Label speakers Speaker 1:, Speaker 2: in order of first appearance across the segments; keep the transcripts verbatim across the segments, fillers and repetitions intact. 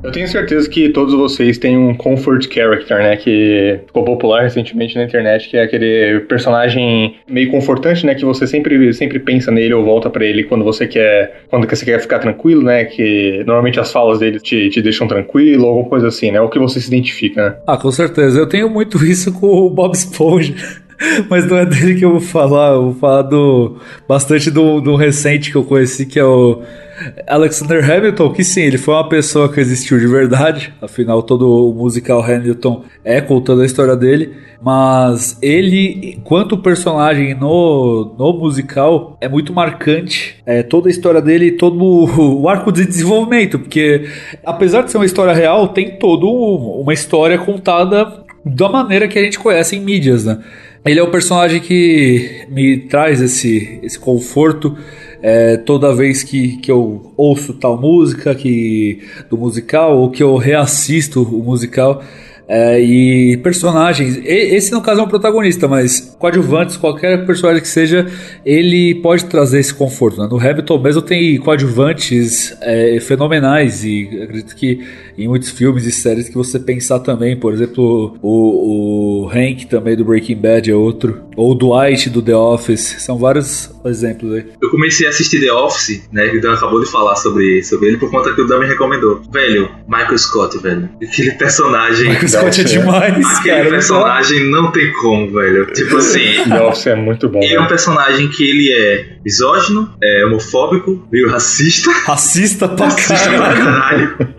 Speaker 1: Eu tenho certeza que todos vocês têm um comfort character, né, que ficou popular recentemente na internet, que é aquele personagem meio confortante, né, que você sempre, sempre pensa nele ou volta pra ele quando você quer, quando você quer ficar tranquilo, né, que normalmente as falas dele te, te deixam tranquilo ou alguma coisa assim, né, o que você se identifica, né.
Speaker 2: Ah, com certeza. Eu tenho muito isso com o Bob Esponja. Mas não é dele que eu vou falar. Eu vou falar do, bastante do, do recente que eu conheci, que é o Alexander Hamilton, que sim, ele foi uma pessoa que existiu de verdade. Afinal, todo o musical Hamilton é contando a história dele. Mas ele, quanto personagem no, no musical, é muito marcante. É, toda a história dele, todo o arco de desenvolvimento. Porque, apesar de ser uma história real, tem toda uma história contada da maneira que a gente conhece em mídias, né? Ele é o personagem que me traz esse, esse conforto é, toda vez que, que eu ouço tal música que, do musical ou que eu reassisto o musical. É, e personagens, esse no caso é um protagonista, mas coadjuvantes, qualquer personagem que seja, ele pode trazer esse conforto, né? No Hamilton mesmo tem coadjuvantes é, fenomenais, e acredito que em muitos filmes e séries que você pensar também, por exemplo, o, o Hank também do Breaking Bad é outro, ou o Dwight do The Office, são vários exemplos aí.
Speaker 3: Eu comecei a assistir The Office, né, que o Dan acabou de falar sobre, sobre ele por conta que o Dan me recomendou. Velho, Michael Scott, velho, aquele personagem...
Speaker 2: Michael Scott é demais,
Speaker 3: aquele
Speaker 2: cara,
Speaker 3: personagem não tem como, velho. Tipo assim...
Speaker 1: The Office é muito bom.
Speaker 3: Ele
Speaker 1: velho.
Speaker 3: é um personagem que ele é misógino, é homofóbico, meio racista.
Speaker 2: Racista pra
Speaker 3: Racista pra
Speaker 2: caralho.
Speaker 3: caralho.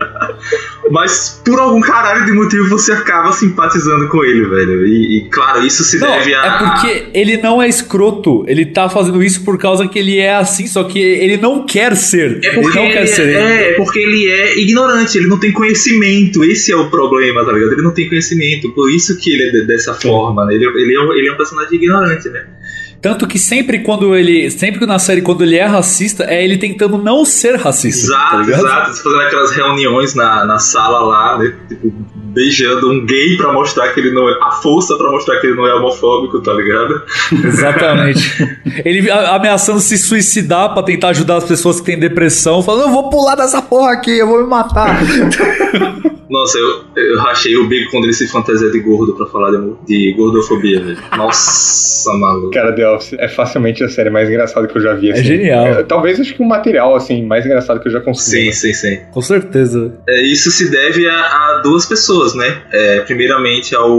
Speaker 3: Mas por algum caralho de motivo você acaba simpatizando com ele, velho. E, e claro, isso se
Speaker 2: Não,
Speaker 3: deve a...
Speaker 2: é porque ele não é escroto. Ele tá fazendo isso por causa que ele é assim, só que ele não quer ser.
Speaker 3: É
Speaker 2: ele
Speaker 3: porque
Speaker 2: não
Speaker 3: ele,
Speaker 2: quer
Speaker 3: é,
Speaker 2: ser.
Speaker 3: é, é porque ele é ignorante, ele não tem conhecimento. Esse é o problema, tá ligado? Ele não tem conhecimento, por isso que ele é de, dessa forma, né? Ele, ele, é um, ele é um personagem ignorante, né?
Speaker 2: Tanto que sempre quando ele. Sempre que na série, quando ele é racista, é ele tentando não ser racista.
Speaker 3: Exato,
Speaker 2: tá ligado?
Speaker 3: exato. Fazendo aquelas reuniões na, na sala lá, né? Tipo, beijando um gay pra mostrar que ele não é. A força pra mostrar que ele não é homofóbico, tá ligado?
Speaker 2: Exatamente. Ele a- ameaçando se suicidar pra tentar ajudar as pessoas que têm depressão, falando, eu vou pular dessa porra aqui, eu vou me matar.
Speaker 3: Nossa, eu, eu rachei o bico quando ele se fantasia de gordo pra falar de, de gordofobia, velho. Nossa, maluco.
Speaker 1: Cara, The Office é facilmente a série mais engraçada que eu já vi. Assim.
Speaker 2: É genial.
Speaker 1: É, talvez acho que o material assim, mais engraçado que eu já consegui.
Speaker 3: Sim, sim, sim.
Speaker 2: Com certeza.
Speaker 3: É, isso se deve a, a duas pessoas, né? É, primeiramente ao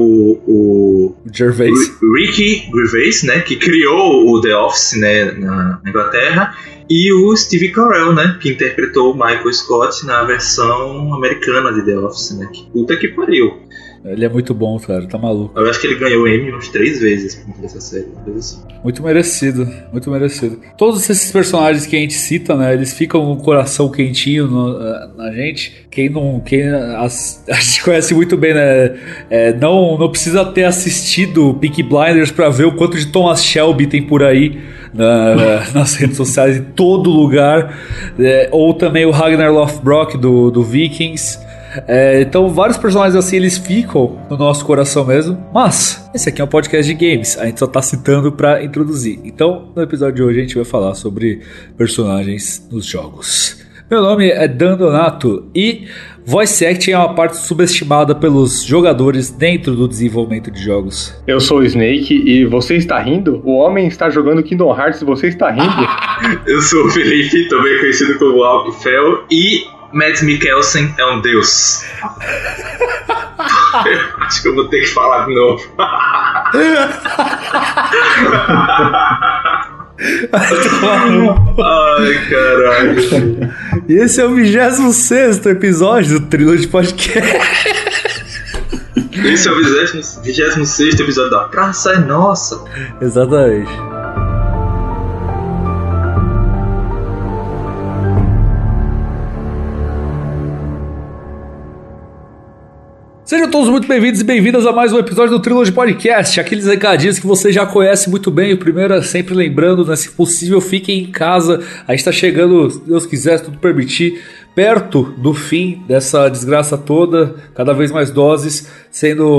Speaker 3: o,
Speaker 2: Gervais.
Speaker 3: o Ricky Gervais, né? Que criou o The Office, né? Na Inglaterra. E o Steve Carell, né? Que interpretou o Michael Scott na versão americana de The Office, né? Que puta que pariu.
Speaker 2: Ele é muito bom, cara, tá maluco.
Speaker 3: Eu acho que ele ganhou o Emmy uns três vezes por conta dessa série, uma coisa assim.
Speaker 2: Muito merecido, muito merecido. Todos esses personagens que a gente cita, né, eles ficam com o coração quentinho no, na gente. Quem não, quem as, a gente conhece muito bem, né, é, não, não precisa ter assistido Peaky Blinders pra ver o quanto de Thomas Shelby tem por aí na, nas redes sociais, em todo lugar. É, ou também o Ragnar Lothbrok do, do Vikings. É, então vários personagens assim eles ficam no nosso coração mesmo. Mas esse aqui é um podcast de games, a gente só tá citando pra introduzir. Então no episódio de hoje a gente vai falar sobre personagens nos jogos. Meu nome é Dan Donato e voice acting é uma parte subestimada pelos jogadores dentro do desenvolvimento de jogos.
Speaker 1: Eu sou o Snake e você está rindo? O homem está jogando Kingdom Hearts e você está rindo?
Speaker 3: Eu sou o Felipe, também conhecido como Alkfel, e Mads Mikkelsen é um deus. Eu acho que eu vou ter que falar de novo. Ai, caralho.
Speaker 2: E esse é o vigésimo sexto episódio do Trilogy Podcast.
Speaker 3: Esse é o vigésimo sexto episódio da Praça é Nossa.
Speaker 2: Exatamente. Sejam todos muito bem-vindos e bem-vindas a mais um episódio do Trilogy Podcast. Aqueles recadinhos que você já conhece muito bem. O primeiro é sempre lembrando, né, se possível, fiquem em casa. A gente tá chegando, se Deus quiser, se tudo permitir, perto do fim dessa desgraça toda. Cada vez mais doses sendo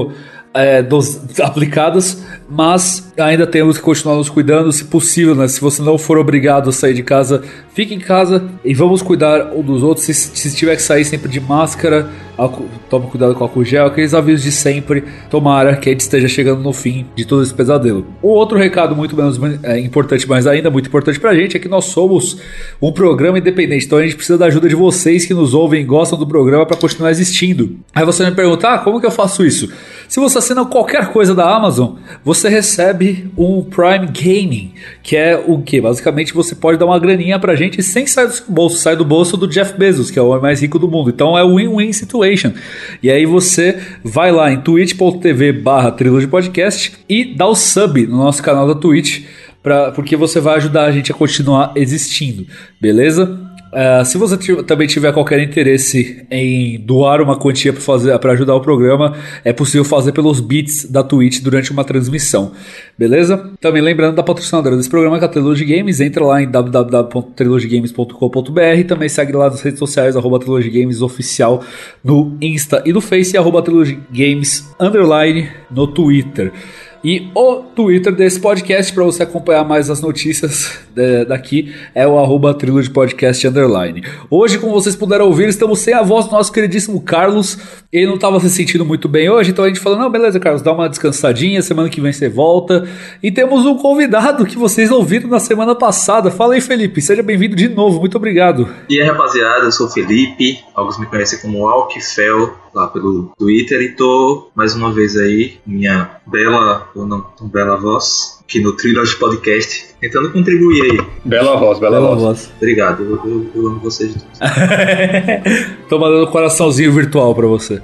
Speaker 2: é, dos, aplicadas, mas ainda temos que continuar nos cuidando, se possível, né? Se você não for obrigado a sair de casa, fique em casa e vamos cuidar um dos outros. Se, se tiver que sair, sempre de máscara, tome cuidado com álcool gel, aqueles avisos de sempre. Tomara que a gente esteja chegando no fim de todo esse pesadelo. O outro recado muito menos é, importante, mas ainda muito importante pra gente, é que nós somos um programa independente, então a gente precisa da ajuda de vocês que nos ouvem e gostam do programa para continuar existindo. Aí você me pergunta, ah, como que eu faço isso? Se você assina qualquer coisa da Amazon, você recebe um Prime Gaming, que é o que? Basicamente você pode dar uma graninha pra gente sem sair do seu bolso, sai do bolso do Jeff Bezos, que é o homem mais rico do mundo. Então é win-win situation. E aí você vai lá em twitch.tv barra Trilogy Podcast e dá o sub no nosso canal da Twitch, pra, porque você vai ajudar a gente a continuar existindo, beleza? Uh, se você t- também tiver qualquer interesse em doar uma quantia para fazer, para ajudar o programa, é possível fazer pelos bits da Twitch durante uma transmissão, beleza? Também lembrando da patrocinadora desse programa, que é a Trilogy Games. Entra lá em w w w ponto trilogy games ponto com ponto b r. Também segue lá nas redes sociais, arroba Trilogy Games Oficial no Insta e no Face, e arroba Trilogy Games Underline no Twitter. E o Twitter desse podcast, para você acompanhar mais as notícias de, daqui, é o arroba Trilogy Podcast Underline. Hoje, como vocês puderam ouvir, estamos sem a voz do nosso queridíssimo Carlos. Ele não estava se sentindo muito bem hoje, então a gente falou, não, beleza, Carlos, dá uma descansadinha, semana que vem você volta. E temos um convidado que vocês ouviram na semana passada. Fala aí, Felipe, seja bem-vindo de novo, muito obrigado.
Speaker 3: E aí, rapaziada, eu sou o Felipe, alguns me conhecem como Alkfel, lá pelo Twitter, e tô mais uma vez aí, minha bela, ou não tão bela voz, aqui no Trilogy Podcast, tentando contribuir aí.
Speaker 1: Bela voz, bela, bela voz. voz.
Speaker 3: Obrigado, eu, eu, eu amo vocês todos.
Speaker 2: Tô mandando um coraçãozinho virtual pra você.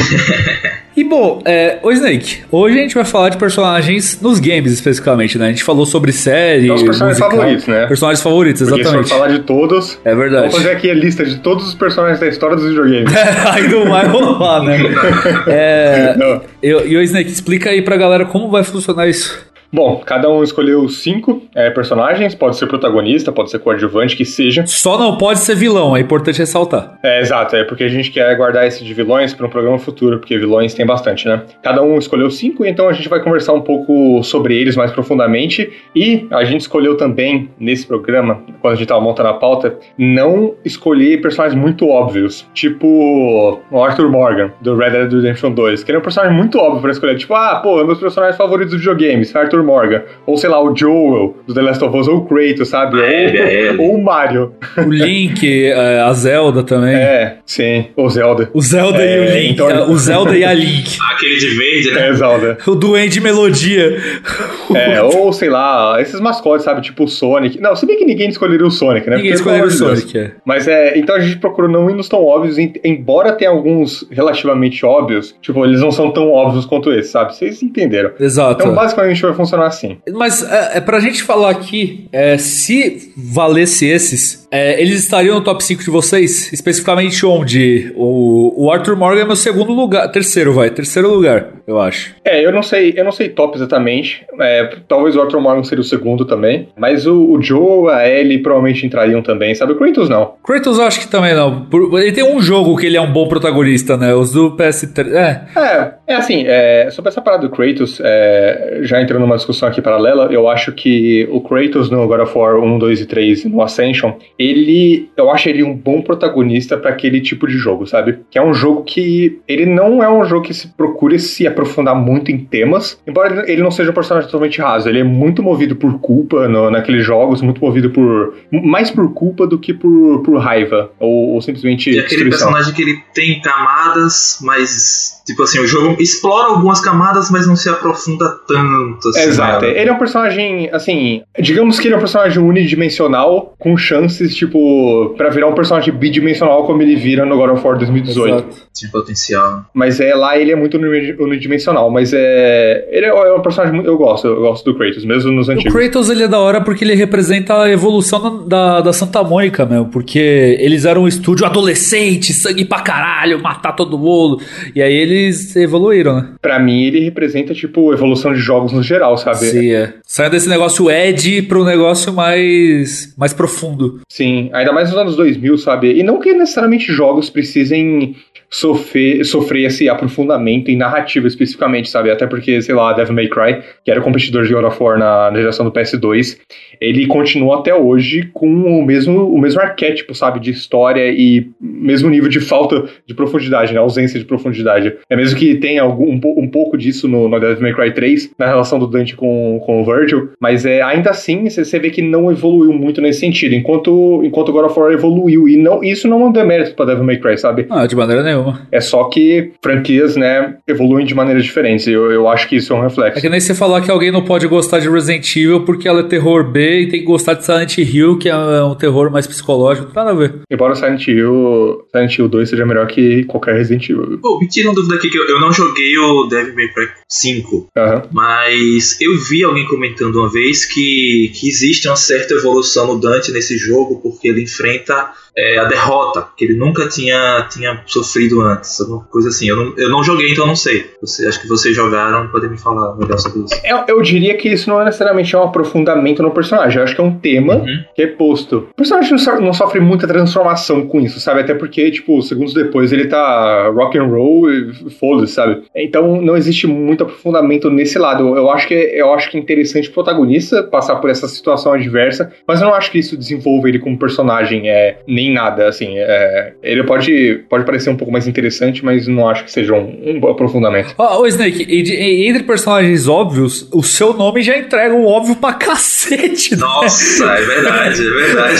Speaker 2: E bom, é, ô Snake, hoje a gente vai falar de personagens nos games especificamente, né? A gente falou sobre séries,
Speaker 1: então, os personagens musical, favoritos, né?
Speaker 2: Personagens favoritos, exatamente.
Speaker 1: Porque se for falar de todos,
Speaker 2: é verdade.
Speaker 1: Vou fazer aqui a lista de todos os personagens da história dos videogames.
Speaker 2: Aí não vai rolar, né? É, e o Snake, explica aí pra galera como vai funcionar isso.
Speaker 1: Bom, cada um escolheu cinco é, personagens, pode ser protagonista, pode ser coadjuvante, que seja.
Speaker 2: Só não pode ser vilão, é importante ressaltar.
Speaker 1: É, exato, é porque a gente quer guardar esse de vilões para um programa futuro, porque vilões tem bastante, né? Cada um escolheu cinco, então a gente vai conversar um pouco sobre eles mais profundamente. E a gente escolheu também, nesse programa, quando a gente tava montando a pauta, não escolher personagens muito óbvios, tipo o Arthur Morgan, do Red Dead Redemption dois, que ele é um personagem muito óbvio pra escolher, tipo, ah, pô, é um dos personagens favoritos dos videogames, Arthur Morgan, ou sei lá, o Joel do The Last of Us, ou o Kratos, sabe?
Speaker 3: É,
Speaker 1: ou, ou o Mario.
Speaker 2: O Link, a Zelda também.
Speaker 1: É, sim, o Zelda.
Speaker 2: O Zelda é, e o Link. Então... O Zelda e a Link.
Speaker 3: Aquele de verde, né?
Speaker 1: É, Zelda.
Speaker 2: O Duende Melodia.
Speaker 1: É, ou sei lá, esses mascotes, sabe? Tipo o Sonic. Não, se bem que ninguém escolheria o Sonic, né?
Speaker 2: Ninguém escolheria o Sonic, é.
Speaker 1: Mas é, então a gente procurou não ir nos tão óbvios, embora tenha alguns relativamente óbvios, tipo, eles não são tão óbvios quanto esse, sabe? Vocês entenderam.
Speaker 2: Exato.
Speaker 1: Então, basicamente, vai funcionar assim.
Speaker 2: Mas é, é pra gente falar aqui, é, se valesse esses, é, eles estariam no top cinco de vocês? Especificamente onde? O, o Arthur Morgan é meu segundo lugar. Terceiro, vai. Terceiro lugar, eu acho.
Speaker 1: É, eu não sei, eu não sei top exatamente. É, talvez o Arthur Morgan seria o segundo também. Mas o, o Joe, a Ellie provavelmente entrariam também, sabe? O Kratos não.
Speaker 2: Kratos eu acho que também não. Por, ele tem um jogo que ele é um bom protagonista, né? Os do P S três. É,
Speaker 1: é, é assim, é, sobre essa parada do Kratos, é, já entrando numa discussão aqui paralela, eu acho que o Kratos no God of War um, dois e três, no Ascension, ele, eu acho ele um bom protagonista pra aquele tipo de jogo, sabe? Que é um jogo que, ele não é um jogo que se procure se aprofundar muito em temas, embora ele não seja um personagem totalmente raso, ele é muito movido por culpa no, naqueles jogos, muito movido por, mais por culpa do que por, por raiva, ou, ou simplesmente
Speaker 3: e aquele
Speaker 1: destruição.
Speaker 3: Personagem que ele tem camadas, mas, tipo assim, o jogo explora algumas camadas, mas não se aprofunda tanto, assim.
Speaker 1: Exato, ele é um personagem, assim, digamos que ele é um personagem unidimensional, com chances, tipo, pra virar um personagem bidimensional como ele vira no God of War dois mil e dezoito.
Speaker 2: Exato.
Speaker 3: Tem potencial.
Speaker 1: Mas é, lá ele é muito unidimensional, mas é... Ele é um personagem muito... Eu gosto, eu gosto do Kratos, mesmo nos antigos.
Speaker 2: O Kratos, ele é da hora porque ele representa a evolução da, da Santa Mônica, meu, porque eles eram um estúdio adolescente, sangue pra caralho, matar todo mundo, e aí eles evoluíram, né?
Speaker 1: Pra mim, ele representa, tipo, evolução de jogos no geral, sabe?
Speaker 2: Sim, é. Saindo desse negócio Ed pro negócio mais, mais profundo.
Speaker 1: Sim, ainda mais nos anos dois mil, sabe? E não que necessariamente jogos precisem sofrer, sofrer esse aprofundamento em narrativa especificamente, sabe? Até porque, sei lá, Devil May Cry, que era competidor de God of War na, na geração do P S dois, ele continua até hoje com o mesmo, o mesmo arquétipo, sabe? De história e mesmo nível de falta de profundidade, né? Ausência de profundidade. É mesmo que tenha algum, um, um pouco disso no, no Devil May Cry três, na relação do Dante com, com o Virgil, mas é, ainda assim, você vê que não evoluiu muito nesse sentido, enquanto, enquanto God of War evoluiu, e não, isso não é um demérito pra Devil May Cry, sabe?
Speaker 2: Ah, de maneira nenhuma.
Speaker 1: É só que franquias, né, evoluem de maneiras diferentes, eu, eu acho que isso é um reflexo.
Speaker 2: É que nem você falar que alguém não pode gostar de Resident Evil porque ela é terror B e tem que gostar de Silent Hill, que é um terror mais psicológico, não tem nada a ver.
Speaker 1: Embora Silent Hill, Silent Hill dois seja melhor que qualquer Resident Evil.
Speaker 3: Pô, me tira uma dúvida aqui, que eu, eu não joguei o Devil May Cry cinco,
Speaker 1: uhum.
Speaker 3: mas eu vi alguém comentando uma vez que, que existe uma certa evolução no Dante nesse jogo, porque ele enfrenta é, a derrota, que ele nunca tinha, tinha sofrido antes, alguma coisa assim. Eu não, eu não joguei, então eu não sei. Você, acho que vocês jogaram, podem me falar melhor sobre isso.
Speaker 1: Eu, eu diria que isso não é necessariamente um aprofundamento no personagem, eu acho que é um tema uhum. que é posto. O personagem não sofre, não sofre muita transformação com isso, sabe? Até porque, tipo, segundos depois ele tá rock and roll e foda-se, sabe? Então não existe muito aprofundamento nesse lado. Eu acho que, eu acho que é interessante o protagonista passar por essa situação adversa, mas eu não acho que isso desenvolva ele como personagem, é, nem nada, assim. É, ele pode, pode parecer um pouco mais interessante, mas não acho que seja um, um aprofundamento.
Speaker 2: Ó, oh, Snake, entre personagens óbvios, o seu nome já entrega o óbvio pra cacete, né?
Speaker 3: Nossa, é verdade, é verdade.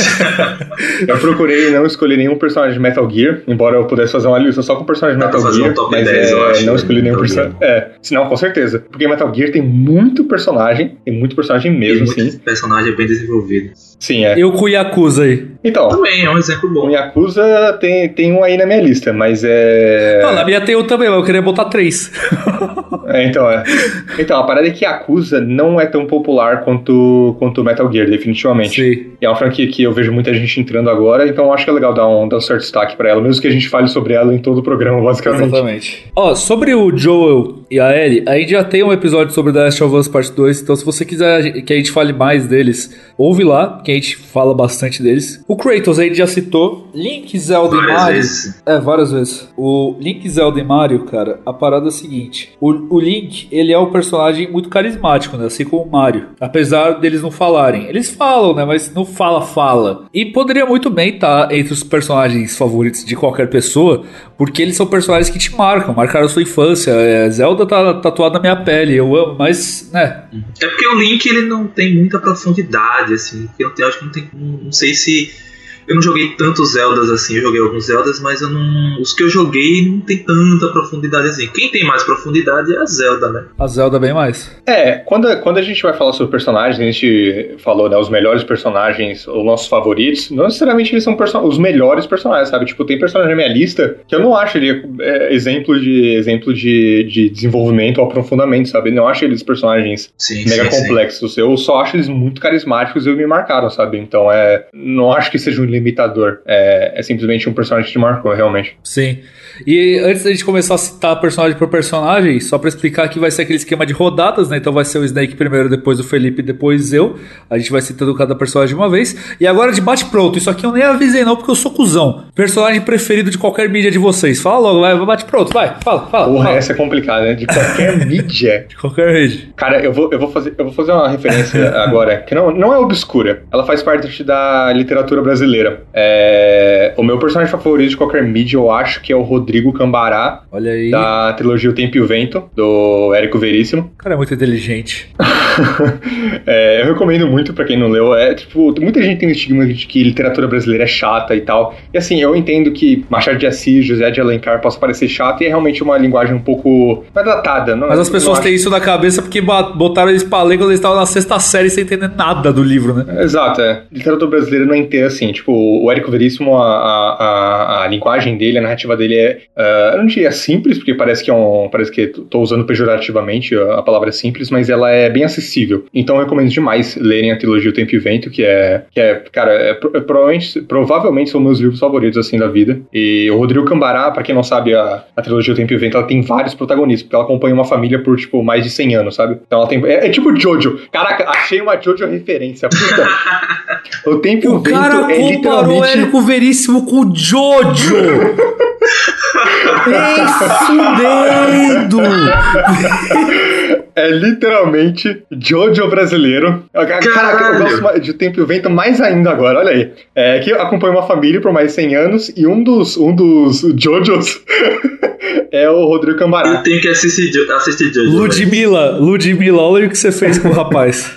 Speaker 1: Eu procurei não escolher nenhum personagem de Metal Gear, embora eu pudesse fazer uma lista só com personagens de Metal Gear,
Speaker 3: um
Speaker 1: mas
Speaker 3: dez,
Speaker 1: é,
Speaker 3: eu acho,
Speaker 1: não escolhi nenhum personagem. É, senão, com certeza. Porque Metal Gear tem muito personagem, tem muito personagem mesmo,
Speaker 3: tem muito
Speaker 1: sim.
Speaker 3: personagem bem desenvolvido.
Speaker 1: Sim, é.
Speaker 2: E o com o Yakuza aí?
Speaker 1: Então.
Speaker 3: Também é um exemplo bom.
Speaker 1: O Yakuza tem, tem um aí na minha lista, mas é...
Speaker 2: Não, na minha tem um também, mas eu queria botar três.
Speaker 1: É, então, é. Então, a parada é que Yakuza não é tão popular quanto, quanto Metal Gear, definitivamente.
Speaker 2: Sim.
Speaker 1: E é uma franquia que eu vejo muita gente entrando agora, então eu acho que é legal dar um, dar um certo destaque pra ela, mesmo que a gente fale sobre ela em todo o programa, basicamente.
Speaker 2: Exatamente. Ó, sobre o Joel e a Ellie, a gente já tem um episódio sobre The Last of Us Part dois, então se você quiser que a gente fale mais deles, ouve lá, que a gente fala bastante deles. O Kratos a gente já citou. Link, Zelda
Speaker 3: várias
Speaker 2: e Mario.
Speaker 3: Vezes.
Speaker 2: É, várias vezes. O Link, Zelda e Mario, cara, a parada é a seguinte. O, o Link, ele é um personagem muito carismático, né? Assim como o Mario. Apesar deles não falarem. Eles falam, né? Mas não fala-fala. E poderia muito bem estar entre os personagens favoritos de qualquer pessoa, porque eles são personagens que te marcam, marcaram a sua infância. É, Zelda tá tatuada na minha pele, eu amo, mas, né?
Speaker 3: É porque o Link, ele não tem muita profundidade, assim. Eu, eu acho que não tem... Não sei se... Eu não joguei tantos Zeldas assim, eu joguei alguns Zeldas, mas eu não, os que eu joguei não tem tanta profundidade assim. Quem tem mais profundidade é a Zelda, né?
Speaker 2: A Zelda bem mais.
Speaker 1: É, quando, quando a gente vai falar sobre personagens, a gente falou, né, os melhores personagens, os nossos favoritos, não necessariamente eles são os melhores personagens, sabe? Tipo, tem personagem na minha lista que eu não acho ele é, exemplo, de, exemplo de, de desenvolvimento ou aprofundamento, sabe? Eu não acho eles personagens
Speaker 3: sim,
Speaker 1: mega
Speaker 3: sim,
Speaker 1: complexos. Sim. Eu só acho eles muito carismáticos e me marcaram, sabe? Então, é, não acho que seja um limitador. É, é simplesmente um personagem que te marcou, realmente.
Speaker 2: Sim. E antes da gente começar a citar personagem por personagem, só pra explicar que vai ser aquele esquema de rodadas, né? Então vai ser o Snake primeiro, depois o Felipe, depois eu. A gente vai citando cada personagem de uma vez. E agora de bate pronto. Isso aqui eu nem avisei não, porque eu sou cuzão. Personagem preferido de qualquer mídia de vocês. Fala logo, vai, bate pronto, vai. Fala, fala.
Speaker 1: Porra,
Speaker 2: fala.
Speaker 1: Essa é complicada, né? De qualquer mídia.
Speaker 2: De qualquer mídia.
Speaker 1: Cara, eu vou, eu vou, fazer, eu vou fazer uma referência agora, que não, não é obscura. Ela faz parte da literatura brasileira. É, o meu personagem favorito de qualquer mídia, eu acho que é o Rodrigo Cambará.
Speaker 2: Olha aí.
Speaker 1: Da trilogia O Tempo e o Vento, do Érico Veríssimo.
Speaker 2: O cara é muito inteligente.
Speaker 1: É, eu recomendo muito pra quem não leu. É, tipo, muita gente tem o estigma de que literatura brasileira é chata e tal. E assim, eu entendo que Machado de Assis, José de Alencar possa parecer chato e é realmente uma linguagem um pouco mais datada. Não,
Speaker 2: Mas as pessoas têm acho... isso na cabeça porque botaram eles pra ler quando eles estavam na sexta série sem entender nada do livro, né?
Speaker 1: Exato, é. Literatura brasileira não é inteira assim. Tipo, o Érico Veríssimo, a, a, a, a linguagem dele, a narrativa dele é... Uh, eu não diria simples, porque parece que é um... Parece que tô usando pejorativamente a palavra simples, mas ela é bem acessível. Então eu recomendo demais lerem a trilogia O Tempo e o Vento, que é... Que é cara, é, é, provavelmente, provavelmente são meus livros favoritos, assim, da vida. E o Rodrigo Cambará, pra quem não sabe, a, a trilogia O Tempo e o Vento, ela tem vários protagonistas, porque ela acompanha uma família por, tipo, mais de cem anos, sabe? Então ela tem... É, é tipo Jojo. Caraca, achei uma Jojo referência. Puta. O Tempo e o Vento é literalmente...
Speaker 2: O Érico Veríssimo com o Jojo! Nem fudendo!
Speaker 1: É literalmente Jojo brasileiro. Caraca, eu gosto de Tempo e o Vento mais ainda agora, olha aí. É que acompanha uma família por mais de cem anos e um dos, um dos Jojos é o Rodrigo Cambará.
Speaker 3: Eu tenho que assistir, assistir Jojo.
Speaker 2: Ludmilla, Ludmilla, olha o que você fez com o rapaz.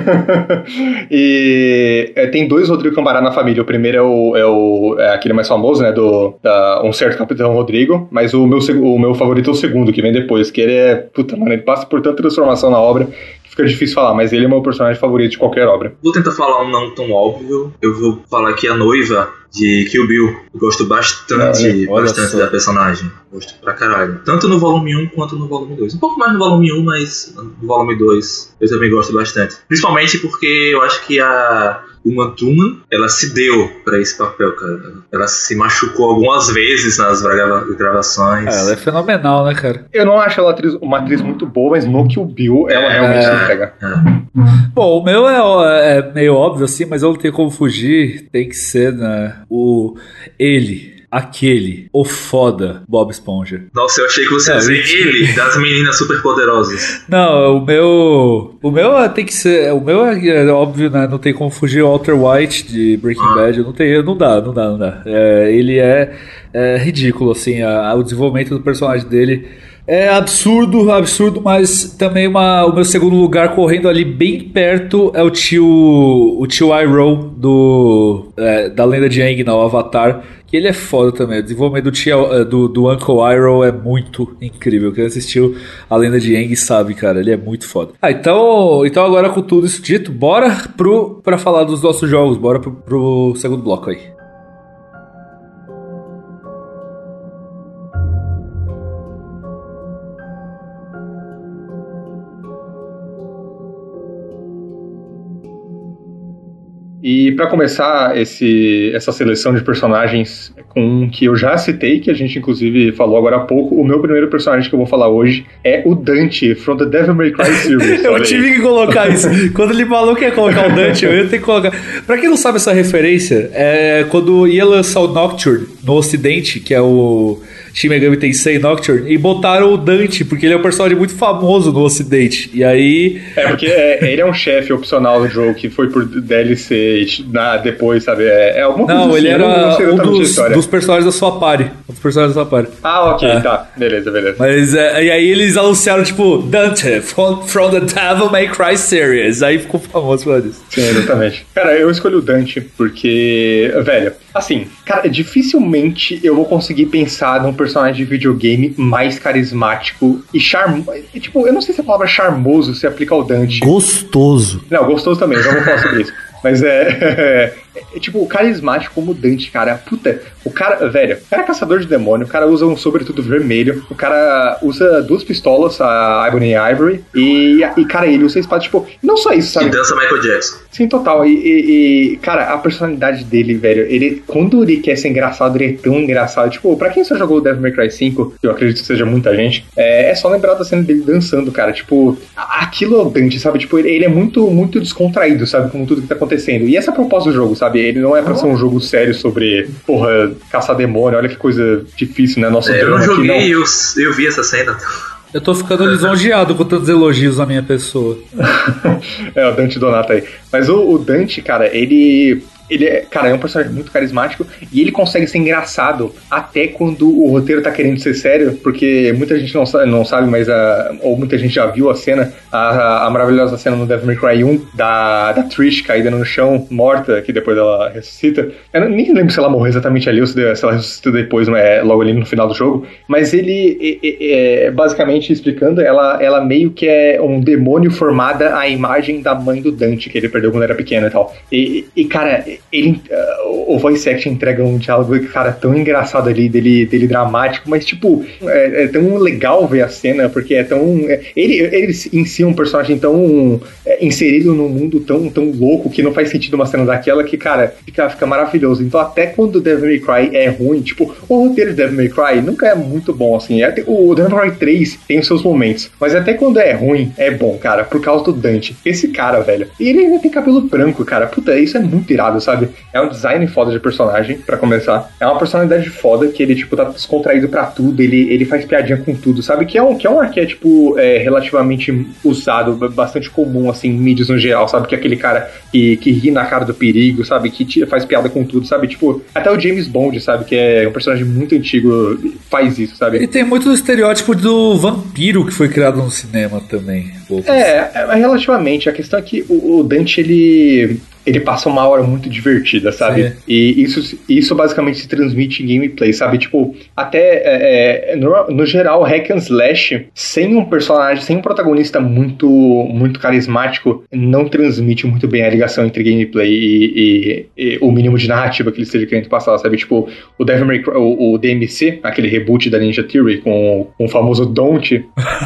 Speaker 1: E é, tem dois Rodrigo Cambará na família. O primeiro é, o, é, o, é aquele mais famoso, né? Do, da, um certo Capitão Rodrigo. Mas o meu, o meu favorito é o segundo, que vem depois. Que ele é. Puta, mano, ele passa por tanta transformação na obra que fica difícil falar. Mas ele é o meu personagem favorito de qualquer obra.
Speaker 3: Vou tentar falar um não tão óbvio. Eu vou falar aqui a noiva de Kill Bill. Eu gosto bastante,
Speaker 2: Olha,
Speaker 3: bastante
Speaker 2: só.
Speaker 3: da personagem. Gosto pra caralho. Tanto no volume um quanto no volume dois. Um pouco mais no volume um, mas no volume dois eu também gosto bastante. Principalmente porque eu acho que a Uma Thurman, ela se deu pra esse papel, cara. Ela se machucou algumas vezes nas grava- gravações.
Speaker 2: É, ela é fenomenal, né, cara?
Speaker 1: Eu não acho ela atriz, uma atriz muito boa, mas no Kill Bill ela realmente
Speaker 2: É.
Speaker 1: não pega.
Speaker 3: É.
Speaker 2: Bom, o meu é, é meio óbvio assim, mas eu não tenho como fugir. Tem que ser, né? O. Ele. Aquele, o foda Bob Esponja.
Speaker 3: Nossa, eu achei que você ia
Speaker 2: É,
Speaker 3: dizer
Speaker 2: mentira.
Speaker 3: ele, das meninas superpoderosas.
Speaker 2: Não, o meu. O meu é- tem que ser. O meu é, é óbvio, né? Não tem como fugir. O Walter White de Breaking
Speaker 3: Ah.
Speaker 2: Bad. Não, tem, não dá, não dá, não dá. É, ele é, é ridículo, assim. A, a- o desenvolvimento do personagem dele é absurdo, absurdo, mas também uma, o meu segundo lugar correndo ali bem perto é o tio. O tio Iroh do. É, da lenda de Aang, não, o Avatar. Que ele é foda também. O desenvolvimento do, tio, do, do Uncle Iroh é muito incrível. Quem assistiu a lenda de Aang sabe, cara. Ele é muito foda. Ah, então, então agora com tudo isso dito, bora pro, pra falar dos nossos jogos. Bora pro, pro segundo bloco aí.
Speaker 1: E pra começar esse, essa seleção de personagens com um que eu já citei, que a gente inclusive falou agora há pouco, o meu primeiro personagem que eu vou falar hoje é o Dante, from the Devil May Cry series.
Speaker 2: Eu
Speaker 1: Olha aí.
Speaker 2: tive que colocar isso. Quando ele falou que ia colocar o Dante, eu ia ter que colocar. Pra quem não sabe essa referência, é quando ia lançar o Nocturne no Ocidente, que é o Shin Megami Tensei Nocturne, e botaram o Dante, porque ele é um personagem muito famoso no Ocidente. E aí.
Speaker 1: É, porque é, ele é um chefe opcional do jogo que foi por D L C na, depois, sabe? É, é alguma coisa
Speaker 2: Não,
Speaker 1: assim,
Speaker 2: ele
Speaker 1: eu não-
Speaker 2: era
Speaker 1: não sei
Speaker 2: um
Speaker 1: exatamente a
Speaker 2: dos,
Speaker 1: história.
Speaker 2: dos personagens da sua party. Um dos personagens da sua party.
Speaker 1: Ah, ok,
Speaker 2: É.
Speaker 1: tá. Beleza, beleza.
Speaker 2: Mas é, e aí eles anunciaram, tipo, Dante from, from the Devil May Cry series. Aí ficou famoso por isso.
Speaker 1: Sim, exatamente. Cara, eu escolhi o Dante porque, velho, assim, cara, dificilmente eu vou conseguir pensar num personagem de videogame mais carismático e charmoso. Tipo, eu não sei se a palavra charmoso se aplica ao Dante.
Speaker 2: Gostoso.
Speaker 1: Não, gostoso também, já vou falar sobre isso. Mas é, é, tipo, carismático como o Dante, cara. Puta, o cara, velho, o cara é caçador de demônio, o cara usa um sobretudo vermelho, o cara usa duas pistolas, a Ebony e a Ivory, e, e, cara, ele usa espada, tipo, não só isso, sabe?
Speaker 3: E dança Michael Jackson.
Speaker 1: Sim, total. E, e- e, cara, a personalidade dele, velho, ele, quando ele quer ser engraçado, ele é tão engraçado. Tipo, pra quem só jogou o Devil May Cry cinco, que eu acredito que seja muita gente, é, é só lembrar da cena dele dançando, cara. Tipo, a- aquilo é o Dante, sabe? Tipo, ele, ele é muito, muito descontraído, sabe? Com tudo que tá acontecendo. E essa é a proposta do jogo, sabe? Ele não é pra ser um jogo sério sobre, porra, caçar demônio. Olha que coisa difícil, né? Nosso
Speaker 3: É, eu não
Speaker 1: drama aqui,
Speaker 3: joguei,
Speaker 1: não.
Speaker 3: eu, eu vi essa cena.
Speaker 2: Eu tô ficando lisonjeado com tantos elogios à minha pessoa.
Speaker 1: É, o Dante Donato aí. Mas o, o Dante, cara, ele... Ele é, cara, é um personagem muito carismático e ele consegue ser engraçado até quando o roteiro tá querendo ser sério, porque muita gente não sabe, não sabe mas a, ou muita gente já viu a cena, a, a maravilhosa cena no Devil May Cry um da, da Trish caída no chão, morta, que depois ela ressuscita. Eu não- nem lembro se ela morreu exatamente ali ou se, se ela ressuscita depois, é, logo ali no final do jogo, mas ele, é, é, basicamente explicando, ela, ela meio que é um demônio formada à imagem da mãe do Dante, que ele perdeu quando era pequeno e tal. E, e cara, ele, uh, o voice acting entrega um diálogo, cara, tão engraçado ali, dele, dele dramático, mas tipo, é, é tão legal ver a cena, porque é tão... é, ele, ele em si é um personagem tão é, inserido num mundo tão, tão louco que não faz sentido uma cena daquela que, cara, fica, fica maravilhoso. Então até quando o Devil May Cry é ruim, tipo, o roteiro de Devil May Cry nunca é muito bom, assim. Até, o Devil May Cry três tem os seus momentos, mas até quando é ruim, é bom, cara, por causa do Dante. Esse cara, velho, e ele ainda tem cabelo branco, cara, puta, isso é muito irado, sabe? É um design foda de personagem, pra começar. É uma personalidade foda, que ele, tipo, tá descontraído pra tudo, ele, ele faz piadinha com tudo, sabe? Que é um, que é um arquétipo é, relativamente usado, bastante comum, assim, em mídias no geral, sabe? Que é aquele cara que, que ri na cara do perigo, sabe? Que tira, faz piada com tudo, sabe? Tipo, até o James Bond, sabe? Que é um personagem muito antigo, faz isso, sabe?
Speaker 2: E tem muito do estereótipo do vampiro que foi criado no cinema também.
Speaker 1: É, é, relativamente. A questão é que o, o Dante, ele... ele passa uma hora muito divertida, sabe? Sim. E isso, isso basicamente se transmite em gameplay, sabe? Tipo, até é, é, no, no geral, hack and slash, sem um personagem, sem um protagonista muito, muito carismático, não transmite muito bem a ligação entre gameplay e, e, e o mínimo de narrativa que ele esteja querendo passar, sabe? Tipo, o Devil May Cry, o, o D M C, aquele reboot da Ninja Theory com, com o famoso Don't.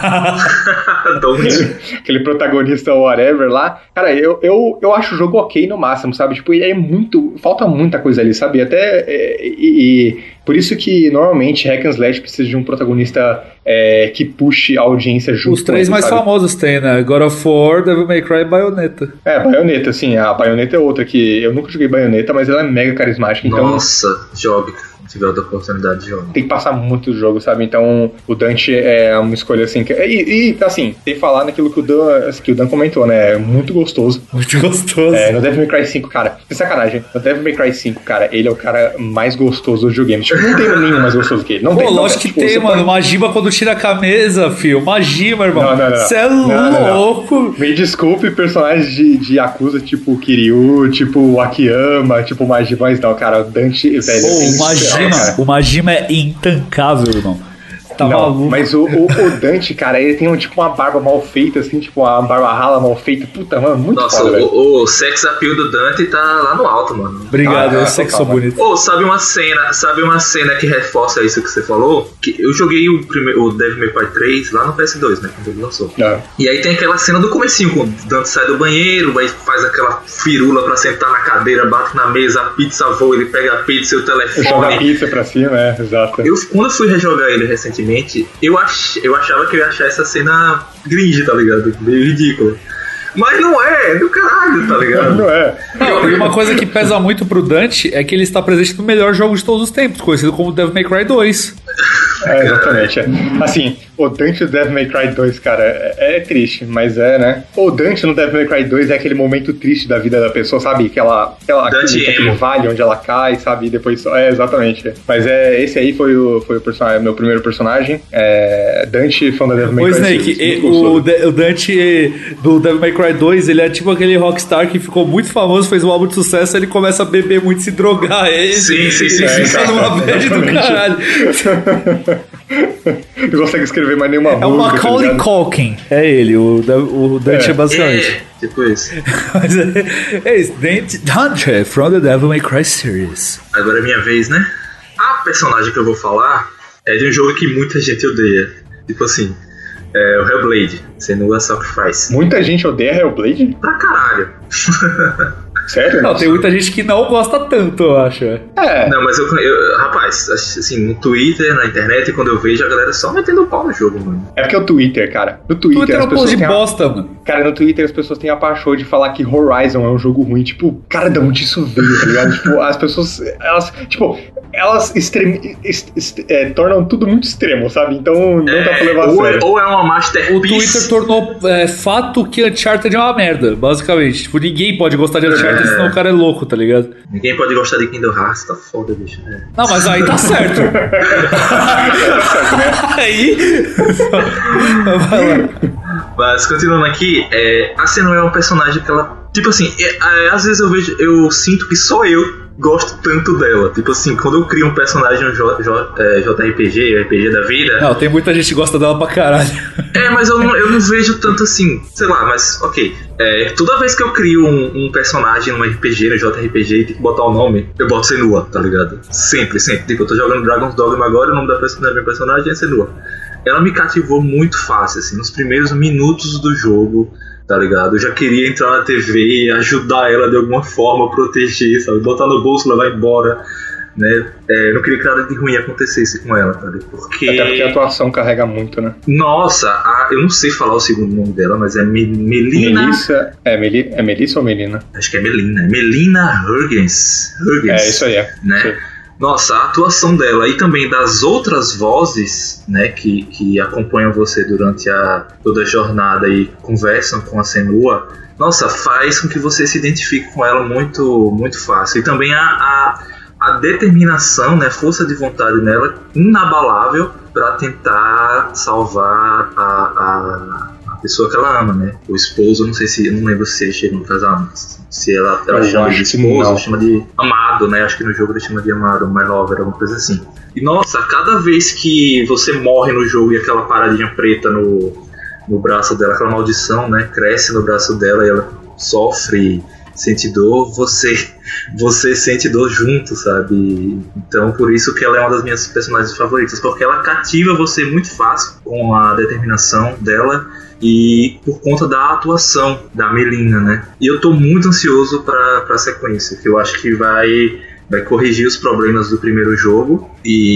Speaker 1: Don't. Aquele protagonista whatever lá. Cara, eu, eu, eu acho o jogo ok no máximo, sabe? Tipo, é muito... falta muita coisa ali, sabe? Até... É, e, e por isso que, normalmente, hack and slash precisa de um protagonista é, que puxe a audiência junto.
Speaker 2: Os três
Speaker 1: ele,
Speaker 2: mais
Speaker 1: sabe?
Speaker 2: famosos tem, né? God of War, Devil May Cry e Bayonetta.
Speaker 1: É, Bayonetta, sim. A Bayonetta é outra que... eu nunca joguei Bayonetta, mas ela é mega carismática, então...
Speaker 3: Nossa, jogue. Se tiver outra oportunidade de jogo.
Speaker 1: Tem que passar muito o jogo, sabe? Então, o Dante é uma escolha assim... Que... E, e, assim, tem que falar naquilo que o Dan, que o Dan comentou, né? É muito gostoso.
Speaker 2: Muito gostoso.
Speaker 1: É, no Devil May Cry cinco, cara... sem sacanagem. No Devil May Cry cinco, cara, ele é o cara mais gostoso do videogame. Tipo, não tem nenhum mais gostoso que ele. Não
Speaker 2: Pô,
Speaker 1: tem,
Speaker 2: lógico
Speaker 1: não,
Speaker 2: que
Speaker 1: tipo,
Speaker 2: tem, mano. Pode... Majima quando tira a camisa, filho. Majima, irmão.
Speaker 1: Não, não, não.
Speaker 2: Você é
Speaker 1: não,
Speaker 2: louco.
Speaker 1: Não, não. Me desculpe personagens de, de Yakuza, tipo o Kiryu, tipo o Akiyama, tipo o Majima, mas não, cara, o Dante, velho...
Speaker 2: Pô, o Majima, o Majima é intancável, irmão. Tá
Speaker 1: não,
Speaker 2: maluco.
Speaker 1: Mas o, o, o Dante, cara, ele tem um, tipo uma barba mal feita, assim, tipo uma barba rala mal feita. Puta, mano, muito
Speaker 3: Nossa,
Speaker 1: foda,
Speaker 3: o,
Speaker 1: velho.
Speaker 3: o sex appeal do Dante tá lá no alto, mano.
Speaker 2: Obrigado,
Speaker 1: ah,
Speaker 2: eu sei que sou bonito.
Speaker 3: Ô, oh, sabe uma cena, sabe uma cena que reforça isso que você falou? Que eu joguei o, primeiro, o Devil May Cry três lá no P S dois, né, quando ele lançou. Ah. E aí tem aquela cena do comecinho, quando o Dante sai do banheiro, aí faz aquela firula pra sentar na cadeira, bate na mesa, a pizza voa, ele pega a pizza e o telefone.
Speaker 1: Joga a pizza pra cima, é, exato.
Speaker 3: Eu, quando eu fui rejogar ele recentemente, eu acho eu achava que eu ia achar essa cena cringe, tá ligado? Meio ridícula. Mas não é, é do caralho, tá ligado?
Speaker 1: Não é.
Speaker 2: Não, e uma coisa que pesa muito pro Dante é que ele está presente no melhor jogo de todos os tempos, conhecido como Devil May Cry dois.
Speaker 1: É, exatamente. É. Assim, o Dante do Devil May Cry dois, cara, é, é triste, mas é, né? O Dante no Devil May Cry dois é aquele momento triste da vida da pessoa, sabe? Aquela, aquela aquele, aquele vale onde ela cai, sabe? E depois só. É, exatamente. Mas é, esse aí foi o, foi o personagem, meu primeiro personagem. É, Dante, fã da Devil May Cry.
Speaker 2: O Snake, e, o, o Dante do Devil May Cry dois, ele é tipo aquele rockstar que ficou muito famoso, fez um álbum de sucesso, ele começa a beber muito e se drogar. Ele,
Speaker 3: sim, sim, sim.
Speaker 2: Ele
Speaker 3: é,
Speaker 2: fica numa bad do caralho.
Speaker 1: Não consegue escrever mais nenhuma música.
Speaker 2: É o Macaulay Culkin, é ele, o, o Dante é, é basicamente.
Speaker 3: É, tipo isso.
Speaker 2: Mas é, é isso, Dante from the Devil May Cry series.
Speaker 3: Agora é minha vez, né? A personagem que eu vou falar é de um jogo que muita gente odeia. Tipo assim, é o Hellblade, Senua's Sacrifice.
Speaker 1: Muita gente odeia Hellblade?
Speaker 3: Pra caralho.
Speaker 1: Sério?
Speaker 2: Não, tem muita gente que não gosta tanto, eu acho.
Speaker 1: É.
Speaker 3: Não, mas eu, eu rapaz, assim, no Twitter, na internet, quando eu vejo a galera só metendo o pau no jogo, mano.
Speaker 1: É porque é o Twitter, cara. No Twitter,
Speaker 2: Twitter
Speaker 1: as
Speaker 2: é um post de
Speaker 1: a...
Speaker 2: bosta, mano.
Speaker 1: Cara, no Twitter as pessoas têm a paixão de falar que Horizon é um jogo ruim. Tipo, cara, de onde isso veio, tá ligado? Tipo, as pessoas, elas, tipo, elas extreme, est, est, é, tornam tudo muito extremo, sabe? Então não
Speaker 3: é,
Speaker 1: dá pra levar a
Speaker 3: ou,
Speaker 1: sério.
Speaker 3: Ou é uma masterpiece.
Speaker 2: O Twitter tornou é, fato que Uncharted é uma merda, basicamente. Tipo, ninguém pode gostar de Uncharted, é. senão o cara é louco, tá ligado?
Speaker 3: Ninguém pode gostar de Kingdom Hearts, tá foda, bicho. É.
Speaker 2: Não, mas aí tá certo. Aí... Vai lá.
Speaker 3: Mas, continuando aqui, é, a Senua é um personagem que ela... Tipo assim, é, é, às vezes eu vejo, eu sinto que só eu gosto tanto dela. Tipo assim, quando eu crio um personagem um J, J, é, J R P G, R P G da vida...
Speaker 2: Não, tem muita gente que gosta dela pra caralho.
Speaker 3: É, mas eu não, eu não vejo tanto assim, sei lá, mas ok. É, toda vez que eu crio um, um personagem num R P G, no J R P G, e tem que botar o nome, eu boto Senua, tá ligado? Sempre, sempre. Tipo, eu tô jogando Dragon's Dogma agora, o nome da, da minha personagem é Senua. Ela me cativou muito fácil, assim, nos primeiros minutos do jogo, tá ligado? Eu já queria entrar na T V e ajudar ela de alguma forma, proteger, sabe? Botar no bolso, levar embora. né? É, eu não queria que nada de ruim acontecesse com ela, cara, porque...
Speaker 1: Até porque a atuação carrega muito, né?
Speaker 3: Nossa, a, eu não sei falar o segundo nome dela, mas é Me, Melina...
Speaker 1: Melissa... É, Meli, é Melissa ou Melina?
Speaker 3: Acho que é Melina. Melina Hurgens. Hurgens
Speaker 1: É, isso aí, é.
Speaker 3: né?
Speaker 1: Sim.
Speaker 3: Nossa, a atuação dela e também das outras vozes, né, que, que acompanham você durante a, toda a jornada e conversam com a Senua, nossa, faz com que você se identifique com ela muito, muito fácil. E também a, a, a determinação, né, força de vontade nela, inabalável para tentar salvar a, a, a pessoa que ela ama, né? O esposo, não sei se, eu não lembro se eles chegam a casar, se ela, ela chama de esposo ou chama de amado, né? Acho que no jogo ele chama de amado, my lover, alguma coisa assim. E nossa, cada vez que você morre no jogo e aquela paradinha preta no, no braço dela, aquela maldição, né? Cresce no braço dela e ela sofre, sente dor, você, você sente dor junto, sabe? Então por isso que ela é uma das minhas personagens favoritas, porque ela cativa você muito fácil com a determinação dela e por conta da atuação da Melina, né? E eu tô muito ansioso pra, pra sequência, que eu acho que vai, vai corrigir os problemas do primeiro jogo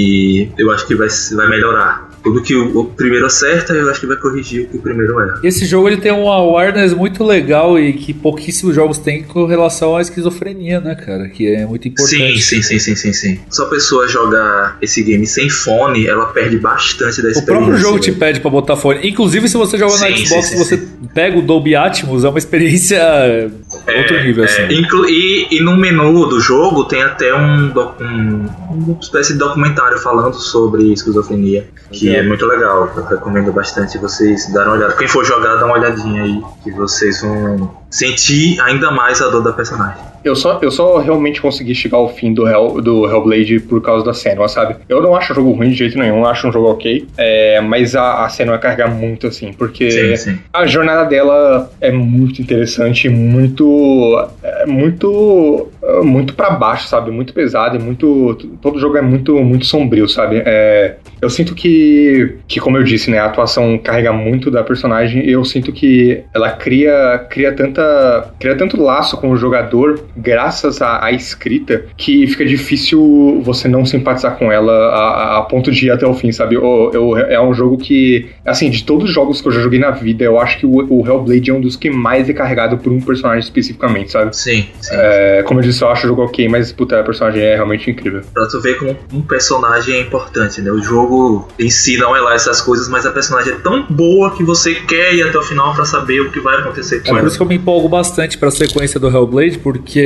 Speaker 3: e eu acho que vai, vai melhorar. Tudo que o, o primeiro acerta, eu acho que vai corrigir o que o primeiro erra.
Speaker 2: Esse jogo ele tem um awareness muito legal e que pouquíssimos jogos têm com relação à esquizofrenia, né, cara? Que é muito importante.
Speaker 3: Sim, sim, sim, sim, sim, sim. Se a pessoa jogar esse game sem fone, ela perde bastante da experiência. O
Speaker 2: próprio jogo te pede pra botar fone. Inclusive, se você joga sim, no Xbox, sim, sim, você sim. pega o Dolby Atmos, é uma experiência é, outro nível, assim.
Speaker 3: É, inclu- e, e no menu do jogo tem até um, doc- um uma espécie de documentário falando sobre esquizofrenia, que é muito legal. Eu recomendo bastante vocês darem uma olhada. Quem for jogar, dá uma olhadinha aí, que vocês vão sentir ainda mais a dor da personagem.
Speaker 1: Eu só, eu só realmente consegui chegar ao fim do, Hell, do Hellblade por causa da Senua, sabe? Eu não acho o jogo ruim de jeito nenhum, eu acho um jogo ok, é, mas a, a Senua carrega muito, assim, porque
Speaker 3: sim, sim.
Speaker 1: a jornada dela é muito interessante, muito, é, muito, muito pra baixo, sabe? Muito pesado e muito... Todo jogo é muito, muito sombrio, sabe? É, eu sinto que, que, como eu disse, né, a atuação carrega muito da personagem e eu sinto que ela cria, cria, tanta, cria tanto laço com o jogador graças à, à escrita, que fica difícil você não simpatizar com ela a, a ponto de ir até o fim, sabe? Eu, eu, é um jogo que, assim, de todos os jogos que eu já joguei na vida, eu acho que o, o Hellblade é um dos que mais é carregado por um personagem especificamente, sabe?
Speaker 3: Sim, sim.
Speaker 1: É, como eu disse, eu acho o jogo ok, mas, puta, a personagem é realmente incrível.
Speaker 3: Pra tu ver como um personagem é importante, né? O jogo em si não é lá essas coisas, mas a personagem é tão boa que você quer ir até o final pra saber o que vai acontecer com
Speaker 2: é
Speaker 3: ela.
Speaker 2: É por isso que eu me empolgo bastante pra sequência do Hellblade, porque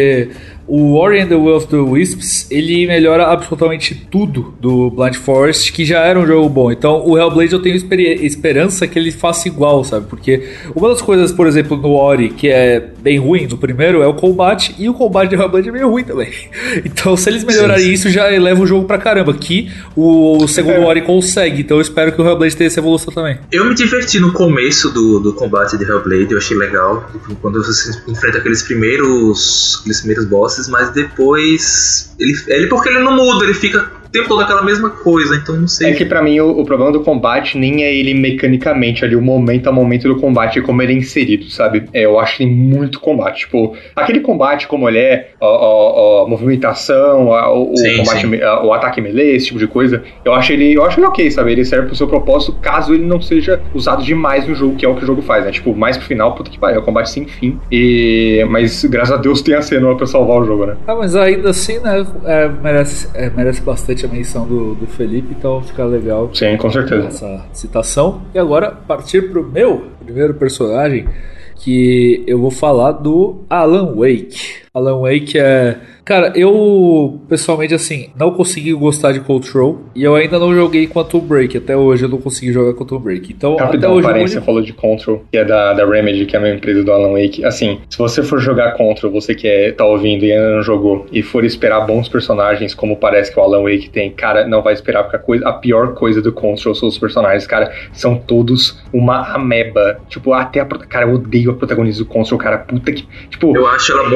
Speaker 2: o Ori and the Will of the Wisps, ele melhora absolutamente tudo do Blind Forest, que já era um jogo bom. Então o Hellblade eu tenho esper- esperança que ele faça igual, sabe? Porque uma das coisas, por exemplo, no Ori, que é bem ruim no primeiro, é o combate, e o combate do Hellblade é meio ruim também. Então se eles melhorarem sim, sim. isso, já eleva o jogo pra caramba, que o, o segundo é. Ori consegue. Então eu espero que o Hellblade tenha essa evolução também.
Speaker 3: Eu me diverti no começo do, do combate de Hellblade, eu achei legal, quando você enfrenta aqueles primeiros, aqueles primeiros bosses, mas depois ele, ele porque ele não muda, ele fica o tempo todo aquela mesma coisa, então não sei.
Speaker 1: É que pra mim o, o problema do combate nem é ele mecanicamente ali, o momento a momento do combate, é como ele é inserido, sabe? É, eu acho que tem muito combate, tipo, aquele combate como ele é, a, a, a movimentação, a, o, sim, combate, sim. A, o ataque melee, esse tipo de coisa, eu acho ele, eu acho ele ok, sabe? Ele serve pro seu propósito, caso ele não seja usado demais no jogo, que é o que o jogo faz, né? Tipo, mais pro final, puta que pariu, é um combate sem fim, e... mas graças a Deus tem a Senua pra salvar o jogo, né?
Speaker 2: Ah, mas ainda assim, né, é, merece, é, merece bastante a menção do, do Felipe, então fica legal.
Speaker 1: Sim, com certeza.
Speaker 2: Essa citação. E agora, partir pro meu primeiro personagem, que eu vou falar do Alan Wake. Alan Wake é... Cara, eu, pessoalmente, assim, não consegui gostar de Control e eu ainda não joguei Quantum Break. Até hoje eu não consegui jogar Quantum Break. Então,
Speaker 1: rapidão,
Speaker 2: até hoje...
Speaker 1: Parente, você falou de Control, que é da, da Remedy, que é a mesma empresa do Alan Wake. Assim, se você for jogar Control, você que é, tá ouvindo e ainda não jogou, e for esperar bons personagens, como parece que o Alan Wake tem, cara, não vai esperar, porque a, coisa, a pior coisa do Control são os personagens, cara, são todos uma ameba. Tipo, até a... Cara, eu odeio a protagonista do Control, cara, puta que... Tipo...
Speaker 3: Eu acho ela muito sensível.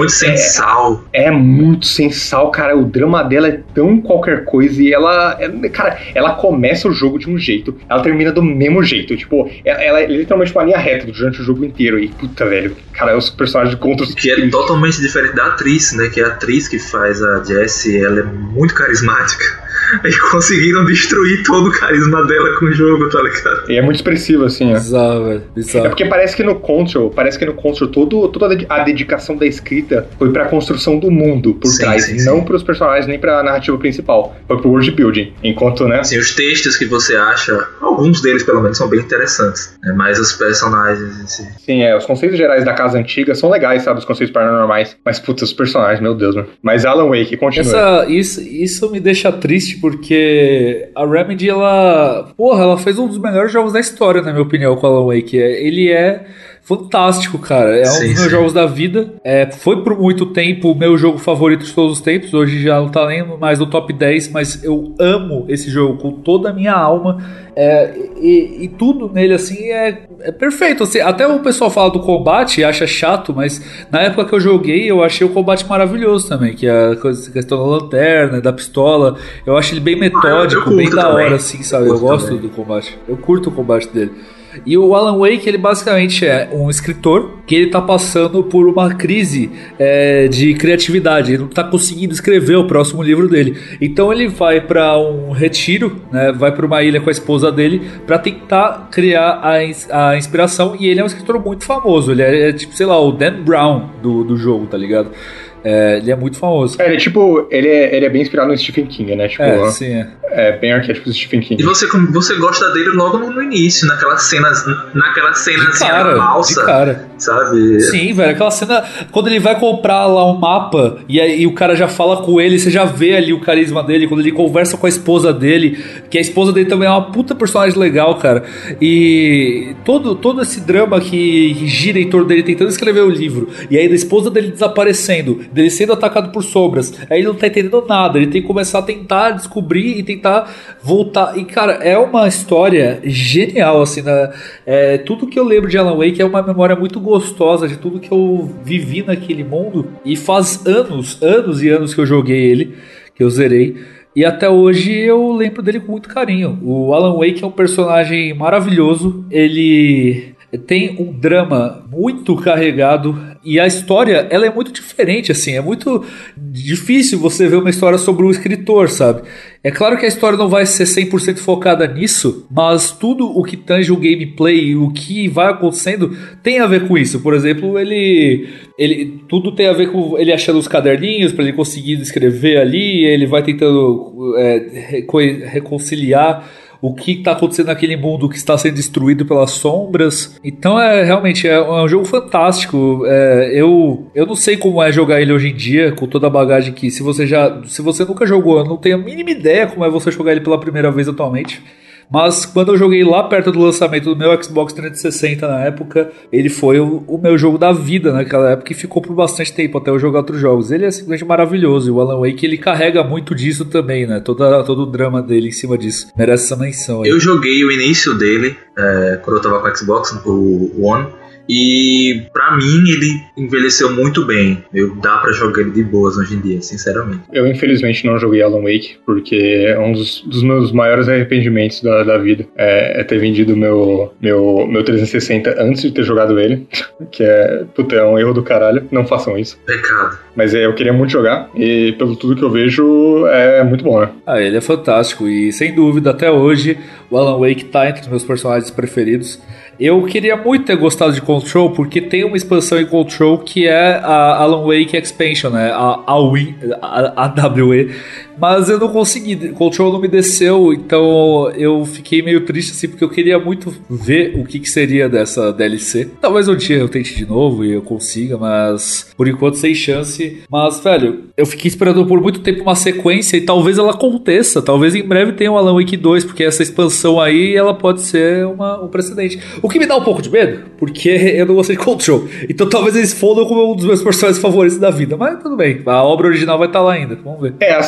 Speaker 3: sal.
Speaker 1: É, é muito sem sal, cara. O drama dela é tão qualquer coisa e ela... É, cara, ela começa o jogo de um jeito, ela termina do mesmo jeito. Tipo, ela, ela é literalmente uma linha reta durante o jogo inteiro. E, puta, velho, cara, os personagens contra os...
Speaker 3: Que é totalmente diferente da atriz, né? Que é a atriz que faz a Jessie, ela é muito carismática. E conseguiram destruir todo o carisma dela com o jogo, tá ligado?
Speaker 1: E é muito expressivo, assim, ó.
Speaker 2: Bizarro, velho. Bizarro.
Speaker 1: É porque parece que no Control, parece que no Control todo, toda a dedicação da escrita foi pra construção do mundo por
Speaker 3: sim,
Speaker 1: trás,
Speaker 3: sim,
Speaker 1: não
Speaker 3: sim.
Speaker 1: pros personagens, nem pra narrativa principal. Foi pro world building. Enquanto, né?
Speaker 3: Assim, os textos que você acha, alguns deles pelo menos são bem interessantes, né? Mas os personagens em si.
Speaker 1: Sim, é, os conceitos gerais da casa antiga são legais, sabe? Os conceitos paranormais. Mas, putz, os personagens, meu Deus, mano. Mas Alan Wake, continua.
Speaker 2: Essa, isso, isso me deixa triste porque a Remedy, ela... Porra, ela fez um dos melhores jogos da história, na minha opinião, com Alan Wake. Ele é fantástico, cara. É um
Speaker 3: sim,
Speaker 2: dos meus
Speaker 3: sim.
Speaker 2: jogos da vida. É, foi por muito tempo o meu jogo favorito de todos os tempos. Hoje já não tá nem mais no top dez, mas eu amo esse jogo com toda a minha alma. É, e, e tudo nele, assim, é, é perfeito. Assim, até o pessoal fala do combate e acha chato, mas na época que eu joguei, eu achei o combate maravilhoso também. Que é a coisa- questão da lanterna, da pistola. Eu acho ele bem metódico,
Speaker 3: eu
Speaker 2: bem
Speaker 3: curto
Speaker 2: da
Speaker 3: também.
Speaker 2: hora, assim, sabe?
Speaker 3: Eu
Speaker 2: Eu,
Speaker 3: curto
Speaker 2: gosto
Speaker 3: também.
Speaker 2: do combate. Eu curto o combate dele. E o Alan Wake, ele basicamente é um escritor que ele tá passando por uma crise é, de criatividade. Ele não tá conseguindo escrever o próximo livro dele. Então ele vai pra um retiro, né, vai pra uma ilha com a esposa dele pra tentar criar a, ins- a inspiração. E ele é um escritor muito famoso. Ele é, é tipo, sei lá, o Dan Brown do, do jogo, tá ligado? É, ele é muito famoso.
Speaker 1: É, ele é tipo, ele é, ele é bem inspirado no Stephen King, né? Tipo,
Speaker 2: É, sim, é.
Speaker 1: é bem arquétipo do Stephen King.
Speaker 3: E você, como- você gosta dele logo no, no início, naquelas cenas, naquelas cenas
Speaker 2: De cara,
Speaker 3: da balsa,
Speaker 2: de cara.
Speaker 3: sabe?
Speaker 2: Sim, velho, aquela cena quando ele vai comprar lá um mapa e aí o cara já fala com ele, você já vê ali o carisma dele, quando ele conversa com a esposa dele, que a esposa dele também é uma puta personagem legal, cara. E todo, todo esse drama que gira em torno dele tentando escrever o livro, e aí da esposa dele desaparecendo, dele sendo atacado por sombras, aí ele não tá entendendo nada, ele tem que começar a tentar descobrir e tentar voltar. E cara, é uma história genial, assim, né? É, tudo que eu lembro de Alan Wake é uma memória muito gostosa de tudo que eu vivi naquele mundo. E faz anos, anos e anos que eu joguei ele, que eu zerei. E até hoje eu lembro dele com muito carinho. O Alan Wake é um personagem maravilhoso. Ele tem um drama muito carregado e a história, ela é muito diferente, assim, é muito difícil você ver uma história sobre um escritor, sabe? É claro que a história não vai ser cem por cento focada nisso, mas tudo o que tange o gameplay, o que vai acontecendo, tem a ver com isso. Por exemplo, ele, ele tudo tem a ver com ele achando os caderninhos para ele conseguir escrever ali, ele vai tentando é, reco- reconciliar o que está acontecendo naquele mundo que está sendo destruído pelas sombras. Então é realmente é um jogo fantástico. É, eu, eu não sei como é jogar ele hoje em dia, com toda a bagagem que se você já. Se você nunca jogou, eu não tenho a mínima ideia como é você jogar ele pela primeira vez atualmente. Mas quando eu joguei lá perto do lançamento do meu Xbox trezentos e sessenta na época, ele foi o, o meu jogo da vida naquela época e ficou por bastante tempo até eu jogar outros jogos. Ele é simplesmente maravilhoso e o Alan Wake ele carrega muito disso também, né? Toda, todo o drama dele em cima disso. Merece essa menção aí.
Speaker 3: Eu joguei o início dele, é, quando eu tava com o Xbox, o One, e pra mim ele envelheceu muito bem. Eu, dá pra jogar ele de boas hoje em dia, sinceramente.
Speaker 1: Eu, infelizmente, não joguei Alan Wake, porque é um dos, dos meus maiores arrependimentos da, da vida. É, é ter vendido meu, meu, meu trezentos e sessenta antes de ter jogado ele, que é, puta, é um erro do caralho. Não façam isso.
Speaker 3: Pecado.
Speaker 1: Mas é, eu queria muito jogar, e pelo tudo que eu vejo, é muito bom, né?
Speaker 2: Ah, ele é fantástico e, sem dúvida, até hoje, o Alan Wake tá entre os meus personagens preferidos. Eu queria muito ter gostado de Control, porque tem uma expansão em Control que é a Alan Wake Expansion, né? A, a, Wii, a, a W E. Mas eu não consegui, Control não me desceu, então eu fiquei meio triste assim, porque eu queria muito ver o que, que seria dessa D L C. Talvez um dia eu tente de novo e eu consiga, mas por enquanto sem chance. Mas, velho, eu fiquei esperando por muito tempo uma sequência e talvez ela aconteça, talvez em breve tenha o Alan Wake dois, porque essa expansão aí, ela pode ser uma, um precedente. O que me dá um pouco de medo, porque eu não gostei de Control, então talvez eles fodam como um dos meus personagens favoritos da vida, mas tudo bem, a obra original vai estar lá ainda, vamos ver.
Speaker 1: É, assim, é,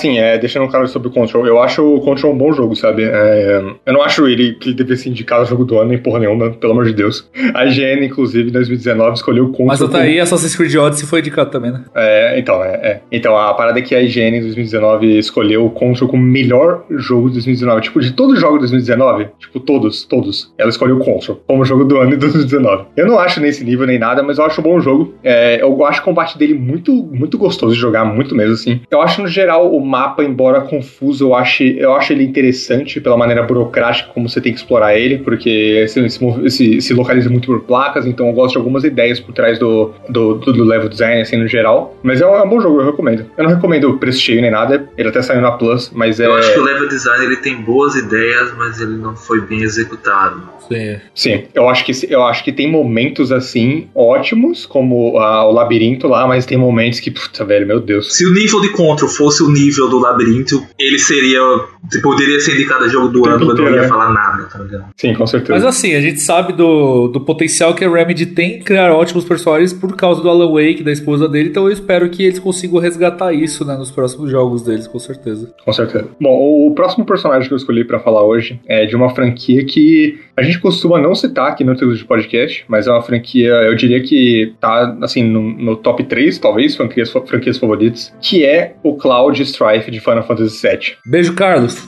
Speaker 1: deixando claro sobre o Control, eu acho o Control um bom jogo, sabe? É, eu não acho ele que ele devia ser indicado jogo do ano, nem porra nenhuma, pelo amor de Deus. A I G N, inclusive, em dois mil e dezenove, escolheu o Control.
Speaker 2: Mas até aí, Assassin's Creed Odyssey foi indicado também, né?
Speaker 1: É, então, é, é. Então, a parada é que a I G N em dois mil e dezenove escolheu o Control como melhor jogo de dois mil e dezenove. Tipo, de todos os jogos de dois mil e dezenove, tipo, todos, todos, ela escolheu o Control como jogo do ano de dois mil e dezenove. Eu não acho nesse nível nem nada, mas eu acho um bom jogo. É, eu acho o combate dele muito, muito gostoso de jogar, muito mesmo, assim. Eu acho, no geral, o mapa, embora confuso, eu acho, eu acho ele interessante pela maneira burocrática como você tem que explorar ele, porque se, se, se localiza muito por placas, então eu gosto de algumas ideias por trás do, do, do, do level design, assim, no geral. Mas é um, é um bom jogo, eu recomendo. Eu não recomendo o preço cheio nem nada, ele até saiu na Plus, mas é...
Speaker 3: Eu acho que o level design, ele tem boas ideias, mas ele não foi bem executado.
Speaker 2: Sim.
Speaker 1: Sim, eu acho que, eu acho que tem momentos, assim, ótimos, como ah, o labirinto lá, mas tem momentos que, puta, velho, meu Deus.
Speaker 3: Se o nível de Control fosse o nível do labirinto, ele seria, poderia ser indicado a jogo do ano, mas não ia falar nada, tá ligado?
Speaker 1: Sim, com certeza.
Speaker 2: Mas assim, a gente sabe do, do potencial que a Remedy tem em criar ótimos personagens por causa do Alan Wake, da esposa dele, então eu espero que eles consigam resgatar isso, né, nos próximos jogos deles, com certeza.
Speaker 1: Com certeza. Bom, o próximo personagem que eu escolhi pra falar hoje é de uma franquia que a gente costuma não citar aqui no título de podcast, mas é uma franquia, eu diria que tá, assim, no, no top três, talvez, franquias, franquias favoritas, que é o Cloud Strife de Final Fantasy sete.
Speaker 2: Beijo, Carlos.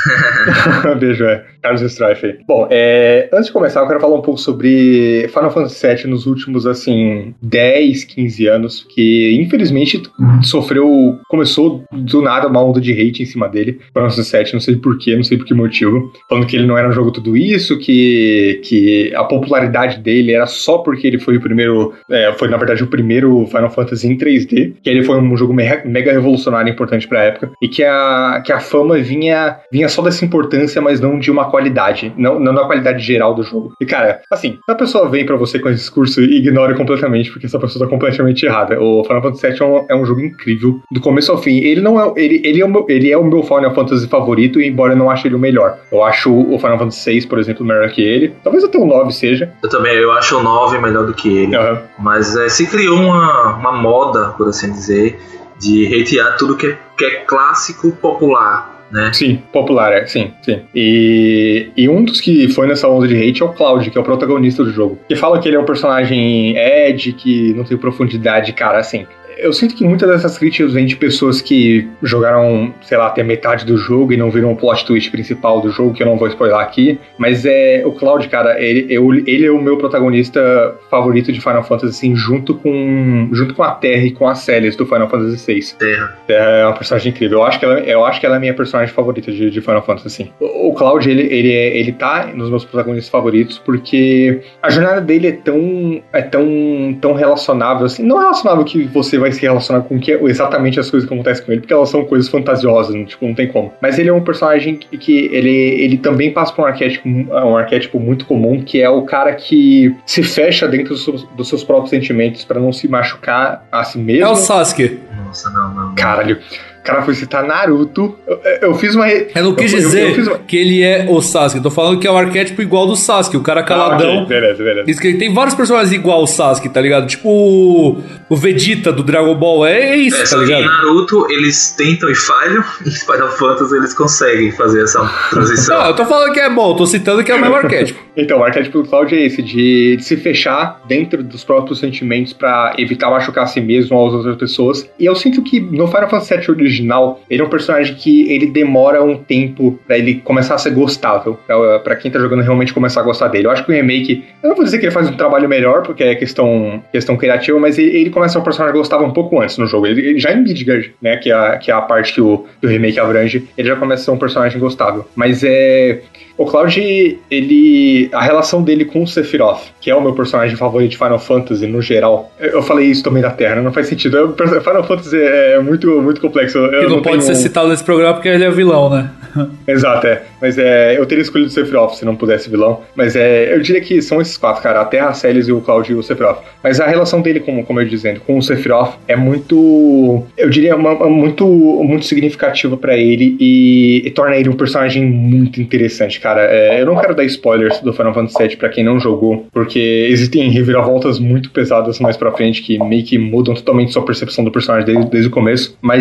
Speaker 1: Beijo, é. Carlos Strife aí. Bom, é, antes de começar, eu quero falar um pouco sobre Final Fantasy sete nos últimos, assim, dez, quinze anos, que infelizmente sofreu, começou do nada uma onda de hate em cima dele. Final Fantasy sete, não sei porquê, não sei por que motivo. Falando que ele não era um jogo tudo isso, que, que a popularidade dele era só porque ele foi o primeiro, é, foi na verdade o primeiro Final Fantasy em três D, que ele foi um jogo mega, mega revolucionário importante pra época, e que a, que a fama vinha, vinha só dessa importância, mas não de uma qualidade, não, não da qualidade geral do jogo. E cara, assim, se a pessoa vem pra você com esse discurso, ignore completamente, porque essa pessoa tá completamente errada. O Final Fantasy sete é um, é um jogo incrível, do começo ao fim. Ele não é, ele, ele é, o, meu, ele é o meu Final Fantasy favorito, embora eu não ache ele o melhor. Eu acho o Final Fantasy seis, por exemplo, melhor que ele. Talvez até o nove seja.
Speaker 3: Eu também, eu acho o nove melhor do que ele. Uhum. Mas é, se criou uma, uma moda, por assim dizer, de hatear tudo que é, que é clássico popular. Né?
Speaker 1: Sim, popular, é, sim, sim. E, e um dos que foi nessa onda de hate é o Cloud, que é o protagonista do jogo. Que fala que ele é um personagem Ed, que não tem profundidade, cara, assim... Eu sinto que muitas dessas críticas vêm de pessoas que jogaram, sei lá, até metade do jogo e não viram o plot twist principal do jogo, que eu não vou spoiler aqui. Mas é o Cloud, cara, ele, eu, ele é o meu protagonista favorito de Final Fantasy, assim, junto com, junto com a Terra e com a Celes do Final Fantasy seis.
Speaker 3: Terra.
Speaker 1: Terra é uma personagem incrível. Eu acho que ela, eu acho que ela é a minha personagem favorita de, de Final Fantasy, assim. O, o Cloud, ele, ele, é, ele tá nos meus protagonistas favoritos porque a jornada dele é tão, é tão, tão relacionável, assim. Não é relacionável que você vai se relacionar com que, exatamente as coisas que acontecem com ele, porque elas são coisas fantasiosas, não, tipo, não tem como. Mas ele é um personagem que, que ele, ele também passa por um arquétipo, um arquétipo muito comum, que é o cara que se fecha dentro dos seus, dos seus próprios sentimentos pra não se machucar a si mesmo.
Speaker 2: É o Sasuke.
Speaker 3: Nossa, não, não. não.
Speaker 1: Caralho. O cara foi citar Naruto. Eu, eu fiz uma... Re...
Speaker 2: Eu não quis
Speaker 1: eu,
Speaker 2: dizer
Speaker 1: eu, eu uma...
Speaker 2: que ele é o Sasuke. Eu tô falando que é o arquétipo igual do Sasuke. O cara caladão.
Speaker 1: Ah, okay. Beleza, beleza.
Speaker 2: Diz que ele tem vários personagens igual ao Sasuke, tá ligado? Tipo o, o Vegeta do Dragon Ball. É isso, é, tá ligado?
Speaker 3: Em Naruto, eles tentam e falham. Em Final Fantasy, eles conseguem fazer essa transição.
Speaker 2: Não, eu tô falando que é bom. Eu tô citando que é o mesmo arquétipo.
Speaker 1: Então, o arquétipo do Cloud é esse. De, de se fechar dentro dos próprios sentimentos pra evitar machucar a si mesmo ou as outras pessoas. E eu sinto que no Final Fantasy sete original, ele é um personagem que ele demora um tempo pra ele começar a ser gostável, pra, pra quem tá jogando realmente começar a gostar dele. Eu acho que o remake, eu não vou dizer que ele faz um trabalho melhor, porque é questão, questão criativa, mas ele, ele começa a ser um personagem gostável um pouco antes no jogo. Ele, ele já em Midgard, né, que é, a, que é a parte que o, que o remake abrange, ele já começa a ser um personagem gostável. Mas é... O Cloud, ele... A relação dele com o Sephiroth, que é o meu personagem favorito de Final Fantasy, no geral. Eu falei isso também da Terra, não faz sentido. Final Fantasy é muito, muito complexo. Eu
Speaker 2: ele não, não pode tenho... ser citado nesse programa porque ele é vilão, né?
Speaker 1: Exato, é. Mas é, eu teria escolhido o Sephiroth se não pudesse vilão. Mas é, eu diria que são esses quatro, cara. A Terra, a Celes e o Cloud e o Sephiroth. Mas a relação dele, como, como eu ia dizendo, com o Sephiroth é muito... Eu diria uma, uma, muito, muito significativa pra ele e, e torna ele um personagem muito interessante, cara. É, eu não quero dar spoilers do Final Fantasy sete pra quem não jogou, porque existem reviravoltas muito pesadas mais pra frente que meio que mudam totalmente sua percepção do personagem desde, desde o começo. Mas é,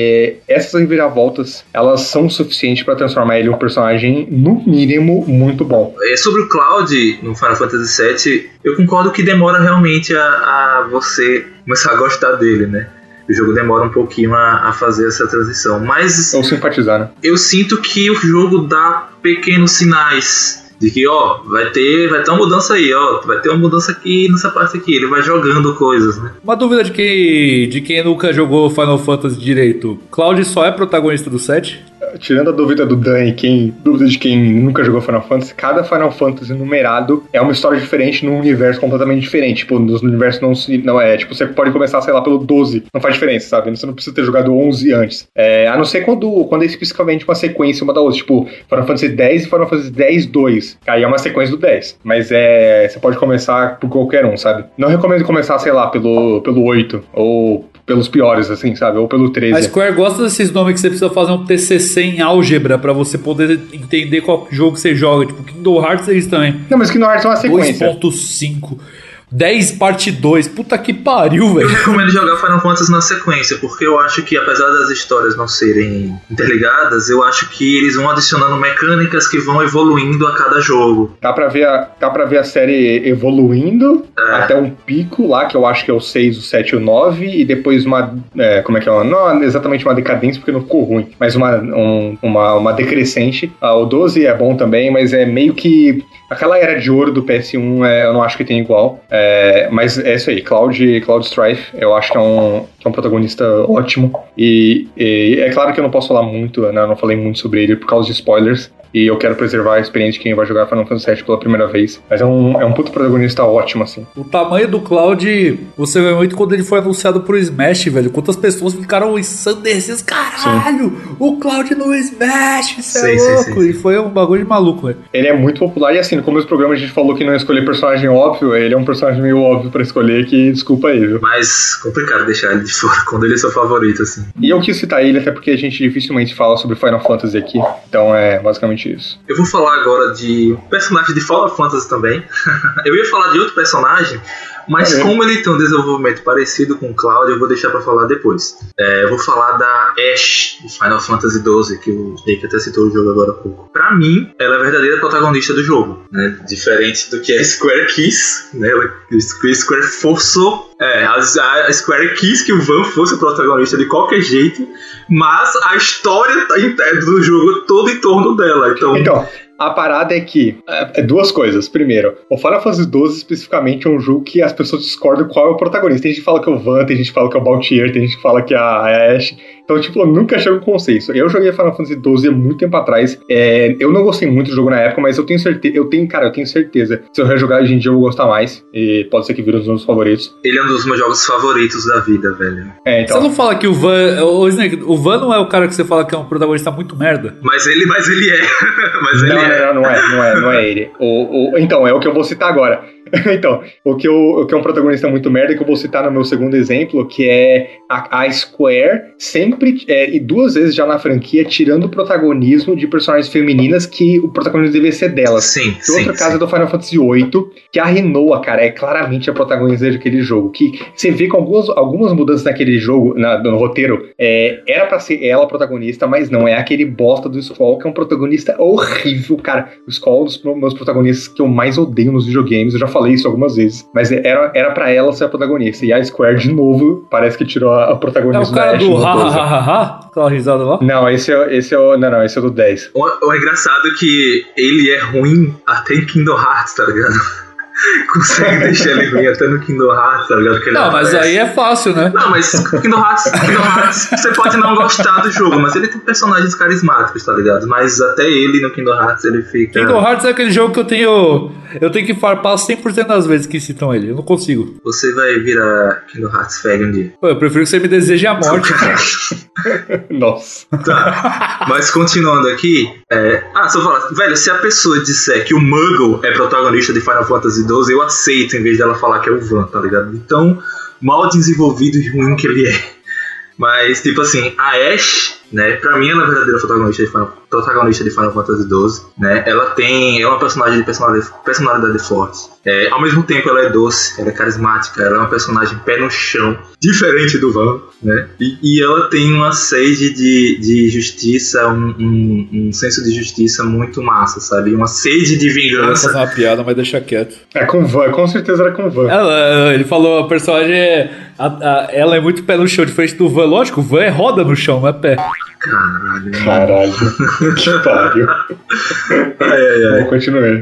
Speaker 1: é, essas reviravoltas, elas são suficientes pra transformar ele em um personagem, no mínimo, muito bom.
Speaker 3: É, sobre o Cloud no Final Fantasy sete, eu concordo que demora realmente a, a você começar a gostar dele, né? O jogo demora um pouquinho a, a fazer essa transição, mas...
Speaker 1: Ou simpatizar, né?
Speaker 3: Eu sinto que o jogo dá pequenos sinais de que, ó, vai ter, vai ter uma mudança aí, ó, vai ter uma mudança aqui nessa parte aqui, ele vai jogando coisas, né?
Speaker 2: Uma dúvida de quem, de quem nunca jogou Final Fantasy direito, Cloud só é protagonista do set?
Speaker 1: Tirando a dúvida do Dan e quem, dúvida de quem nunca jogou Final Fantasy, cada Final Fantasy numerado é uma história diferente num universo completamente diferente. Tipo, nos universos não, se, não é. Tipo, você pode começar, sei lá, pelo doze. Não faz diferença, sabe? Você não precisa ter jogado onze antes. É, a não ser quando, quando é especificamente uma sequência uma da outra. Tipo, Final Fantasy dez e Final Fantasy dez dois. Aí é uma sequência do dez. Mas é. Você pode começar por qualquer um, sabe? Não recomendo começar, sei lá, pelo, pelo oito. Ou pelos piores, assim, sabe? Ou pelo treze.
Speaker 2: A Square gosta desses nomes que você precisa fazer um T C C em álgebra pra você poder entender qual jogo você joga. Tipo, Kingdom Hearts é isso também.
Speaker 1: Não, mas Kingdom Hearts é uma sequência.
Speaker 2: dois ponto cinco. dez parte dois. Puta que pariu, velho.
Speaker 3: Eu recomendo jogar Final Fantasy na sequência, porque eu acho que, apesar das histórias não serem interligadas, eu acho que eles vão adicionando mecânicas que vão evoluindo a cada jogo.
Speaker 1: Dá pra ver a, dá pra ver a série evoluindo é. até um pico lá, que eu acho que é o seis, o sete e o nove, e depois uma... É, como é que é? Não exatamente uma decadência, porque não ficou ruim, mas uma, um, uma, uma decrescente. Ah, o doze é bom também, mas é meio que... Aquela era de ouro do P S um, é, eu não acho que tem igual. É, mas é isso aí, Cloud, Cloud Strife, eu acho que é um, que é um protagonista ótimo. E, e é claro que eu não posso falar muito, né? Eu não falei muito sobre ele por causa de spoilers. E eu quero preservar a experiência de quem vai jogar Final Fantasy sete pela primeira vez. Mas é um, é um puto protagonista ótimo, assim.
Speaker 2: O tamanho do Cloud, você vê muito quando ele foi anunciado pro Smash, velho. Quantas pessoas ficaram ensandecidas. Caralho, sim. O Cloud no Smash, isso é sim, louco. Sim, sim, sim. E foi um bagulho de maluco, velho.
Speaker 1: Ele é muito popular e assim, no começo do programa a gente falou que não ia escolher personagem óbvio. Ele é um personagem meio óbvio pra escolher, que desculpa aí, viu?
Speaker 3: Mas complicado deixar ele de fora quando ele é seu favorito, assim.
Speaker 1: E eu quis citar ele até porque a gente dificilmente fala sobre Final Fantasy aqui. Então é basicamente isso.
Speaker 3: Eu vou falar agora de um personagem de Final Fantasy também. Eu ia falar de outro personagem, mas é. como ele tem um desenvolvimento parecido com o Cloud, eu vou deixar pra falar depois. É, eu vou falar da Ashe, de Final Fantasy doze, que o Jake até citou o jogo agora há pouco. Pra mim, ela é a verdadeira protagonista do jogo, né? Diferente do que a Square quis, né? A Square forçou é, a, a Square quis que o Van fosse o protagonista de qualquer jeito, mas a história do jogo toda em torno dela. Então,
Speaker 1: então a parada é que, é, é duas coisas. Primeiro, o Final Fantasy doze especificamente é um jogo que as pessoas discordam qual é o protagonista. Tem gente que fala que é o Van, tem gente que fala que é o Baltier, tem gente que fala que é a, a Ashe. Então, tipo, eu nunca chego um consenso. Eu joguei Final Fantasy doze há muito tempo atrás. É, eu não gostei muito do jogo na época, mas eu tenho certeza, eu tenho, cara, eu tenho certeza. Se eu rejogar hoje em dia, eu vou gostar mais. E pode ser que vire um dos meus favoritos.
Speaker 3: Ele é um dos meus jogos favoritos da vida, velho.
Speaker 2: É, então. Você não fala que o Van. O, Snake, o Van não é o cara que você fala que é um protagonista muito merda?
Speaker 3: Mas ele, mas ele é. mas ele
Speaker 1: não,
Speaker 3: é.
Speaker 1: Não, não, não é, não é, não é ele. O, o, então, é o que eu vou citar agora. Então, o que, eu, o que é um protagonista muito merda, que eu vou citar no meu segundo exemplo, que é a, a Square sempre, é, e duas vezes já na franquia, tirando o protagonismo de personagens femininas que o protagonismo devia ser delas.
Speaker 3: Sim,
Speaker 1: sim. Outra
Speaker 3: sim.
Speaker 1: caso é do Final Fantasy oito, que a Rinoa, cara, é claramente a protagonista daquele jogo. Que você vê com algumas, algumas mudanças naquele jogo, na, no roteiro, é, era pra ser ela a protagonista, mas não, é aquele bosta do Squall, que é um protagonista horrível, cara. O Squall é um dos meus protagonistas que eu mais odeio nos videogames, eu já falei isso algumas vezes, mas era, era pra ela ser a protagonista, e a Square de novo parece que tirou a, a protagonista.
Speaker 2: É o cara do ha ha ha ha? Aquela risada lá?
Speaker 1: Não, esse é, esse é o não, não, esse é o do dez.
Speaker 3: O, o engraçado é que ele é ruim até em Kingdom Hearts, tá ligado? Consegue deixar ele ruim até no Kingdom Hearts, tá ligado? Que ele
Speaker 2: não, aparece. Mas aí é fácil, né?
Speaker 3: Não, mas Kingdom Hearts, Kingdom Hearts, você pode não gostar do jogo, mas ele tem personagens carismáticos, tá ligado? Mas até ele no Kingdom Hearts ele fica...
Speaker 2: Kingdom Hearts é aquele jogo que eu tenho... Eu tenho que farpar cem por cento das vezes que citam ele, eu não consigo.
Speaker 3: Você vai virar Kingdom Hearts fag um dia.
Speaker 2: Pô, eu prefiro que você me deseje a morte, cara.
Speaker 1: Nossa.
Speaker 3: Tá, mas continuando aqui... É... Ah, só falar... Velho, se a pessoa disser que o Muggle é protagonista de Final Fantasy doze, eu aceito em vez dela falar que é o Van, tá ligado? Então, mal desenvolvido e ruim que ele é. Mas, tipo assim, a Ashe, né, pra mim ela é a verdadeira protagonista de Final, protagonista de Final Fantasy doze, né? Ela tem, é uma personagem de personalidade, personalidade forte. É, ao mesmo tempo ela é doce, ela é carismática, ela é uma personagem pé no chão, diferente do Van, né? E, e ela tem uma sede de, de justiça, um, um, um senso de justiça muito massa, sabe? Uma sede de
Speaker 2: Eu ia
Speaker 3: vingança.
Speaker 2: fazer uma piada, mas deixa quieto.
Speaker 1: É com Van, com certeza era com Van.
Speaker 2: Ela, ele falou, a personagem é. A, a, ela é muito pé no chão, diferente do Van. Lógico, o Van é roda no chão, não é pé.
Speaker 3: Caralho.
Speaker 1: Caralho. Que pariu.
Speaker 3: Ai, ai, ai.
Speaker 1: Bom, continuei.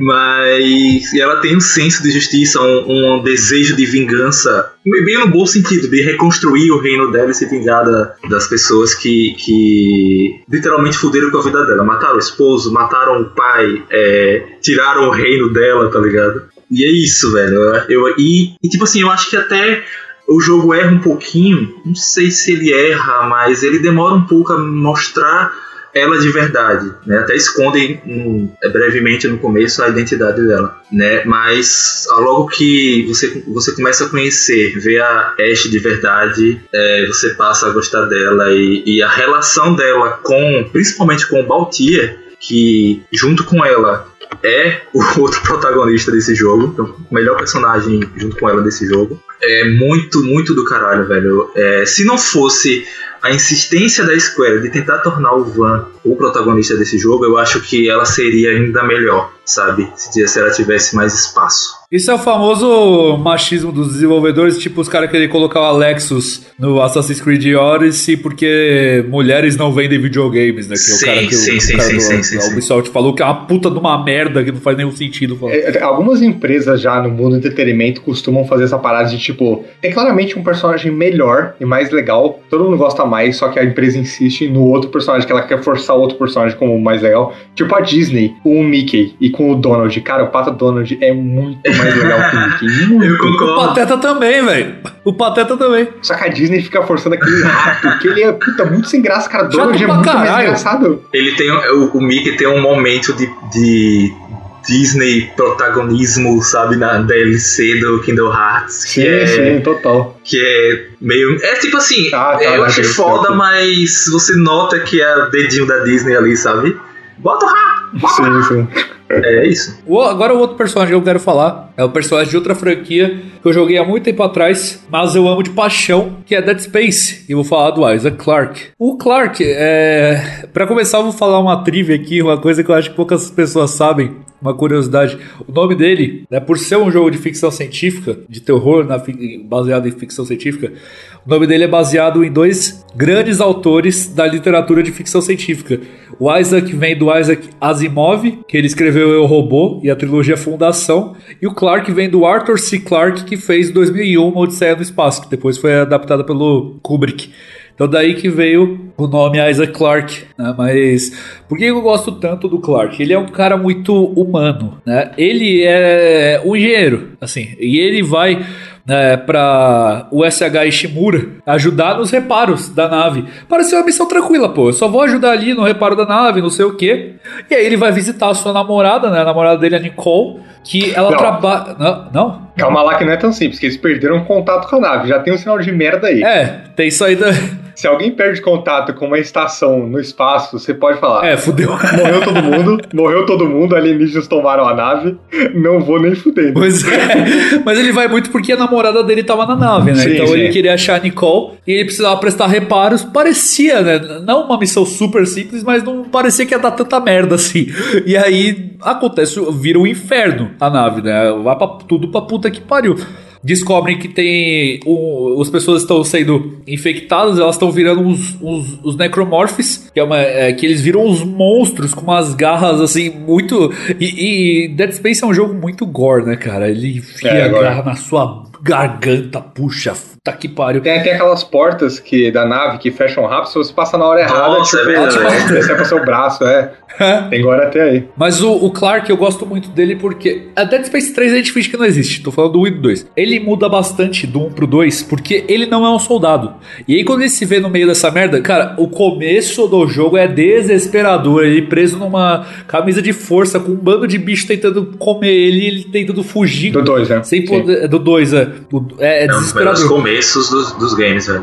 Speaker 3: Mas e ela tem um senso de justiça, um, um desejo de vingança, bem no bom sentido, de reconstruir o reino dela e se vingar da, das pessoas que, que literalmente fuderam com a vida dela. Mataram o esposo, mataram o pai, é, tiraram o reino dela, tá ligado? E é isso, velho. Eu, e, e tipo assim, eu acho que até o jogo erra um pouquinho, não sei se ele erra, mas ele demora um pouco a mostrar ela de verdade, né? Até escondem um, brevemente no começo a identidade dela, né? Mas logo que você, você começa a conhecer, ver a Ashe de verdade, é, você passa a gostar dela e, e a relação dela com, principalmente com o Baltier, que junto com ela é o outro protagonista desse jogo, então, o melhor personagem junto com ela desse jogo. É muito, muito do caralho, velho. É, se não fosse a insistência da Square de tentar tornar o Van o protagonista desse jogo, eu acho que ela seria ainda melhor, sabe? Se, se ela tivesse mais espaço.
Speaker 2: Isso é o famoso machismo dos desenvolvedores, tipo os caras querem colocar o Alexus no Assassin's Creed Odyssey porque mulheres não vendem videogames, né? Que é o
Speaker 3: sim,
Speaker 2: cara que
Speaker 3: sim,
Speaker 2: o,
Speaker 3: sim,
Speaker 2: o cara
Speaker 3: sim,
Speaker 2: do,
Speaker 3: sim, sim,
Speaker 2: da
Speaker 3: sim.
Speaker 2: Ubisoft falou que é uma puta de uma merda que não faz nenhum sentido.
Speaker 1: É, algumas empresas já no mundo do entretenimento costumam fazer essa parada de tipo, tem claramente um personagem melhor e mais legal, todo mundo gosta mais, só que a empresa insiste no outro personagem, que ela quer forçar o outro personagem como mais legal. Tipo a Disney com o Mickey e com o Donald. Cara, o Pato Donald é muito mais legal que o Mickey. Muito.
Speaker 3: Eu
Speaker 2: O
Speaker 3: concordo.
Speaker 2: Pateta também, velho. O Pateta também.
Speaker 1: Só que a Disney fica forçando aquele rato, que ele é puta, muito sem graça, cara. Donald é
Speaker 2: pra
Speaker 1: muito mais
Speaker 2: caralho.
Speaker 1: engraçado.
Speaker 3: Ele tem, o, o Mickey tem um momento de, de Disney protagonismo, sabe, na D L C do Kingdom Hearts, que,
Speaker 1: Sim,
Speaker 3: é,
Speaker 1: sim, total.
Speaker 3: que é meio... É tipo assim,
Speaker 1: Ah, tá,
Speaker 3: eu
Speaker 1: não,
Speaker 3: achei
Speaker 1: tem
Speaker 3: foda,
Speaker 1: certo.
Speaker 3: mas você nota que é o dedinho da Disney ali, sabe? Bota o rato! Bota o rato!
Speaker 1: Sim, sim.
Speaker 3: É isso.
Speaker 2: O- Agora o outro personagem que eu quero falar é o personagem de outra franquia que eu joguei há muito tempo atrás, mas eu amo de paixão, que é Dead Space. E vou falar do Isaac Clarke. O Clarke, é... pra começar eu vou falar uma trivia aqui, uma coisa que eu acho que poucas pessoas sabem, uma curiosidade. O nome dele, né, por ser um jogo de ficção científica, de terror na fi- baseado em ficção científica, o nome dele é baseado em dois grandes autores da literatura de ficção científica. O Isaac vem do Isaac Asimov, que ele escreveu Eu, Robô e a trilogia Fundação, e o Clarke vem do Arthur C. Clarke, que fez dois mil e um Uma Odisseia no Espaço, que depois foi adaptada pelo Kubrick. Então daí que veio o nome Isaac Clarke, né? Mas por que eu gosto tanto do Clarke? Ele é um cara muito humano, né? Ele é um engenheiro, assim, e ele vai... É, para o S H Ishimura ajudar nos reparos da nave. Parece uma missão tranquila, pô. Eu só vou ajudar ali no reparo da nave, não sei o quê. E aí ele vai visitar a sua namorada, né? A namorada dele é a Nicole, que ela
Speaker 1: Não.
Speaker 2: trabalha... Não? Não?
Speaker 1: Calma lá que não é tão simples, que eles perderam contato com a nave. Já tem um sinal de merda aí.
Speaker 2: É, tem isso aí da...
Speaker 1: Se alguém perde contato com uma estação no espaço, você pode falar:
Speaker 2: É, fudeu.
Speaker 1: morreu todo mundo, morreu todo mundo, alienígenas tomaram a nave, não vou nem fudendo.
Speaker 2: Pois é. Mas ele vai muito porque a namorada dele tava na nave, né?
Speaker 1: Sim,
Speaker 2: então
Speaker 1: sim.
Speaker 2: ele queria achar a Nicole e ele precisava prestar reparos. Parecia, né? Não uma missão super simples, mas não parecia que ia dar tanta merda assim. E aí acontece, vira um inferno a nave, né? Vai pra, tudo pra puta que pariu. Descobrem que tem um, as pessoas estão sendo infectadas, elas estão virando uns, uns, os necromorphs, que, é uma, é, que eles viram uns monstros com umas garras assim, muito. E, e Dead Space é um jogo muito gore, né, cara? Ele enfia
Speaker 1: É,
Speaker 2: a
Speaker 1: agora.
Speaker 2: garra na sua garganta, puxa, puta que pariu.
Speaker 1: Tem até aquelas portas que, da nave que fecham rápido, se você passa na hora errada,
Speaker 3: Nossa,
Speaker 1: tipo,
Speaker 3: é verdade.
Speaker 1: desce pro seu braço, é. Tem agora até aí.
Speaker 2: Mas o, o Clark, eu gosto muito dele porque a Dead Space três a gente finge que não existe. Tô falando do um e do dois. Ele muda bastante do um pro dois porque ele não é um soldado. E aí quando ele se vê no meio dessa merda, cara, o começo do jogo é desesperador. Ele preso numa camisa de força com um bando de bicho tentando comer ele e ele tentando fugir.
Speaker 1: Do dois, né?
Speaker 2: Sem
Speaker 1: Sim.
Speaker 2: poder, do dois, é. O- É, é
Speaker 3: É um dos melhores
Speaker 2: desesperador.
Speaker 3: começos dos, dos games, velho.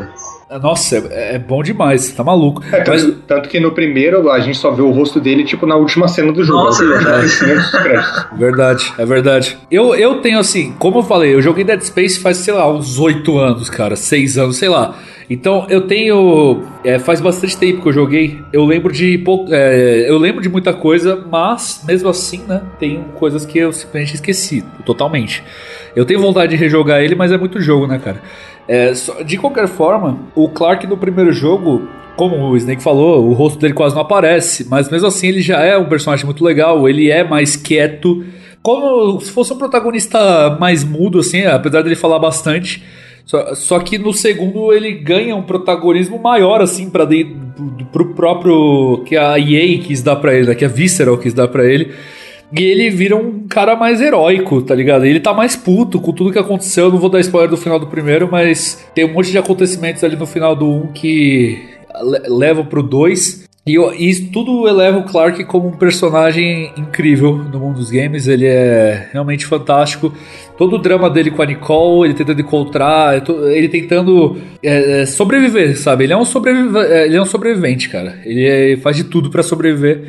Speaker 2: Nossa, é, é bom demais, tá maluco.
Speaker 1: É, tanto, Mas... tanto que no primeiro a gente só vê o rosto dele, tipo, na última cena do jogo.
Speaker 3: Nossa, é verdade.
Speaker 2: Verdade, é verdade. Eu, eu tenho assim, como eu falei, eu joguei Dead Space faz, sei lá, uns oito anos, cara, seis anos, sei lá. Então eu tenho. É, faz bastante tempo que eu joguei. Eu lembro de pouco. É, eu lembro de muita coisa, mas mesmo assim, né? Tem coisas que eu simplesmente esqueci totalmente. Eu tenho vontade de rejogar ele, mas é muito jogo, né, cara? É, de qualquer forma, o Clark no primeiro jogo, como o Snake falou, o rosto dele quase não aparece, mas mesmo assim ele já é um personagem muito legal, ele é mais quieto, como se fosse um protagonista mais mudo, assim, apesar dele falar bastante. Só, só que no segundo ele ganha um protagonismo maior, assim, para pro próprio que a E A quis dar pra ele, né, que a Visceral quis dar pra ele. E ele vira um cara mais heróico, tá ligado? Ele tá mais puto com tudo que aconteceu. Eu não vou dar spoiler do final do primeiro, mas tem um monte de acontecimentos ali no final do um que levam pro dois. E, eu, e isso tudo eleva o Clark como um personagem incrível no mundo dos games. Ele é realmente fantástico. Todo o drama dele com a Nicole, ele tentando encontrar, ele tentando é, sobreviver, sabe? Ele é, um sobrevive, ele é um sobrevivente, cara. Ele é, faz de tudo pra sobreviver.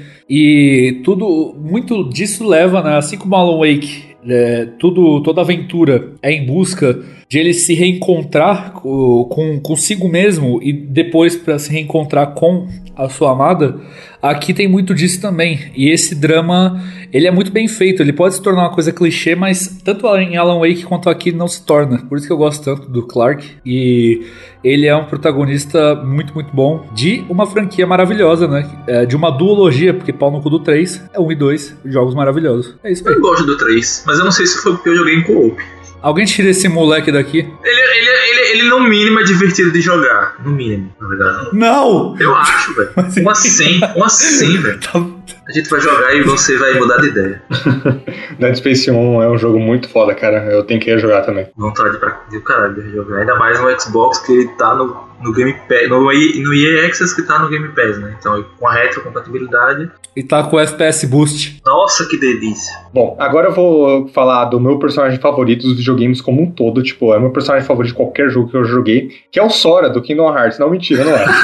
Speaker 2: E tudo, muito disso leva, né? Assim como Alan Wake, é, tudo, toda aventura é em busca de ele se reencontrar com, com, consigo mesmo e depois para se reencontrar com a sua amada. Aqui tem muito disso também. E esse drama, ele é muito bem feito. Ele pode se tornar uma coisa clichê, mas tanto em Alan Wake quanto aqui não se torna. Por isso que eu gosto tanto do Clark. E ele é um protagonista muito, muito bom de uma franquia maravilhosa, né? É, de uma duologia, porque pau no cu do três é um e dois jogos maravilhosos. É isso aí.
Speaker 3: Eu gosto do três, mas eu não sei se foi porque eu joguei em co-op.
Speaker 2: Alguém tira esse moleque daqui?
Speaker 3: Ele, ele, ele, ele no mínimo é divertido de jogar. No mínimo, na verdade.
Speaker 2: Não!
Speaker 3: Eu acho, velho. Um assim, um assim, velho. A gente vai jogar e você vai mudar de ideia.
Speaker 1: Dead Space um é um jogo muito foda, cara. Eu tenho que rejogar também.
Speaker 3: Vontade pra caralho de jogar. Ainda mais no Xbox, que ele tá no, no Game Pass. No, no E A Access, que tá no Game Pass, né? Então, com a retrocompatibilidade.
Speaker 2: E tá com o F P S Boost.
Speaker 3: Nossa, que delícia.
Speaker 1: Bom, agora eu vou falar do meu personagem favorito dos videogames como um todo. Tipo, é o meu personagem favorito de qualquer jogo que eu joguei, que é o Sora, do Kingdom Hearts. Não, mentira, não é.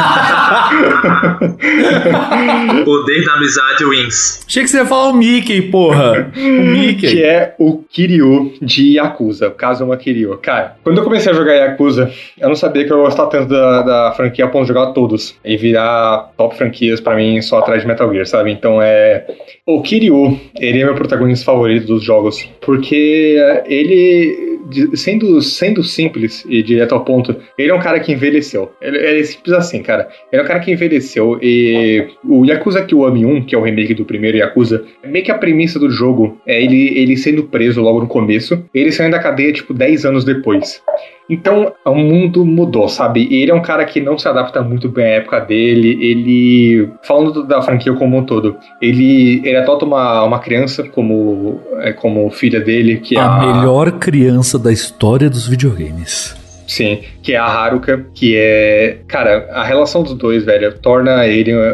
Speaker 3: O poder da amizade wins.
Speaker 2: Achei que você ia falar o Mickey, porra. O Mickey.
Speaker 1: Que é o Kiryu de Yakuza, o Kazuma Kiryu. Cara, quando eu comecei a jogar Yakuza, eu não sabia que eu ia gostar tanto da, da franquia a ponto de jogar todos. E virar top franquias pra mim só atrás de Metal Gear, sabe? Então é... O Kiryu, ele é meu protagonista favorito dos jogos, porque ele, sendo, sendo simples e direto ao ponto, ele é um cara que envelheceu. Ele, ele é simples assim, cara. Ele é um cara que envelheceu e o Yakuza Kiwami um, que é o remake do primeiro Yakuza, meio que a premissa do jogo é ele, ele sendo preso logo no começo, ele saindo da cadeia, tipo, dez anos depois. Então, o mundo mudou, sabe? E ele é um cara que não se adapta muito bem à época dele. Ele, falando da franquia como um todo, ele, ele adota uma, uma criança como, como filha dele, que é
Speaker 2: a...
Speaker 1: a
Speaker 2: melhor criança da história dos videogames.
Speaker 1: Sim, que é a Haruka, que é... Cara, a relação dos dois, velho, torna ele... É,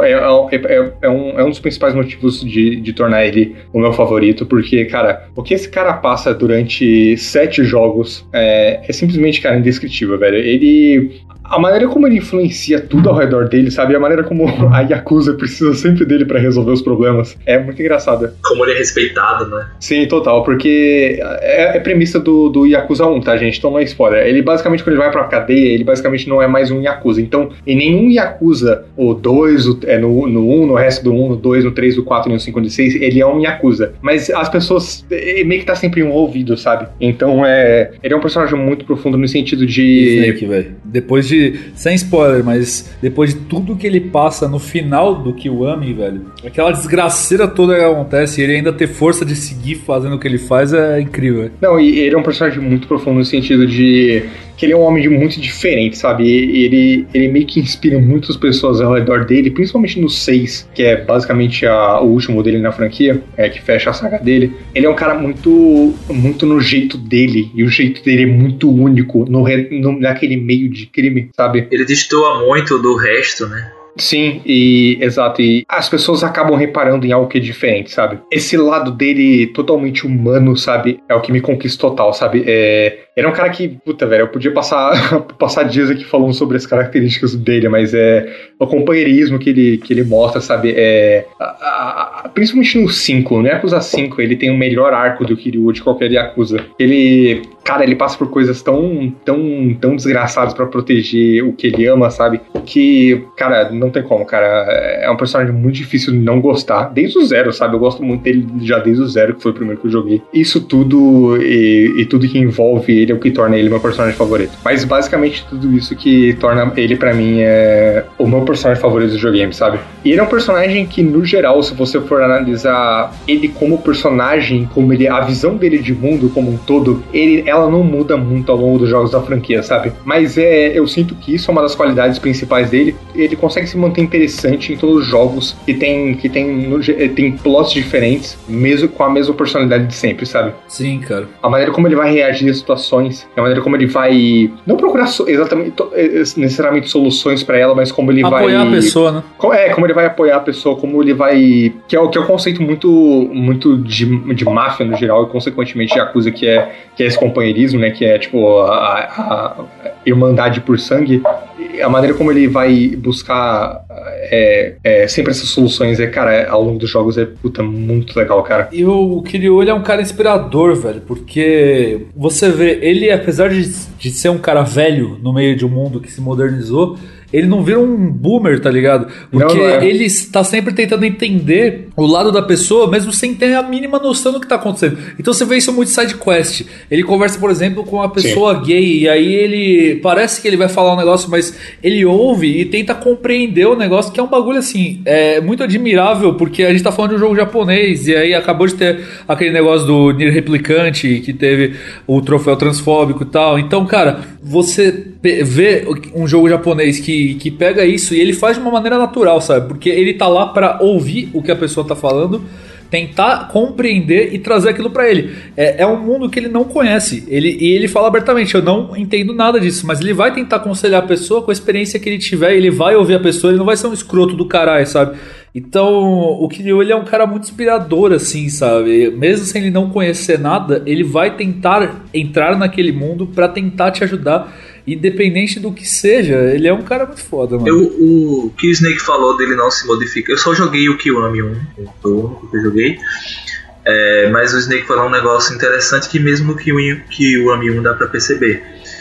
Speaker 1: é, é, um, é um dos principais motivos de, de tornar ele o meu favorito, porque, cara, o que esse cara passa durante sete jogos é, é simplesmente, cara, indescritível, velho. Ele... A maneira como ele influencia tudo ao redor dele, sabe? A maneira como a Yakuza precisa sempre dele pra resolver os problemas é muito engraçada.
Speaker 3: Como ele é respeitado, né?
Speaker 1: Sim, total, porque é, é premissa do, do Yakuza um, tá, gente? Então não é spoiler. Ele basicamente, quando ele vai pra cadeia, ele basicamente não é mais um Yakuza. Então, em nenhum Yakuza, o dois, o, é, no, no um, no resto do um, no dois, no três, no quatro, no cinco, no seis, ele é um Yakuza. Mas as pessoas, ele meio que tá sempre envolvido, sabe? Então, é, ele é um personagem muito profundo no sentido de...
Speaker 2: Snake, velho. Depois de... Sem spoiler, mas depois de tudo que ele passa no final do Kiwami, velho, aquela desgraceira toda que acontece, e ele ainda ter força de seguir fazendo o que ele faz é incrível, velho.
Speaker 1: Não, e ele é um personagem muito profundo no sentido de que ele é um homem muito diferente, sabe? Ele, ele meio que inspira muitas pessoas ao redor dele, principalmente no seis, que é basicamente a, o último dele na franquia, é, que fecha a saga dele. Ele é um cara muito, muito no jeito dele, e o jeito dele é muito único no, no, naquele meio de crime, sabe?
Speaker 3: Ele destoa muito do resto, né?
Speaker 1: Sim, e exato, e as pessoas acabam reparando em algo que é diferente, sabe? Esse lado dele totalmente humano, sabe? É o que me conquista total, sabe? É, Ele é um cara que, puta, velho, eu podia passar, passar dias aqui falando sobre as características dele, mas é o companheirismo que ele, que ele mostra, sabe? É, a, a, principalmente no cinco, no Yakuza cinco, ele tem o melhor arco do Kiryu de qualquer Yakuza. Ele, cara, ele passa por coisas tão, tão, tão desgraçadas pra proteger o que ele ama, sabe? Que, cara, não tem como, cara. É um personagem muito difícil de não gostar. Desde o zero, sabe? Eu gosto muito dele já desde o zero, que foi o primeiro que eu joguei. Isso tudo e, e tudo que envolve ele é o que torna ele meu personagem favorito. Mas basicamente tudo isso que torna ele, pra mim, é o meu personagem favorito do videogame, sabe? E ele é um personagem que, no geral, se você for analisar ele como personagem, como ele, a visão dele de mundo como um todo, ele, ela não muda muito ao longo dos jogos da franquia, sabe? Mas é, eu sinto que isso é uma das qualidades principais dele. Ele consegue se manter interessante em todos os jogos que tem, que tem, no, tem plots diferentes, mesmo com a mesma personalidade de sempre, sabe?
Speaker 2: Sim, cara.
Speaker 1: A maneira como ele vai reagir a situações, a maneira como ele vai não procurar so, exatamente necessariamente soluções pra ela, mas como ele
Speaker 2: apoiar
Speaker 1: vai
Speaker 2: apoiar a pessoa, né?
Speaker 1: É, como ele vai apoiar a pessoa, como ele vai, que é o que é um conceito muito muito de, de máfia no geral e consequentemente de Yakuza, que é que é esse companheirismo, né, que é tipo a, a, a irmandade por sangue. A maneira como ele vai buscar é, é, sempre essas soluções é, cara, ao longo dos jogos é, puta, muito legal, cara.
Speaker 2: E o Kiryu, ele é um cara inspirador, velho, porque você vê, ele, apesar de, de ser um cara velho no meio de um mundo que se modernizou, ele não vira um boomer, tá ligado? Porque não, não é. Ele está sempre tentando entender o lado da pessoa, mesmo sem ter a mínima noção do que tá acontecendo. Então você vê isso muito side quest. Ele conversa, por exemplo, com uma pessoa Sim. gay, e aí ele parece que ele vai falar um negócio, mas ele ouve e tenta compreender o negócio, que é um bagulho assim, é muito admirável, porque a gente tá falando de um jogo japonês, e aí acabou de ter aquele negócio do Nier Replicante, que teve o troféu transfóbico e tal. Então, cara, você vê um jogo japonês que, que pega isso e ele faz de uma maneira natural, sabe? Porque ele tá lá pra ouvir o que a pessoa tá falando, tentar compreender e trazer aquilo pra ele. É, é um mundo que ele não conhece. Ele, e ele fala abertamente, eu não entendo nada disso, mas ele vai tentar aconselhar a pessoa com a experiência que ele tiver, ele vai ouvir a pessoa, ele não vai ser um escroto do caralho, sabe? Então, o Kiryu, ele é um cara muito inspirador, assim, sabe? Mesmo sem ele não conhecer nada, ele vai tentar entrar naquele mundo pra tentar te ajudar, independente do que seja. Ele é um cara muito foda, mano.
Speaker 3: Eu, o que o Snake falou dele não se modifica. Eu só joguei o Kiwami um, foi o único que eu joguei. É, mas o Snake falou um negócio interessante que mesmo no Kiwami um dá pra perceber.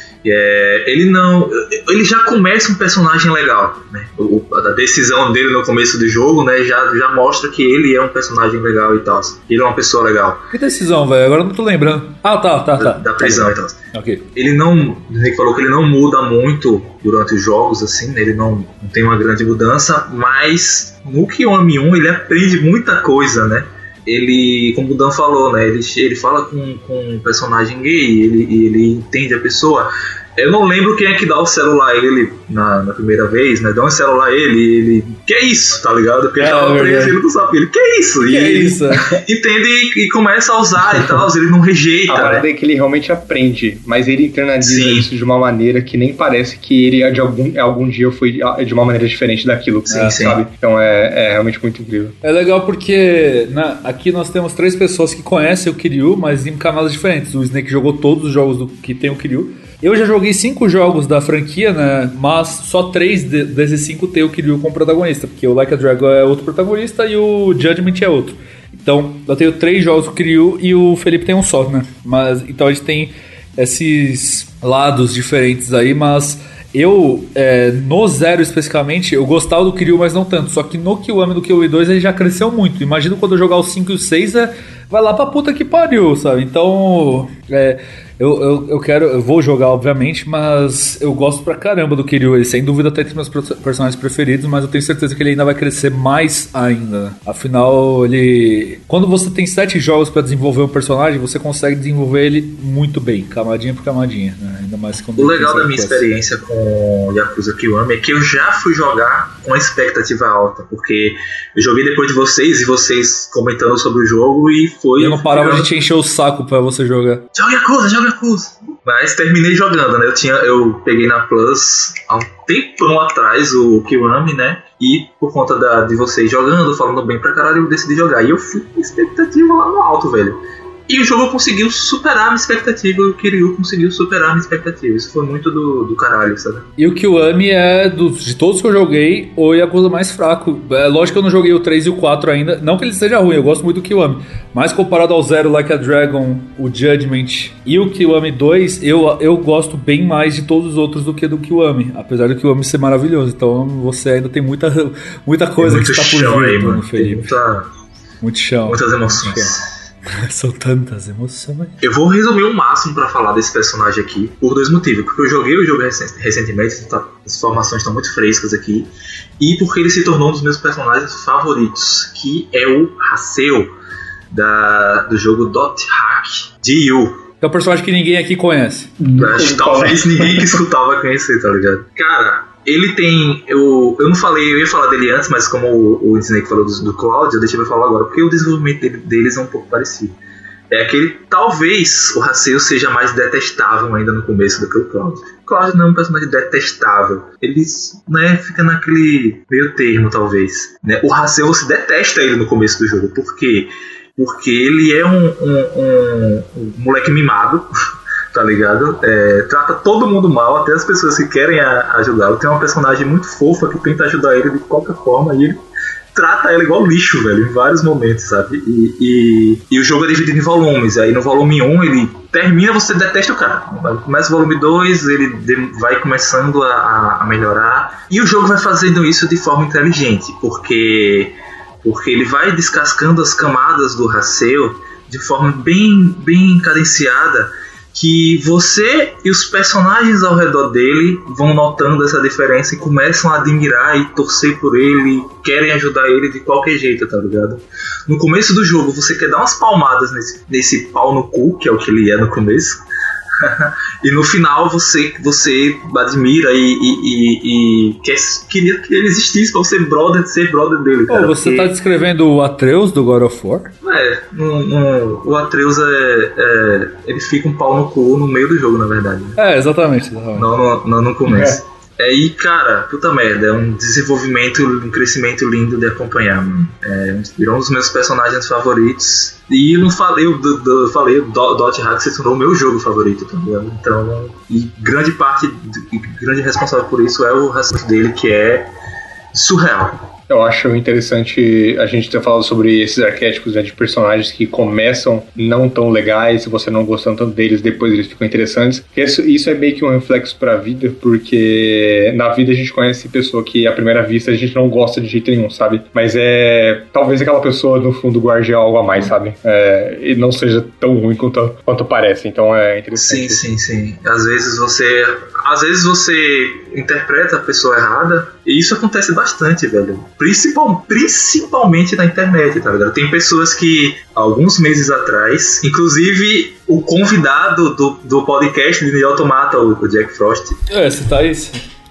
Speaker 3: É, ele não. Ele já começa um personagem legal, né? O, a decisão dele no começo do jogo, né, já, já mostra que ele é um personagem legal e tal. Ele é uma pessoa legal.
Speaker 2: Que decisão, velho? Agora eu não tô lembrando. Ah, tá, tá, tá.
Speaker 3: Da, da prisão
Speaker 2: tá
Speaker 3: e tal.
Speaker 2: Ok.
Speaker 3: Ele não. Ele falou que ele não muda muito durante os jogos, assim, né? Ele não, não tem uma grande mudança, mas no Kiwami um ele aprende muita coisa, né? Ele, como o Dan falou, né, ele, ele fala com, com um personagem gay, ele, ele entende a pessoa. Eu não lembro quem é que dá o celular a ele na, na primeira vez, né? Dá um celular a ele e ele... Que é isso, tá ligado? Porque ele é, tava preso e ele não sabia. Ele, que é isso?
Speaker 2: Que
Speaker 3: e
Speaker 2: é
Speaker 3: ele
Speaker 2: isso?
Speaker 3: entende e, e começa a usar e tal, ele não rejeita.
Speaker 1: A parada
Speaker 3: né?
Speaker 1: é que ele realmente aprende, mas ele internaliza
Speaker 3: Sim.
Speaker 1: isso de uma maneira que nem parece que ele de algum, algum dia foi de uma maneira diferente daquilo,
Speaker 3: sim,
Speaker 1: sabe?
Speaker 3: Sim.
Speaker 1: Então é, é realmente muito incrível.
Speaker 2: É legal porque né, aqui nós temos três pessoas que conhecem o Kiryu, mas em camadas diferentes. O Snake jogou todos os jogos do, que tem o Kiryu. Eu já joguei cinco jogos da franquia, né? Mas só três de, desses cinco tem o Kiryu como protagonista, porque o Like a Dragon é outro protagonista e o Judgment é outro. Então, eu tenho três jogos do Kiryu e o Felipe tem um só, né? Mas, então a gente tem esses lados diferentes aí, mas eu, é, no Zero especificamente, eu gostava do Kiryu, mas não tanto. Só que no Kiwami e no Kiwami dois ele já cresceu muito. Imagino quando eu jogar o cinco e o seis, é, vai lá pra puta que pariu, sabe? Então, é... Eu, eu, eu quero, eu vou jogar, obviamente, mas eu gosto pra caramba do Kiryu. Ele sem dúvida tá entre meus personagens preferidos, mas eu tenho certeza que ele ainda vai crescer mais ainda. Afinal, ele... Quando você tem sete jogos pra desenvolver um personagem, você consegue desenvolver ele muito bem, camadinha por camadinha, né? Ainda mais quando
Speaker 3: o legal da minha experiência com Yakuza Kiwami é que eu já fui jogar com a expectativa alta, porque eu joguei depois de vocês e vocês comentando sobre o jogo e foi...
Speaker 2: Eu não parava eu... de te encher o saco pra você jogar.
Speaker 3: Joga Yakuza, joga Yakuza. Mas terminei jogando, né? Eu, tinha, eu peguei na Plus há um tempão atrás o Kiwami, né? E por conta da, de vocês jogando, falando bem pra caralho, eu decidi jogar. E eu fui com expectativa lá no alto, velho. E o jogo conseguiu superar a minha expectativa, e o Kiryu conseguiu superar a minha expectativa. Isso foi muito do, do caralho, sabe?
Speaker 2: E o Kiwami é, dos, de todos que eu joguei, o Yakuza mais fraco. É lógico que eu não joguei o três e o quatro ainda. Não que ele seja ruim, eu gosto muito do Kiwami. Mas comparado ao Zero, Like a Dragon, o Judgment e o Kiwami dois, eu, eu gosto bem mais de todos os outros do que do Kiwami. Apesar do Kiwami ser maravilhoso. Então você ainda tem muita, muita coisa que está por vir, Bruno Felipe.
Speaker 3: Muita,
Speaker 2: muito chão.
Speaker 3: Muitas emoções.
Speaker 2: São tantas emoções.
Speaker 3: Eu vou resumir o máximo pra falar desse personagem aqui, por dois motivos. Porque eu joguei o jogo recentemente, tá, as informações estão muito frescas aqui, e porque ele se tornou um dos meus personagens favoritos, que é o Haseo, da, do jogo Dot Hack de Yu.
Speaker 2: É um personagem que ninguém aqui conhece.
Speaker 3: Acho que talvez ninguém que escutar vai conhecer, tá ligado? Cara, ele tem... Eu, eu não falei, eu ia falar dele antes, mas como o, o Snake falou do, do Cloud, eu deixei pra falar agora, porque o desenvolvimento dele, deles é um pouco parecido. É aquele... Talvez o Haseo seja mais detestável ainda no começo do que o Cloud. O Cloud não é um personagem detestável. Ele, né, fica naquele meio termo, talvez. Né? O Haseo, você detesta ele no começo do jogo. Por quê? Porque ele é um, um, um, um moleque mimado, tá ligado? É, trata todo mundo mal, até as pessoas que querem a, ajudá-lo. Tem uma personagem muito fofa que tenta ajudar ele de qualquer forma e ele trata ela igual lixo, velho, em vários momentos, sabe? E, e, e o jogo é dividido em volumes. Aí no volume um ele termina, você detesta o cara. Começa o volume dois, ele vai começando a, a melhorar. E o jogo vai fazendo isso de forma inteligente, porque... Porque ele vai descascando as camadas do Haseo de forma bem, bem cadenciada, que você e os personagens ao redor dele vão notando essa diferença e começam a admirar e torcer por ele, querem ajudar ele de qualquer jeito, tá ligado? No começo do jogo você quer dar umas palmadas nesse, nesse pau no cu, que é o que ele é no começo. E no final você, você admira e, e, e, e quer, queria que ele existisse pra você brother, ser brother dele, cara.
Speaker 2: Oh, você porque... tá descrevendo o Atreus do God of War?
Speaker 3: É, no, no, o Atreus é, é. Ele fica um pau no cu no meio do jogo, na verdade.
Speaker 2: É, exatamente. exatamente.
Speaker 3: Não, no, não no começo. É. É, e cara, puta merda, é um desenvolvimento, um crescimento lindo de acompanhar, mano. É, virou um dos meus personagens favoritos. E não falei, eu, eu falei, o Dot Hack se tornou o meu jogo favorito, tá ligado? Então, e grande parte, grande responsável por isso é o racismo dele, que é surreal.
Speaker 1: Eu acho interessante a gente ter falado sobre esses arquétipos, né, de personagens que começam não tão legais, se você não gostando tanto deles, depois eles ficam interessantes. Isso, isso é meio que um reflexo pra vida, porque na vida a gente conhece pessoa que à primeira vista a gente não gosta de jeito nenhum, sabe? Mas é... talvez aquela pessoa no fundo guarde algo a mais, sabe? É, e não seja tão ruim quanto, quanto parece, então é interessante.
Speaker 3: Sim, sim, sim. Às vezes você... Às vezes você interpreta a pessoa errada, e isso acontece bastante, velho. Principal, principalmente na internet, tá ligado? Tem pessoas que, alguns meses atrás, inclusive o convidado do, do podcast de Nier Automata, o, o Jack Frost.
Speaker 2: É, você tá isso.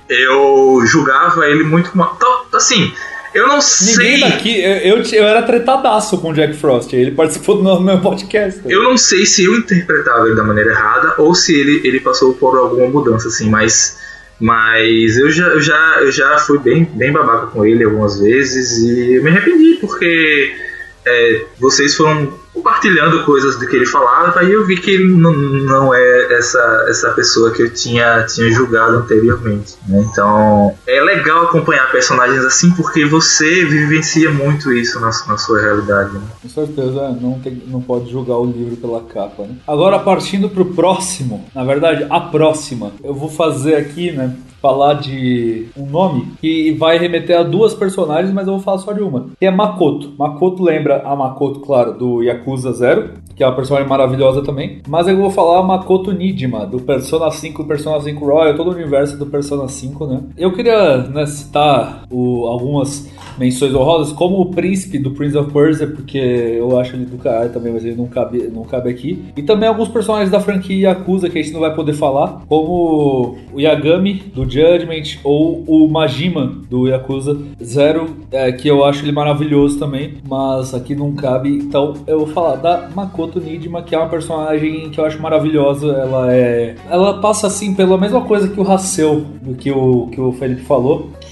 Speaker 3: Eu julgava ele muito mal. Então, assim, eu não sei.
Speaker 2: Ninguém daqui, eu, eu, eu era tretadaço com o Jack Frost, ele participou do meu podcast.
Speaker 3: Eu não sei se eu interpretava ele da maneira errada ou se ele, ele passou por alguma mudança, assim, mas. Mas eu já, eu já, eu já fui bem, bem babaca com ele algumas vezes e eu me arrependi porque é, vocês foram compartilhando coisas do que ele falava e eu vi que ele não, não é essa, essa pessoa que eu tinha, tinha julgado anteriormente, né? Então é legal acompanhar personagens assim porque você vivencia muito isso na, na sua realidade, né?
Speaker 2: Com certeza, não, tem, não pode julgar o livro pela capa, né? Agora partindo pro próximo, na verdade a próxima, eu vou fazer aqui, né, falar de um nome que vai remeter a duas personagens, mas eu vou falar só de uma, que é Makoto. Makoto lembra a Makoto, claro, do Yakuza Zero, que é uma personagem maravilhosa também, mas eu vou falar a Makoto Nijima, do Persona cinco, Persona cinco Royal, todo o universo do Persona cinco, né? Eu queria, né, citar o, algumas menções honrosas, como o príncipe do Prince of Persia, porque eu acho ele do caralho também, mas ele não cabe, não cabe aqui. E também alguns personagens da franquia Yakuza que a gente não vai poder falar, como o Yagami, do Judgment, ou o Majima, do Yakuza Zero, é, que eu acho ele maravilhoso também, mas aqui não cabe. Então eu vou falar da Makoto Nijima, que é uma personagem que eu acho maravilhosa. Ela é... Ela passa, assim, pela mesma coisa que o Haseo, do que o, que o Felipe falou.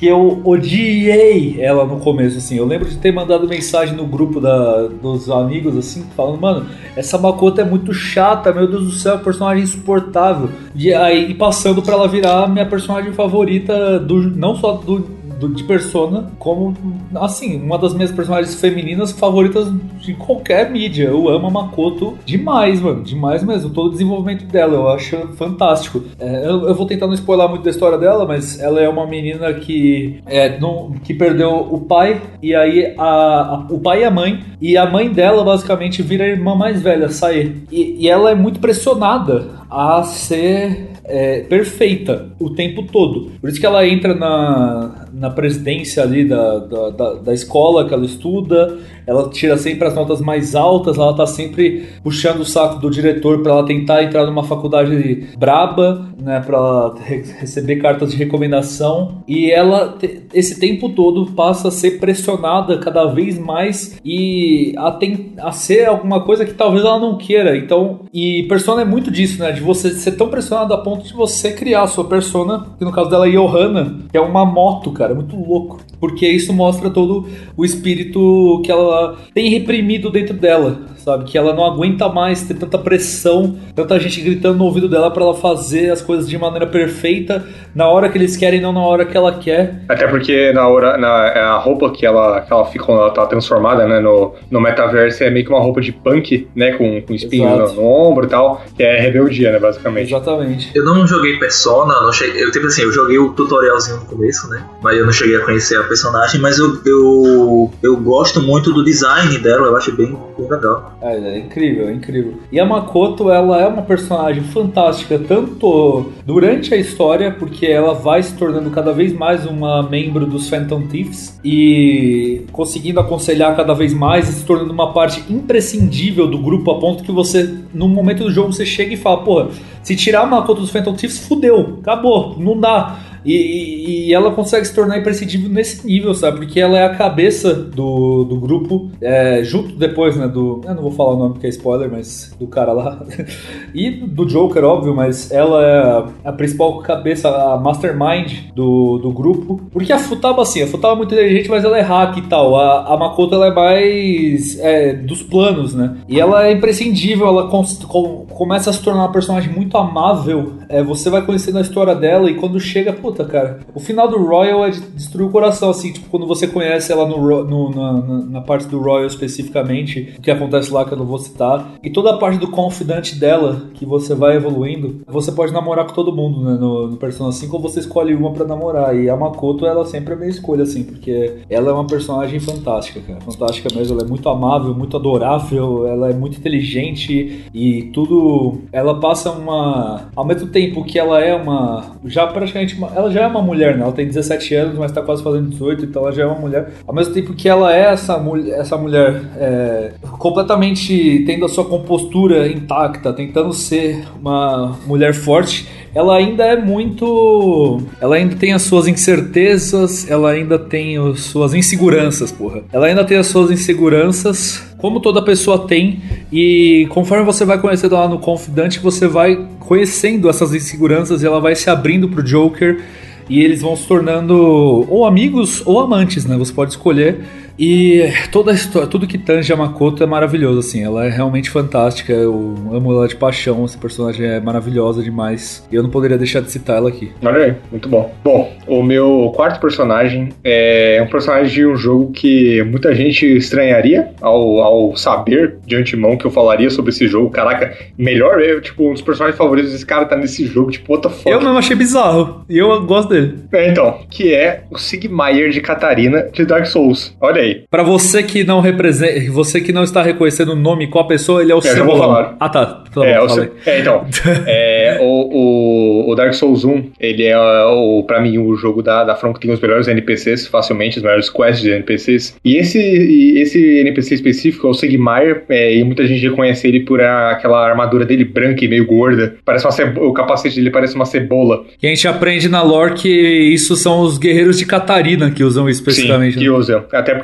Speaker 2: que eu odiei ela no começo, assim. Eu lembro de ter mandado mensagem no grupo da, dos amigos, assim, falando, mano, essa Makoto é muito chata, meu Deus do céu, personagem insuportável. E aí passando pra ela virar a minha personagem favorita, do, não só do... de Persona, como, assim, uma das minhas personagens femininas favoritas de qualquer mídia. Eu amo a Makoto demais, mano, demais mesmo. Todo o desenvolvimento dela, eu acho fantástico. É, eu, eu vou tentar não spoiler muito da história dela, mas ela é uma menina que, é, não, que perdeu o pai, e aí a, a, o pai e a mãe, e a mãe dela basicamente vira a irmã mais velha, Sae. E, e ela é muito pressionada a ser é, perfeita o tempo todo. Por isso que ela entra na, na presidência ali da, da, da, da escola que ela estuda, ela tira sempre as notas mais altas, ela tá sempre puxando o saco do diretor para ela tentar entrar numa faculdade braba, né, para ela re- receber cartas de recomendação, e ela te, esse tempo todo passa a ser pressionada cada vez mais e a, tem, a ser alguma coisa que talvez ela não queira. Então, e Persona é muito disso, né, de você ser tão pressionado a ponto de você criar a sua persona, que no caso dela é Johanna, que é uma moto, cara, muito louco, porque isso mostra todo o espírito que ela tem reprimido dentro dela, sabe? Que ela não aguenta mais ter tanta pressão, tanta gente gritando no ouvido dela pra ela fazer as coisas de maneira perfeita, na hora que eles querem, não na hora que ela quer.
Speaker 1: Até porque na hora, na, a roupa que ela, que ela fica quando ela tá transformada, né, no, no metaverso é meio que uma roupa de punk, né, com, com espinhos no, no ombro e tal, que é rebeldia, né, basicamente.
Speaker 2: Exatamente.
Speaker 3: Eu não joguei Persona, não cheguei, eu tipo assim, eu joguei o tutorialzinho no começo, né, mas eu não cheguei a conhecer a personagem, mas eu, eu, eu gosto muito do design dela, eu acho bem, bem legal.
Speaker 2: É, é incrível, é incrível. E a Makoto, ela é uma personagem fantástica, tanto durante a história, porque ela vai se tornando cada vez mais uma membro dos Phantom Thieves e conseguindo aconselhar cada vez mais e se tornando uma parte imprescindível do grupo, a ponto que você, num momento do jogo, você chega e fala, porra, se tirar a Makoto dos Phantom Thieves, fudeu, acabou, não dá. E, e ela consegue se tornar imprescindível nesse nível, sabe? Porque ela é a cabeça do, do grupo, é, junto depois, né, do... Eu não vou falar o nome porque é spoiler, mas do cara lá. E do Joker, óbvio, mas ela é a principal cabeça, a mastermind do, do grupo. Porque a Futaba, assim, a Futaba é muito inteligente, mas ela é hack e tal. A, a Makoto, ela é mais é, dos planos, né? E ela é imprescindível, ela com, com, começa a se tornar uma personagem muito amável. É, você vai conhecendo a história dela e quando chega... Puta, cara, o final do Royal é de destruir o coração, assim, tipo, quando você conhece ela no, no, na, na, na parte do Royal especificamente, o que acontece lá que eu não vou citar, e toda a parte do Confidant dela, que você vai evoluindo, você pode namorar com todo mundo, né, no, no Persona cinco, ou você escolhe uma pra namorar, e a Makoto, ela sempre é a minha escolha, assim, porque ela é uma personagem fantástica, cara, fantástica mesmo, ela é muito amável, muito adorável, ela é muito inteligente, e tudo, ela passa uma, ao mesmo tempo que ela é uma, já praticamente uma, ela já é uma mulher, né? Ela tem dezessete anos, mas tá quase fazendo dezoito, então ela já é uma mulher. Ao mesmo tempo que ela é essa, mul- essa mulher é, completamente tendo a sua compostura intacta, tentando ser uma mulher forte, ela ainda é muito... Ela ainda tem as suas incertezas, ela ainda tem as suas inseguranças, porra. Ela ainda tem as suas inseguranças, como toda pessoa tem, e conforme você vai conhecendo ela no Confidante, você vai conhecendo essas inseguranças e ela vai se abrindo pro Joker e eles vão se tornando ou amigos ou amantes, né? Você pode escolher. E toda a história, tudo que tange a Makoto é maravilhoso, assim, ela é realmente fantástica, eu amo ela de paixão, essa personagem é maravilhosa demais, e eu não poderia deixar de citar ela aqui.
Speaker 1: Olha aí, muito bom. Bom, o meu quarto personagem é um personagem de um jogo que muita gente estranharia ao, ao saber de antemão que eu falaria sobre esse jogo. Caraca, melhor, eu, tipo, um dos personagens favoritos desse cara tá nesse jogo, tipo, what the fuck.
Speaker 2: Eu mesmo achei bizarro, e eu gosto dele.
Speaker 1: É, então, que é o Sigmire de Catarina de Dark Souls. Olha aí.
Speaker 2: Pra você que não representa, você que não está reconhecendo o nome qual a pessoa, ele é o
Speaker 1: Cebolão. Eu já vou falar.
Speaker 2: Ah, tá. tá
Speaker 1: é,
Speaker 2: bom,
Speaker 1: o ce... é, então, é, o, o, o Dark Souls um, ele é, o, pra mim, o jogo da, da From que tem os melhores N P Cs, facilmente, os melhores quests de N P Cs. E esse, esse N P C específico é o Sigmire, é, e muita gente reconhece ele por a, aquela armadura dele branca e meio gorda. Parece uma cebo... O capacete dele parece uma cebola.
Speaker 2: E a gente aprende na lore que isso são os guerreiros de Catarina que usam isso especificamente.
Speaker 1: Sim, que
Speaker 2: né?
Speaker 1: usam. Até porque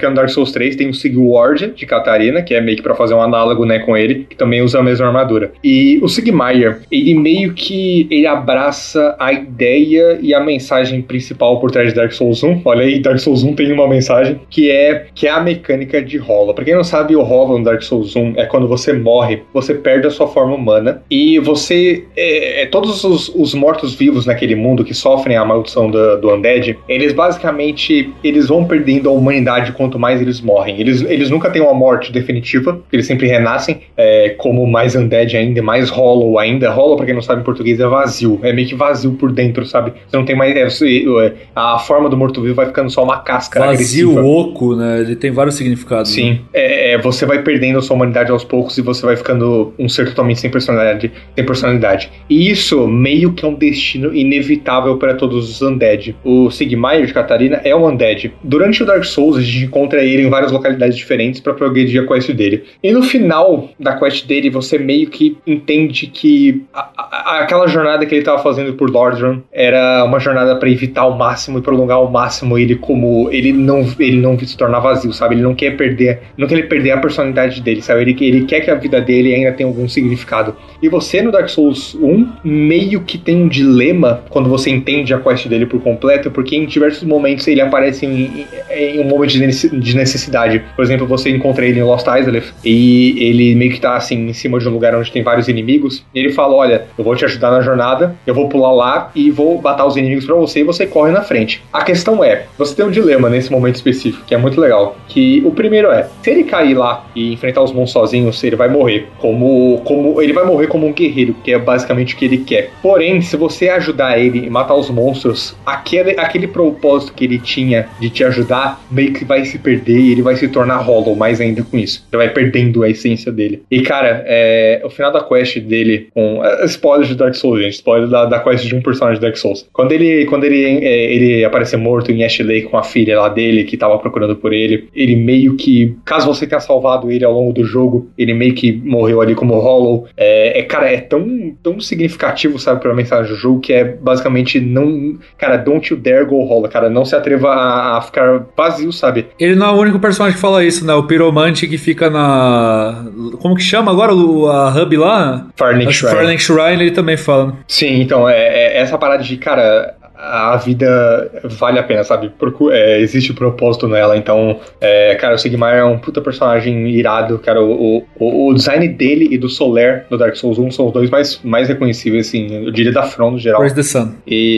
Speaker 1: no Dark Souls três tem o Sigward de Catarina, que é meio que pra fazer um análogo, né, com ele, que também usa a mesma armadura. E o Sigmire, ele meio que ele abraça a ideia e a mensagem principal por trás de Dark Souls um. Olha aí, Dark Souls um tem uma mensagem que é, que é a mecânica de Hollow. Pra quem não sabe, o Hollow no Dark Souls um é quando você morre, você perde a sua forma humana e você... É, é, todos os, os mortos-vivos naquele mundo que sofrem a maldição do, do Undead, eles basicamente eles vão perdendo a humanidade quanto mais eles morrem. Eles, eles nunca têm uma morte definitiva, eles sempre renascem é, como mais Undead ainda, mais Hollow ainda. Hollow, pra quem não sabe em português, é vazio. É meio que vazio por dentro, sabe? Você não tem mais... É, você, a forma do morto-vivo vai ficando só uma casca
Speaker 2: vazio,
Speaker 1: agressiva.
Speaker 2: oco, né? Ele tem vários significados.
Speaker 1: Sim. Né? É, é, você vai perdendo a sua humanidade aos poucos e você vai ficando um ser totalmente sem personalidade. Sem personalidade. E isso meio que é um destino inevitável para todos os Undead. O Sigmire de Catarina é um Undead. Durante o Dark Souls, a gente encontra ele em várias localidades diferentes para progredir a quest dele. E no final da quest dele, você meio que entende que a, a, aquela jornada que ele estava fazendo por Lordran era uma jornada para evitar ao máximo e prolongar ao máximo ele como... Ele não, ele não se tornar vazio, sabe? Ele não quer perder, não quer perder a personalidade dele, sabe? Ele, ele quer que a vida dele ainda tenha algum significado. E você no Dark Souls um meio que tem um dilema quando você entende a quest dele por completo, porque em diversos momentos ele aparece em, em, em um momento de necessidade. Por exemplo, você encontra ele em Lost Izalith e ele meio que tá assim em cima de um lugar onde tem vários inimigos e ele fala, olha, eu vou te ajudar na jornada, eu vou pular lá e vou matar os inimigos pra você e você corre na frente. A questão é, você tem um dilema nesse momento específico, que é muito legal, que o primeiro é, se ele cair lá e enfrentar os monstros sozinhos, ele vai morrer como, como ele vai morrer como um guerreiro, que é basicamente o que ele quer. Porém, se você ajudar ele e matar os monstros, aquele, aquele propósito que ele tinha de te ajudar, meio que vai se perder e ele vai se tornar Hollow mais ainda com isso. Ele vai perdendo a essência dele. E cara, é, o final da quest dele, com é, spoilers de Dark Souls, gente, spoiler da, da quest de um personagem de Dark Souls. Quando ele, quando ele, é, ele aparecer morto em Ash Lake com a filha lá dele, que tava procurando por ele, ele meio que, caso você tenha salvado ele ao longo do jogo, ele meio que morreu ali como Hollow. É, é cara, é tão, tão significativo, sabe, pra mensagem do jogo, que é basicamente não... Cara, don't you dare go Hollow, cara, não se atreva a, a ficar vazio, sabe?
Speaker 2: Ele não é o único personagem que fala isso, né? O piromante que fica na... Como que chama agora a hub lá?
Speaker 1: Firelink Shrine.
Speaker 2: Firelink Shrine, ele também fala.
Speaker 1: Sim, então, é, é essa parada de, cara... a vida vale a pena, sabe? Procu- é, existe propósito nela, então, é, cara, o Sigmar é um puta personagem irado, cara, o, o, o design dele e do Solaire do Dark Souls um são os dois mais, mais reconhecíveis, assim, eu diria da From no geral.
Speaker 2: Praise the Sun.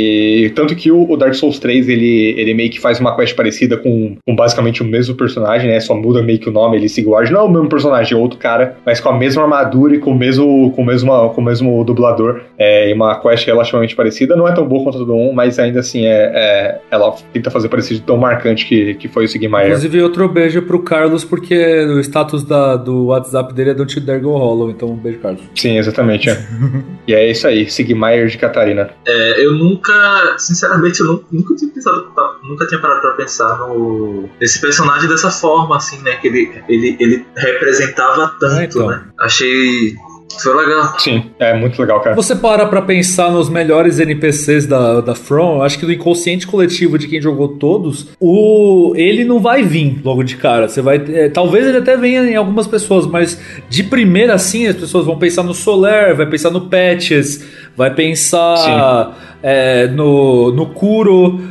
Speaker 1: E tanto que o, o Dark Souls três, ele, ele meio que faz uma quest parecida com, com basicamente o mesmo personagem, né, só muda meio que o nome, ele Sigward, não é o mesmo personagem, é outro cara, mas com a mesma armadura e com o mesmo, com o mesmo, com o mesmo dublador, é uma quest relativamente parecida, não é tão boa quanto a do um, mas ainda assim é, é, ela tenta fazer parecido tão marcante que, que foi o Sigmar.
Speaker 2: Inclusive, outro beijo pro Carlos, porque o status da, do WhatsApp dele é Don't You Dare Go Hollow, então um beijo, Carlos.
Speaker 1: Sim, exatamente. É. E é isso aí, Sigmar de Catarina.
Speaker 3: É, eu nunca, sinceramente, eu nunca, nunca tinha pensado, nunca tinha parado pra pensar no, nesse personagem dessa forma, assim, né, que ele, ele, ele representava tanto, ah, então. né? Achei... Foi legal.
Speaker 1: Sim, é muito legal, cara.
Speaker 2: Você para pra pensar nos melhores N P Cs da, da From, acho que no inconsciente coletivo de quem jogou todos, o, ele não vai vir logo de cara. Você vai, é, talvez ele até venha em algumas pessoas, mas de primeira assim as pessoas vão pensar no Solaire, vai pensar no Patches, vai pensar é, no, no Kuro,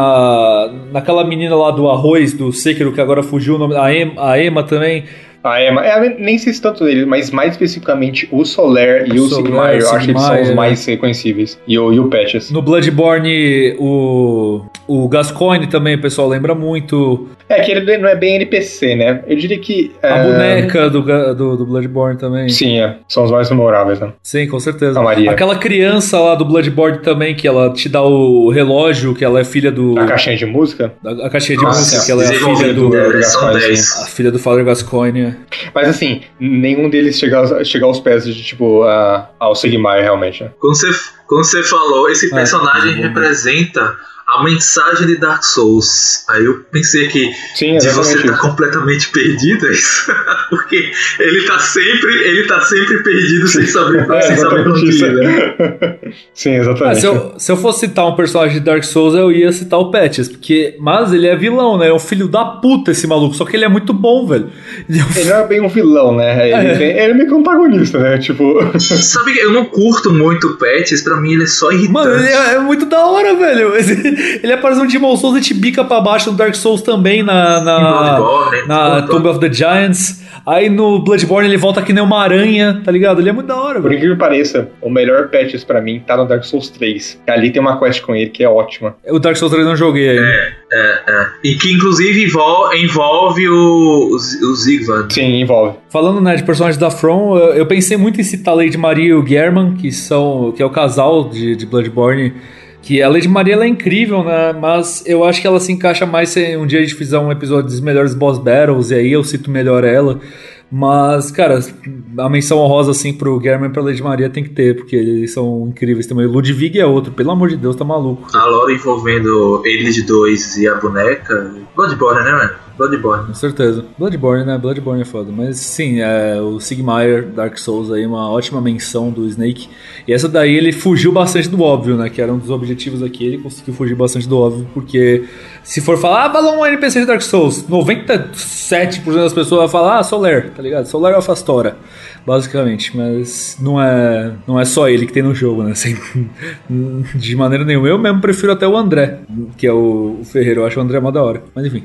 Speaker 2: na, naquela menina lá do arroz, do Sekiro, que agora fugiu o nome, a Emma, a Emma também.
Speaker 1: Ah, é, é, nem sei se tanto dele, mas mais especificamente o Solaire e o Sigmar, eu acho que eles são os mais reconhecíveis. E o, e o Patches.
Speaker 2: No Bloodborne, o, o Gascoigne também, o pessoal lembra muito.
Speaker 1: É, que ele não é bem N P C, né? Eu diria que...
Speaker 2: A
Speaker 1: é...
Speaker 2: boneca do, do, do Bloodborne também.
Speaker 1: Sim, é. São os mais memoráveis, né?
Speaker 2: Sim, com certeza.
Speaker 1: A Maria.
Speaker 2: Aquela criança lá do Bloodborne também, que ela te dá o relógio, que ela é filha do...
Speaker 1: A caixinha de música?
Speaker 2: A, a caixinha de Nossa, música, que ela é a filha do... do Gascoigne, a filha do Father Gascoigne.
Speaker 1: Mas assim, nenhum deles chega, chega aos pés de, tipo, a, ao Sigmar, realmente, né?
Speaker 3: Como você, como você falou, esse personagem é, representa a mensagem de Dark Souls. Aí eu pensei que
Speaker 1: Sim,
Speaker 3: de você
Speaker 1: exatamente
Speaker 3: tá
Speaker 1: isso.
Speaker 3: completamente perdido, é isso? Porque ele tá sempre, ele tá sempre perdido sem saber,
Speaker 1: É,
Speaker 3: sem saber pra onde
Speaker 1: exatamente isso.
Speaker 3: ir, né?
Speaker 1: Sim,
Speaker 2: Ah,
Speaker 1: exatamente.
Speaker 2: se, eu, se eu fosse citar um personagem de Dark Souls, eu ia citar o Patches, porque, mas ele é vilão, né? É um filho da puta esse maluco, só que ele é muito bom, velho. Ele é um
Speaker 1: Ele não é bem um vilão, né? Ele,
Speaker 2: É.
Speaker 1: tem- ele é meio que um antagonista, né? Tipo.
Speaker 3: Sabe que eu não curto muito o Patches, pra mim ele é só irritante.
Speaker 2: Mano, ele é, é muito da hora, velho. Ele, ele aparece um Demon Souls e te bica pra baixo no Dark Souls também, na,
Speaker 3: Em
Speaker 2: na,
Speaker 3: Bloodborne,
Speaker 2: na
Speaker 3: Bloodborne.
Speaker 2: Tomb of the Giants. Aí no Bloodborne ele volta que nem uma aranha, tá ligado? Ele é muito da hora,
Speaker 1: Por
Speaker 2: velho.
Speaker 1: incrível que pareça, o melhor patches pra mim tá no Dark Souls três. Ali tem uma quest com ele que é ótima.
Speaker 2: O Dark Souls três eu não joguei aí.
Speaker 3: É, é. E que inclusive envol- envolve o, o, Z- o Zigvad.
Speaker 1: Sim, envolve.
Speaker 2: Falando, né, de personagens da From, eu, eu pensei muito em citar a Lady Maria e o Gehrman, que são que é o casal de, de Bloodborne. Que a Lady Maria ela é incrível, né? Mas eu acho que ela se encaixa mais se um dia a gente fizer um episódio dos melhores boss battles, e aí eu cito melhor ela. Mas, cara, a menção honrosa assim pro Gehrman e pra Lady Maria tem que ter, porque eles são incríveis também. Ludwig é outro, pelo amor de Deus, tá maluco.
Speaker 3: A lore envolvendo eles dois e a boneca. Bloodborne, né, mano? Bloodborne.
Speaker 2: Com certeza. Bloodborne, né? Bloodborne é foda. Mas sim, é, o Sigmire Dark Souls aí, uma ótima menção do Snake. E essa daí ele fugiu bastante do óbvio, né? Que era um dos objetivos aqui. Ele conseguiu fugir bastante do óbvio, porque se for falar, ah, fala um N P C de Dark Souls, noventa e sete por cento das pessoas vai falar, ah, Solar, tá ligado? Solar of Astora, basicamente. Mas não é, não é só ele que tem no jogo, né? Sem, de maneira nenhuma. Eu mesmo prefiro até o André, que é o, o Ferreiro. Eu acho o André mó da hora. Mas enfim.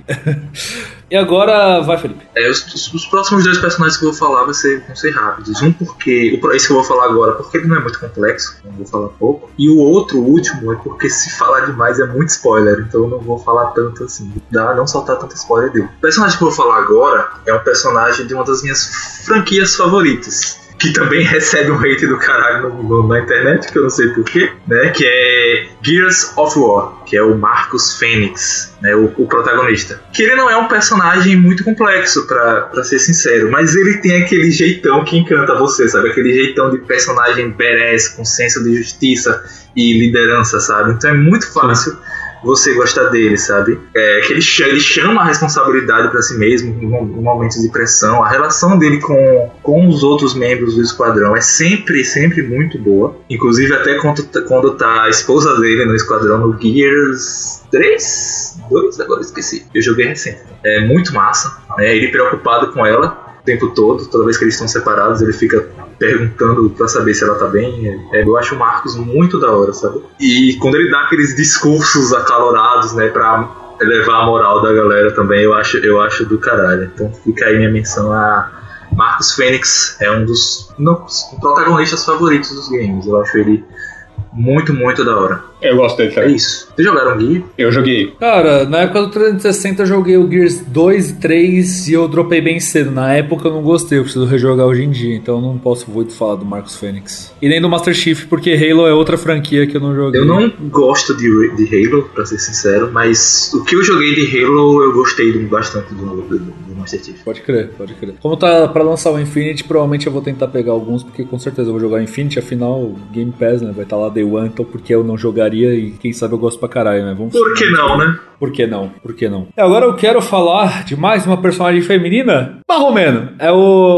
Speaker 2: E agora, vai, Felipe.
Speaker 3: É, os, os- os próximos dois personagens que eu vou falar vai ser, vão ser rápidos. Um porque. O, pro- esse que eu vou falar agora, porque ele não é muito complexo, então eu vou falar pouco. E o outro, o último, é porque se falar demais é muito spoiler, então eu não vou falar tanto assim. Dá não soltar tanto spoiler dele. O personagem que eu vou falar agora é um personagem de uma das minhas franquias favoritas. Que também recebe um hate do caralho no- no- na internet, que eu não sei porquê, né? Que é Gears of War, que é o Marcus Fênix, né? O, o protagonista. Que ele não é um personagem muito complexo, pra, pra ser sincero, mas ele tem aquele jeitão que encanta você, sabe? Aquele jeitão de personagem badass, com senso de justiça e liderança, sabe? Então é muito fácil você gostar dele, sabe? É, que ele, ch- ele chama a responsabilidade pra si mesmo em mo- em momentos de pressão. A relação dele com, com os outros membros do esquadrão é sempre, sempre muito boa. Inclusive até quando, t- quando tá a esposa dele no esquadrão no Gears três? dois? Agora eu esqueci. Eu joguei recente. É muito massa, né? Ele preocupado com ela o tempo todo, toda vez que eles estão separados, ele fica perguntando pra saber se ela tá bem. É, eu acho o Marcos muito da hora, sabe? E quando ele dá aqueles discursos acalorados, né, pra elevar a moral da galera também, eu acho, eu acho do caralho. Então fica aí minha menção a Marcus Fênix, é um dos não, protagonistas favoritos dos games. Eu acho ele muito, muito da hora.
Speaker 1: Eu gosto dele
Speaker 3: É
Speaker 1: também.
Speaker 3: isso. Vocês jogaram Gear?
Speaker 1: Eu joguei.
Speaker 2: Cara, na época do trezentos e sessenta eu joguei o Gears dois e três e eu dropei bem cedo. Na época eu não gostei, eu preciso rejogar hoje em dia, então eu não posso muito falar do Marcus Fênix. E nem do Master Chief, porque Halo é outra franquia que eu não joguei.
Speaker 3: Eu não gosto de, de Halo, pra ser sincero, mas o que eu joguei de Halo eu gostei bastante do, do, do Master Chief.
Speaker 2: Pode crer, pode crer. Como tá pra lançar o Infinity, provavelmente eu vou tentar pegar alguns, porque com certeza eu vou jogar o Infinity, afinal Game Pass, né, vai estar lá Day One, então porque eu não jogaria e quem sabe eu gosto pra caralho, né? Vamos
Speaker 3: Por que não, né?
Speaker 2: Por que não? Por que não? Agora eu quero falar de mais uma personagem feminina, mais ou menos. É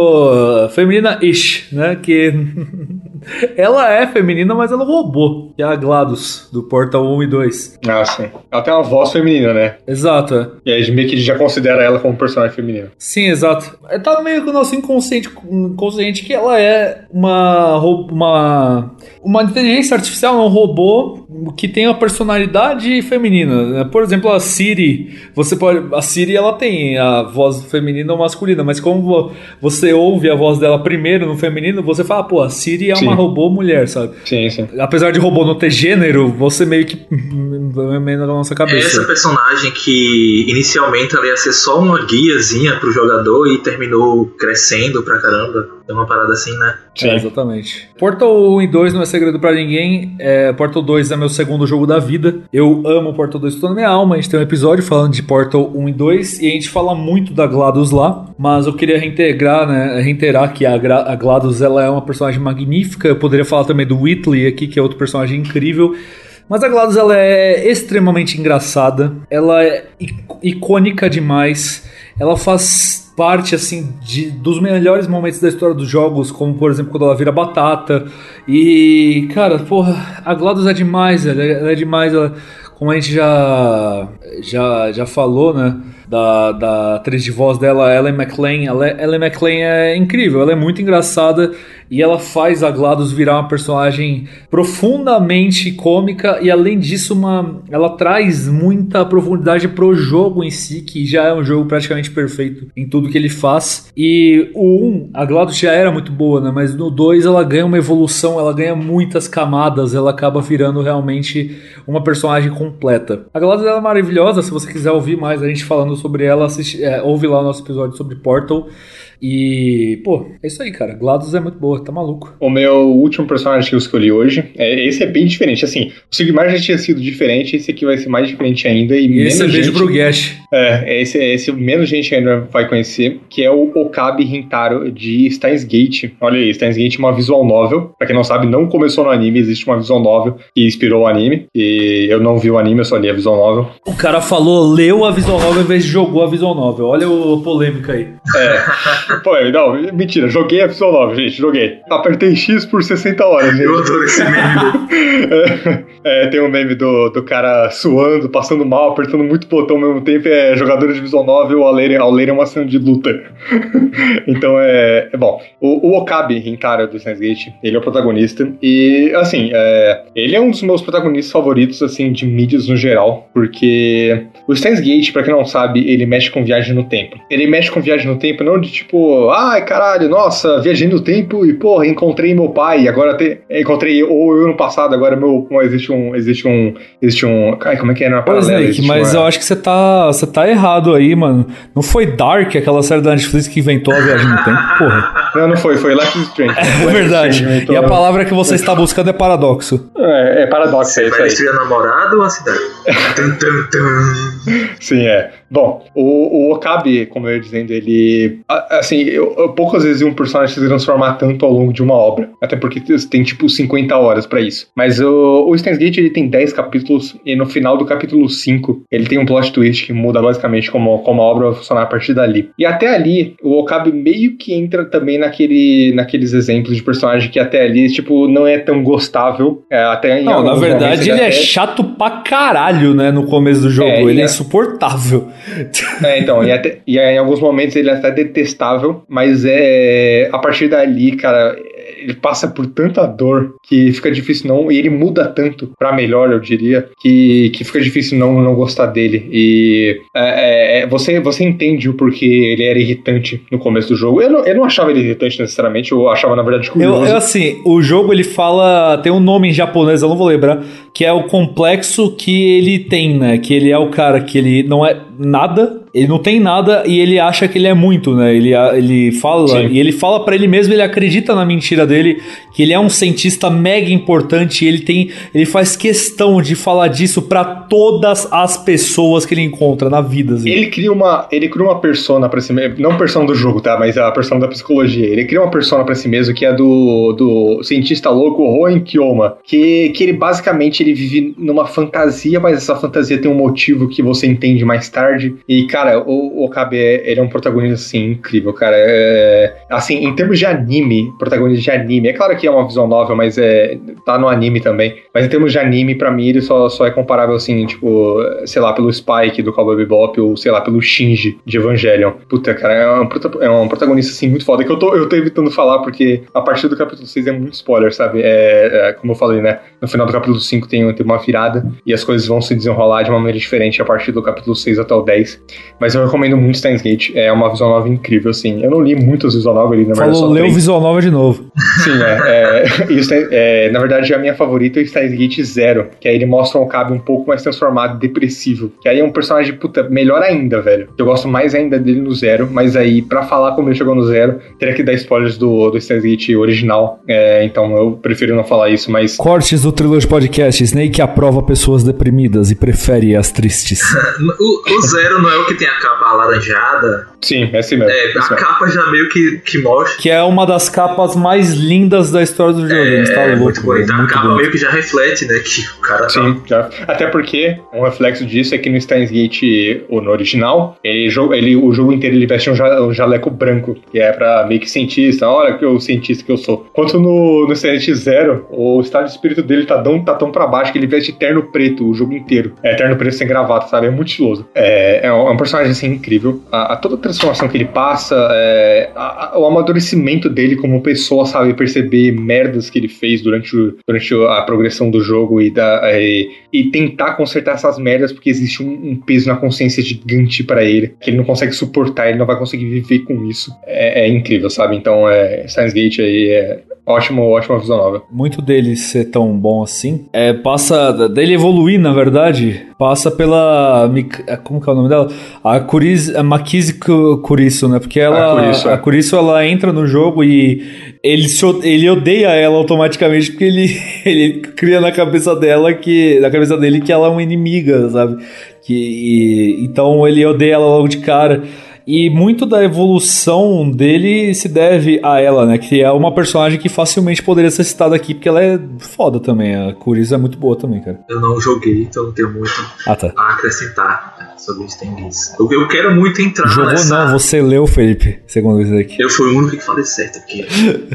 Speaker 2: o feminina Ish, né? Que ela é feminina, mas ela é um robô. Que é a GLaDOS, do Portal um e dois.
Speaker 1: Ah, sim. Ela tem uma voz feminina, né?
Speaker 2: Exato, é.
Speaker 1: E aí meio que já considera ela como personagem feminino.
Speaker 2: Sim, exato. É, tá meio que o nosso inconsciente, inconsciente que ela é uma, ro- uma, uma inteligência artificial, um robô que tem uma personalidade feminina, né? Por exemplo, a Siri, você pode, a Siri ela tem a voz feminina ou masculina, mas como vo- você ouve a voz dela primeiro no feminino, você fala, pô, a Siri é
Speaker 1: Sim.
Speaker 2: uma robô mulher, sabe?
Speaker 1: Sim, sim.
Speaker 2: Apesar de robô não ter gênero, você meio que vai meio na nossa cabeça.
Speaker 3: Essa personagem que inicialmente ela ia ser só uma guiazinha pro jogador e terminou crescendo pra caramba. É uma parada assim, né?
Speaker 1: Sim.
Speaker 2: É, exatamente. Portal um e dois não é segredo pra ninguém. É, Portal dois é meu segundo jogo da vida. Eu amo Portal dois com toda a minha alma. A gente tem um episódio falando de Portal um e dois e a gente fala muito da GLaDOS lá. Mas eu queria reintegrar, né? Reiterar que a, Gra- a GLaDOS ela é uma personagem magnífica. Eu poderia falar também do Whitley aqui, que é outro personagem incrível. Mas a GLaDOS, ela é extremamente engraçada, ela é icônica demais, ela faz parte, assim, de, dos melhores momentos da história dos jogos, como, por exemplo, quando ela vira batata. E, cara, porra, a GLaDOS é demais, ela é, ela é demais, ela, como a gente já, já, já falou, né, da, da atriz de voz dela, Ellen McLain. Ela, Ellen McLain é incrível, ela é muito engraçada e ela faz a GLaDOS virar uma personagem profundamente cômica e, além disso, uma, ela traz muita profundidade pro jogo em si, que já é um jogo praticamente perfeito em tudo que ele faz. E o um, a GLaDOS já era muito boa, né, mas no dois ela ganha uma evolução, ela ganha muitas camadas, ela acaba virando realmente uma personagem completa. A GLaDOS é maravilhosa, se você quiser ouvir mais a gente falando sobre ela, assiste, é, ouve lá o nosso episódio sobre Portal. E, pô, é isso aí, cara. GLaDOS é muito boa, tá maluco.
Speaker 1: O meu último personagem que eu escolhi hoje, é, esse é bem diferente. Assim, o Sigmar já tinha sido diferente, esse aqui vai ser mais diferente ainda. E
Speaker 2: esse é beijo pro Gash.
Speaker 1: É, esse, esse menos gente ainda vai conhecer, que é o Okabe Hintaro de Steins Gate. Olha aí, Steins Gate é uma visual novel. Pra quem não sabe, não começou no anime, existe uma visual novel que inspirou o anime. E eu não vi o anime, eu só li a visual novel.
Speaker 2: O cara falou, leu a visual novel ao invés de jogou a visual novel. Olha a polêmica aí.
Speaker 1: É. Pô, não, mentira, joguei a visual novel, gente, joguei. Apertei X por sessenta horas, gente.
Speaker 3: Eu adoro esse meme.
Speaker 1: é, é, tem um meme do, do cara suando, passando mal, apertando muito botão ao mesmo tempo. É jogador de visual novel, a Leira é uma cena de luta. Então é, é bom. O, o Okabe Hintaro do Steins Gate, ele é o protagonista. E, assim, é, ele é um dos meus protagonistas favoritos, assim, de mídias no geral. Porque o Steins Gate, pra quem não sabe, ele mexe com viagem no tempo. Ele mexe com viagem no tempo não de tipo, ai caralho, nossa, viajei no tempo e porra, encontrei meu pai, agora te, encontrei, ou eu no passado, agora meu, existe um, existe um, existe um, ai, como é que é na
Speaker 2: paralela? Pois é, mas uma... eu acho que você tá, você tá errado aí, mano. Não foi Dark, aquela série da Netflix que inventou a viagem no tempo, porra.
Speaker 1: Não, não foi, foi Life is Strange.
Speaker 2: É verdade, e a palavra que você está buscando é paradoxo.
Speaker 1: É, é paradoxo, é isso aí.
Speaker 3: Vai destruir a namorada ou a cidade? tum, tum, tum.
Speaker 1: Sim, é. Bom, o, o Okabe, como eu ia dizendo, ele... Assim, eu, eu, poucas vezes um personagem se transformar tanto ao longo de uma obra. Até porque tem, tipo, cinquenta horas pra isso. Mas o, o Steins Gate, ele tem dez capítulos. E no final do capítulo cinco, ele tem um plot twist que muda basicamente como, como a obra vai funcionar a partir dali. E até ali, o Okabe meio que entra também naquele, naqueles exemplos de personagem que até ali, tipo, não é tão gostável. É, até em
Speaker 2: não, na verdade, ele, ele é chato pra caralho, né? No começo do jogo. É, ele é, é insuportável.
Speaker 1: É, então, e, até, e em alguns momentos ele é até detestável, mas é a partir dali, cara, ele passa por tanta dor que fica difícil não, e ele muda tanto pra melhor, eu diria, que, que fica difícil não, não gostar dele. E é, é, você, você entende o porquê ele era irritante no começo do jogo. Eu não, eu não achava ele irritante necessariamente, eu achava na verdade curioso.
Speaker 2: Eu, eu assim, o jogo ele fala, tem um nome em japonês, eu não vou lembrar, que é o complexo que ele tem, né? Que ele é o cara que ele não é nada, ele não tem nada e ele acha que ele é muito, né? Ele, ele fala, Sim. e ele fala pra ele mesmo, ele acredita na mentira dele, que ele é um cientista mega importante e ele tem, ele faz questão de falar disso pra todas as pessoas que ele encontra na vida. Assim.
Speaker 1: Ele cria uma, ele cria uma persona pra si mesmo, não persona do jogo, tá? Mas a persona da psicologia. Ele cria uma persona pra si mesmo que é do, do cientista louco Roen Kyoma, que, que ele basicamente ele vive numa fantasia, mas essa fantasia tem um motivo que você entende mais tarde. E, cara, o Okabe, ele é um protagonista, assim, incrível, cara. É, assim, em termos de anime, protagonista de anime, é claro que é uma visual novel, mas é, tá no anime também. Mas em termos de anime, pra mim, ele só, só é comparável, assim, tipo, sei lá, pelo Spike do Cowboy Bebop, ou sei lá, pelo Shinji de Evangelion. Puta, cara, é um, é um protagonista, assim, muito foda, que eu tô, eu tô evitando falar, porque a partir do capítulo seis é muito spoiler, sabe? É, é, como eu falei, né? No final do capítulo cinco tem, tem uma virada, e as coisas vão se desenrolar de uma maneira diferente a partir do capítulo seis até o dez. Mas eu recomendo muito Steins Gate. É uma visual novel incrível, assim. Eu não li muitas visual novel ali, na verdade.
Speaker 2: Falou, leu visual novel de novo.
Speaker 1: Sim, é. é, isso é, é na verdade, a minha favorita é o Steins Gate Zero, que aí ele mostra um Okabe um pouco mais transformado, depressivo. Que aí é um personagem, puta, melhor ainda, velho. Eu gosto mais ainda dele no Zero, mas aí, pra falar como ele chegou no Zero, teria que dar spoilers do, do Steins Gate original. É, então eu prefiro não falar isso, mas...
Speaker 2: Cortes do Trilogy Podcast. Snake aprova pessoas deprimidas e prefere as tristes.
Speaker 3: o, o Zero não é o que tem a capa alaranjada?
Speaker 1: Sim, é assim mesmo.
Speaker 3: É,
Speaker 1: é assim
Speaker 3: a
Speaker 1: mesmo.
Speaker 3: capa já meio que, que mostra.
Speaker 2: Que é uma das capas mais mais lindas da história do jogo.
Speaker 3: É,
Speaker 2: tá louco,
Speaker 3: muito bonito. A capa
Speaker 2: bonito.
Speaker 3: meio que já reflete, né, que o cara tá...
Speaker 1: Sim, já. Até porque um reflexo disso é que no Steins Gate, ou no original, ele, ele, o jogo inteiro ele veste um, ja, um jaleco branco, que é pra meio que cientista, olha que o cientista que eu sou. Enquanto no, no Silent Hill Zero, o estado de espírito dele tá tão, tá tão pra baixo que ele veste terno preto o jogo inteiro. É terno preto sem gravata, sabe? É muito estiloso. É, é, um, é um personagem assim incrível. A, a toda a transformação que ele passa, é, a, a, o amadurecimento dele como pessoa, sabe? Perceber merdas que ele fez durante, o, durante a progressão do jogo e, da, e, e tentar consertar essas merdas porque existe um, um peso na consciência gigante pra ele, que ele não consegue suportar, ele não vai conseguir viver com isso. É, é incrível, sabe? Então, é, Steins Gate aí é ótimo, ótima visão nova.
Speaker 2: Muito dele ser tão bom assim, é, passa, dele evoluir, na verdade, passa pela, como que é o nome dela? A, Kuriz, a Makise Kurisu, né? Porque ela, a Kurisu, é. a Kurisu, ela entra no jogo e ele, ele odeia ela automaticamente porque ele, ele cria na cabeça dela que, na cabeça dele que ela é uma inimiga, sabe? Que, e, então ele odeia ela logo de cara. E muito da evolução dele se deve a ela, né? Que é uma personagem que facilmente poderia ser citada aqui, porque ela é foda também. A Kurisu é muito boa também, cara.
Speaker 3: Eu não joguei, então não tenho muito
Speaker 2: ah, tá.
Speaker 3: a acrescentar sobre Steins. Eu, eu quero muito entrar
Speaker 2: Jogou
Speaker 3: nessa...
Speaker 2: não, você leu, Felipe, segundo isso aqui.
Speaker 3: Eu fui o único que falei certo aqui.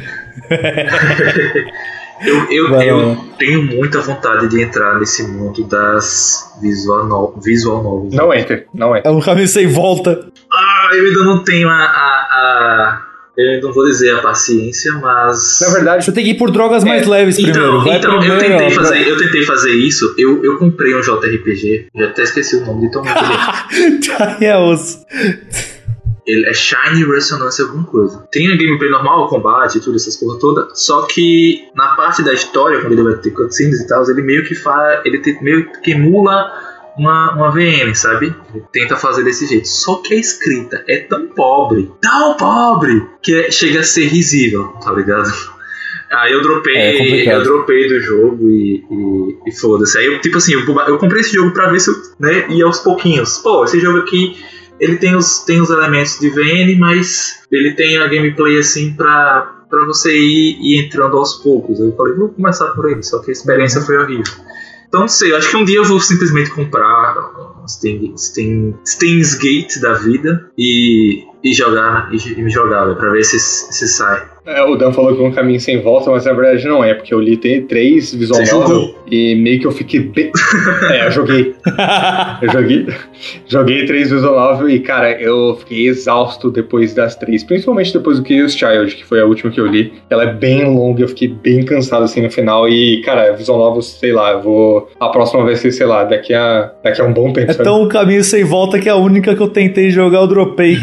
Speaker 3: Eu, eu, eu tenho muita vontade de entrar nesse mundo das visual, no, visual novels.
Speaker 1: Não entre, não entre.
Speaker 2: É um caminho sem volta.
Speaker 3: Ah, eu ainda não tenho a, a, a... Eu não vou dizer a paciência, mas...
Speaker 1: Na verdade,
Speaker 2: você tem que ir por drogas mais é, leves
Speaker 3: então,
Speaker 2: primeiro. Vai
Speaker 3: então,
Speaker 2: primeiro,
Speaker 3: eu, tentei
Speaker 2: ó,
Speaker 3: fazer, eu tentei fazer isso. Eu, eu comprei um J R P G. Já até esqueci o nome de tão muito.
Speaker 2: É osso.
Speaker 3: Ele é Shiny Resonance alguma coisa. Tem a gameplay normal, combate e tudo, essas porra toda. Só que na parte da história, quando ele vai ter cutscenes e tal, ele meio que faz. Ele te, meio que emula uma, uma V N, sabe? Ele tenta fazer desse jeito. Só que a escrita é tão pobre, tão pobre, que é, chega a ser risível, tá ligado? Aí eu dropei, é eu dropei do jogo e, e, e foda-se. Aí eu, tipo assim, eu, eu comprei esse jogo pra ver se eu, né, ia aos pouquinhos. Pô, esse jogo aqui. Ele tem os, tem os elementos de V N, mas ele tem a gameplay assim pra, pra você ir, ir entrando aos poucos. Eu falei, vou começar por ele, só que a experiência foi horrível. Então não sei, acho que um dia eu vou simplesmente comprar Steins Gate da vida e, e jogar, e, e me jogar, véio, pra ver se, se sai.
Speaker 1: É, o Dan falou que é um caminho sem volta, mas na verdade não é, porque eu li tem três visual novel e meio que eu fiquei bem... é, eu joguei. eu joguei joguei três visual novel e, cara, eu fiquei exausto depois das três, principalmente depois do Chaos Child, que foi a última que eu li. Ela é bem longa, eu fiquei bem cansado assim no final e, cara, visual novel, sei lá, eu vou... A próxima vai ser, sei lá, daqui a, daqui a um bom tempo.
Speaker 2: É tão um caminho sem volta que a única que eu tentei jogar eu dropei.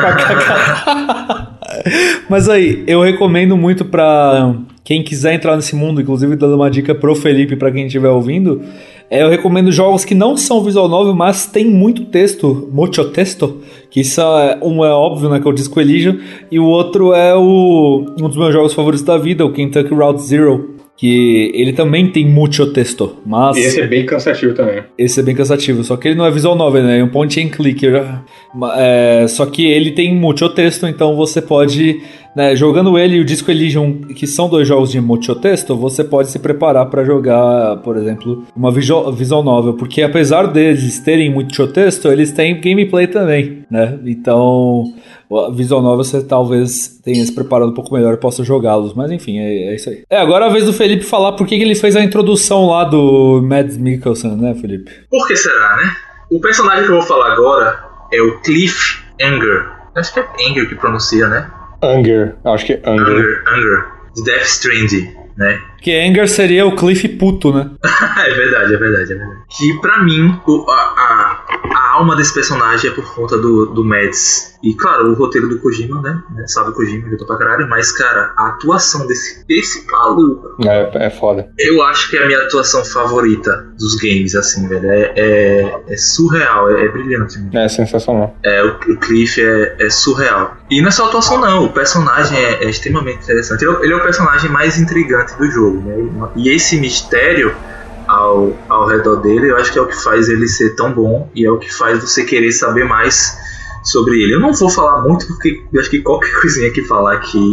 Speaker 2: Mas aí, eu recomendo muito pra quem quiser entrar nesse mundo, inclusive dando uma dica pro Felipe, pra quem estiver ouvindo, é, eu recomendo jogos que não são visual novel, mas tem muito texto, mucho texto, que isso é, um é óbvio, né, que é o Disco Elysium, e o outro é o, um dos meus jogos favoritos da vida, o Kentucky Route Zero, que ele também tem muito texto, mas...
Speaker 1: Esse é bem cansativo também.
Speaker 2: Esse é bem cansativo, só que ele não é visual novel, né? É um point and click. É, só que ele tem muito texto, então você pode... Né, jogando ele e o Disco Elysium, que são dois jogos de muito texto, você pode se preparar para jogar, por exemplo, uma visual, visual novel, porque apesar deles terem muito texto, eles têm gameplay também, né? Então, a visual novel você talvez tenha se preparado um pouco melhor e possa jogá-los, mas enfim, é, é isso aí. É, agora é a vez do Felipe falar por que ele fez a introdução lá do Mads Mikkelsen, né, Felipe?
Speaker 3: Por que será, né? O personagem que eu vou falar agora é o Cliff Anger. Acho que é Anger que pronuncia, né?
Speaker 1: Anger, acho que é Anger.
Speaker 3: Anger, Anger, de Death Stranding, né?
Speaker 2: Que Anger seria o Cliff puto, né?
Speaker 3: é verdade, é verdade, é verdade. Que pra mim, o, a, a, a alma desse personagem é por conta do, do Mads. E claro, o roteiro do Kojima, né? Sabe o Kojima, que eu tô pra caralho. Mas, cara, a atuação desse, desse maluco...
Speaker 1: É, é foda.
Speaker 3: Eu acho que é a minha atuação favorita dos games, assim, velho. É, é, é surreal, é, é brilhante. Mesmo.
Speaker 1: É sensacional.
Speaker 3: É, o, o Cliff é, é surreal. E não é só a atuação, não. O personagem é, é extremamente interessante. Ele, ele é o personagem mais intrigante do jogo. Né? E esse mistério ao, ao redor dele, eu acho que é o que faz ele ser tão bom e é o que faz você querer saber mais sobre ele. Eu não vou falar muito porque eu acho que qualquer coisinha que falar aqui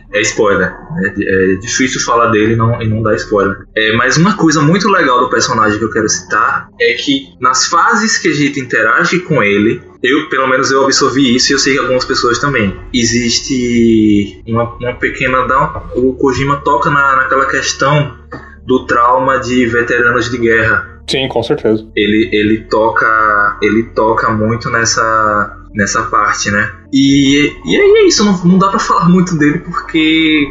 Speaker 3: é spoiler. É, é difícil falar dele e não, e não dar spoiler. É, mas uma coisa muito legal do personagem que eu quero citar é que nas fases que a gente interage com ele, eu, pelo menos eu absorvi isso e eu sei que algumas pessoas também. Existe uma, uma pequena... O Kojima toca na, naquela questão do trauma de veteranos de guerra.
Speaker 1: Sim, com certeza.
Speaker 3: Ele, ele, toca, ele toca muito nessa, nessa parte, né? E, e aí é isso, não, não dá pra falar muito dele porque...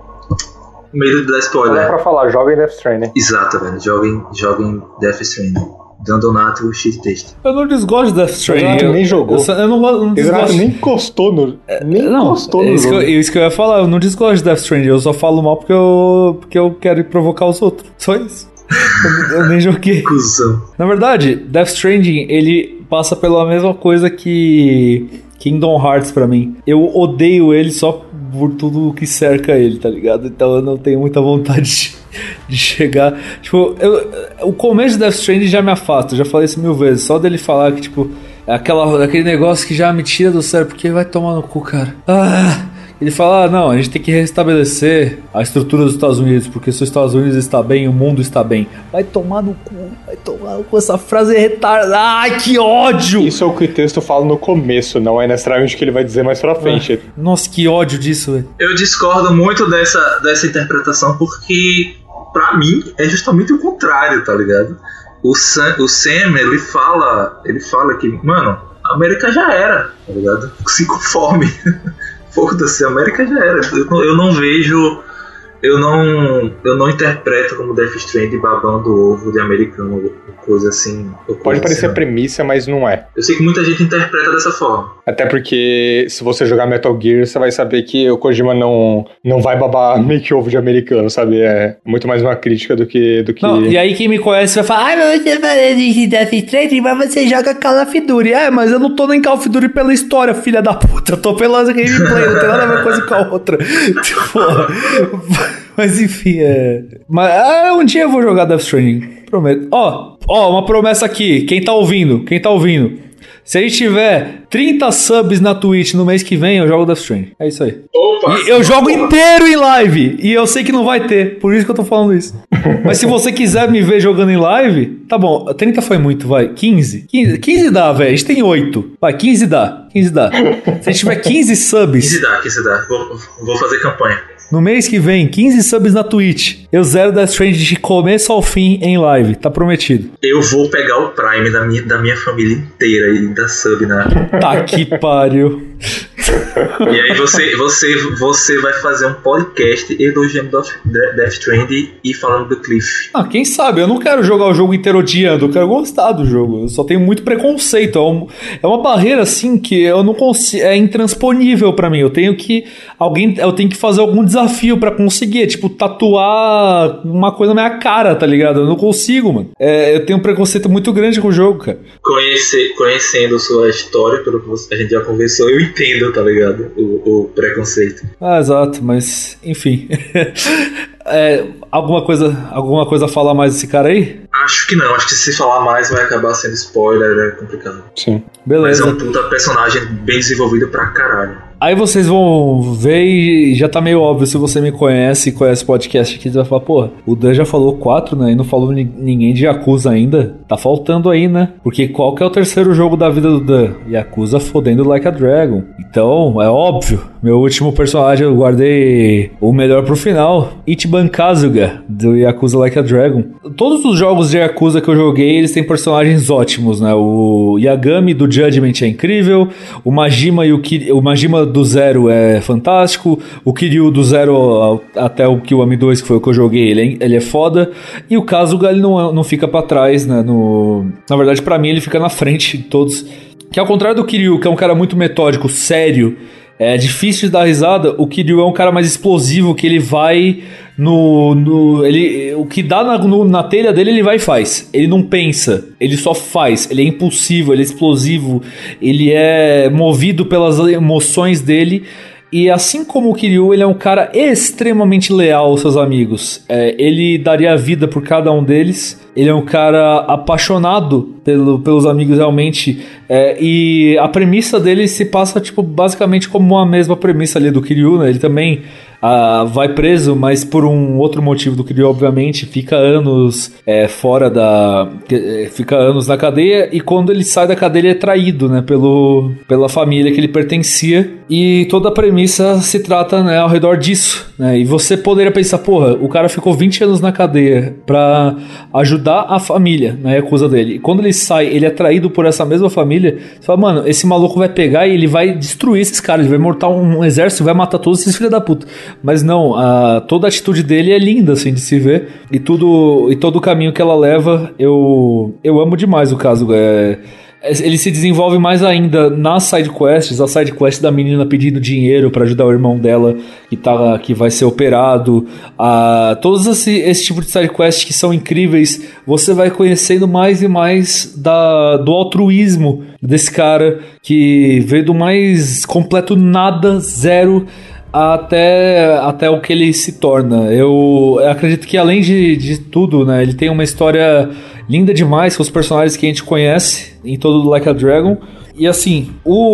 Speaker 3: medo de dar spoiler.
Speaker 1: Não dá pra falar, joga em Death Stranding.
Speaker 3: Exato, velho. Joga em, joga em Death Stranding. Dandonato, shit texto.
Speaker 2: Eu não desgosto de Death Stranding.
Speaker 1: Eu nem jogou.
Speaker 2: Eu, eu não, não desgosto.
Speaker 1: nem encostou no, nem
Speaker 2: não,
Speaker 1: encostou no
Speaker 2: isso
Speaker 1: jogo.
Speaker 2: Que eu, isso que eu ia falar, eu não desgosto de Death Stranding, eu só falo mal porque eu, porque eu quero provocar os outros. Só isso. eu, eu nem joguei.
Speaker 3: Cusão.
Speaker 2: Na verdade, Death Stranding, ele passa pela mesma coisa que Kingdom Hearts pra mim. Eu odeio ele só por tudo que cerca ele, tá ligado? Então eu não tenho muita vontade de, de chegar... Tipo, eu, o começo de Death Stranding já me afasta, eu já falei isso mil vezes. Só dele falar que, tipo, é aquela, aquele negócio que já me tira do sério, porque vai tomar no cu, cara. Ah... Ele fala, ah, não, a gente tem que restabelecer a estrutura dos Estados Unidos, porque se os Estados Unidos está bem, o mundo está bem. Vai tomar no cu, vai tomar no cu, essa frase é retardada. Ai, que ódio!
Speaker 1: Isso é o que o texto fala no começo, não é necessariamente o que ele vai dizer mais pra frente.
Speaker 2: Ah, nossa, que ódio disso, velho.
Speaker 3: Eu discordo muito dessa, dessa interpretação, porque pra mim é justamente o contrário, tá ligado? O Sam, o Sam ele fala, ele fala que, mano, a América já era, tá ligado? Se conforme. Foda-se, a América já era. Eu não, eu não vejo. Eu não, eu não interpreto como Death Stranding babando ovo de americano, coisa assim. Coisa
Speaker 1: Pode parecer
Speaker 3: assim.
Speaker 1: Premissa, mas não é.
Speaker 3: Eu sei que muita gente interpreta dessa forma.
Speaker 1: Até porque se você jogar Metal Gear, você vai saber que o Kojima não, não vai babar make ovo de americano, sabe? É muito mais uma crítica do que... Do que...
Speaker 2: Não, e aí quem me conhece vai falar, ah, mas você fala de Death Stranding, mas você joga Call of Duty. É, mas eu não tô nem Call of Duty pela história, filha da puta. Eu tô pela gameplay, não tem nada a ver uma coisa com a outra. Tipo... Mas enfim, é... Mas ah, um dia eu vou jogar Death Stranding, prometo. Ó, ó, uma promessa aqui, quem tá ouvindo, quem tá ouvindo. Se a gente tiver trinta subs na Twitch no mês que vem, eu jogo Death Stranding. É isso aí.
Speaker 3: Opa!
Speaker 2: E eu jogo inteiro em live, e eu sei que não vai ter, por isso que eu tô falando isso. Mas se você quiser me ver jogando em live, tá bom, trinta foi muito, vai, quinze. quinze, quinze dá, velho, a gente tem oito. Vai, quinze dá, quinze dá. Se a gente tiver quinze subs...
Speaker 3: quinze dá, quinze dá. Vou, vou fazer campanha.
Speaker 2: No mês que vem, quinze subs na Twitch. Eu zero Death Stranding de começo ao fim em live. Tá prometido.
Speaker 3: Eu vou pegar o Prime da minha, da minha família inteira e dar sub na...
Speaker 2: Tá que pariu.
Speaker 3: E aí você, você, você vai fazer um podcast elogiando Death Stranding e falando do Cliff.
Speaker 2: Ah, quem sabe? Eu não quero jogar o jogo inteiro odiando. Eu quero gostar do jogo. Eu só tenho muito preconceito. É, um, é uma barreira, assim, que eu não consigo... É intransponível pra mim. Eu tenho que... Alguém... Eu tenho que fazer algum desafio pra conseguir. É, tipo, tatuar uma coisa na minha cara, tá ligado? Eu não consigo, mano. É, eu tenho um preconceito muito grande com o jogo, cara.
Speaker 3: Conhece, conhecendo sua história, pelo que a gente já conversou, eu entendo, tá ligado? O, o preconceito.
Speaker 2: Ah, exato, mas enfim. é, alguma coisa, alguma coisa a falar mais desse cara aí?
Speaker 3: Acho que não, acho que se falar mais vai acabar sendo spoiler, é complicado.
Speaker 1: Sim.
Speaker 2: Beleza.
Speaker 3: Mas é um puta personagem bem desenvolvido pra caralho.
Speaker 2: Aí vocês vão ver e já tá meio óbvio, se você me conhece e conhece o podcast aqui, você vai falar, pô, o Dan já falou quatro, né? E não falou ni- ninguém de Yakuza ainda. Tá faltando aí, né? Porque qual que é o terceiro jogo da vida do Dan? Yakuza fodendo Like a Dragon. Então, é óbvio. Meu último personagem eu guardei o melhor pro final. Ichiban Kasuga, do Yakuza Like a Dragon. Todos os jogos de Yakuza que eu joguei, eles têm personagens ótimos, né? O Yagami do Judgment é incrível. O Majima e o, Ki- o Majima do Zero é fantástico. O Kiryu do Zero até o Kiwami dois, que foi o que eu joguei, ele é, ele é foda. E o Kasuga, ele não, não fica pra trás, né? No, na verdade, pra mim, ele fica na frente de todos. Que ao contrário do Kiryu, que é um cara muito metódico, sério, é difícil de dar risada, o Kiryu é um cara mais explosivo, que ele vai no... no ele, o que dá na, no, na telha dele, ele vai e faz. Ele não pensa, ele só faz. Ele é impulsivo, ele é explosivo, ele é movido pelas emoções dele. E assim como o Kiryu, ele é um cara extremamente leal aos seus amigos. É, ele daria a vida por cada um deles. Ele é um cara apaixonado pelo, pelos amigos realmente. É, e a premissa dele se passa tipo, basicamente como a mesma premissa ali do Kiryu, né? Ele também ah, vai preso, mas por um outro motivo do Kiryu, obviamente, fica anos é, fora da... fica anos na cadeia, e quando ele sai da cadeia ele é traído, né, pelo, pela família que ele pertencia, e toda a premissa se trata, né, ao redor disso, né, e você poderia pensar, porra, o cara ficou vinte anos na cadeia pra ajudar a família, na Yakuza dele, e quando ele sai, ele é traído por essa mesma família, você fala, mano, esse maluco vai pegar e ele vai destruir esses caras, ele vai mortar um, um exército, vai matar todos esses filhos da puta, mas não, a, toda a atitude dele é linda, assim, de se ver, e tudo, e todo o caminho que ela leva, eu, eu amo demais o caso, é... Ele se desenvolve mais ainda nas sidequests, a sidequest da menina pedindo dinheiro pra ajudar o irmão dela que, tá, que vai ser operado, a, todos esse, esse tipo de sidequests que são incríveis, você vai conhecendo mais e mais da, do altruísmo desse cara que veio do mais completo nada, zero, até, até o que ele se torna. Eu, eu acredito que além de, de tudo, né, ele tem uma história linda demais com os personagens que a gente conhece em todo o Like a Dragon. E assim,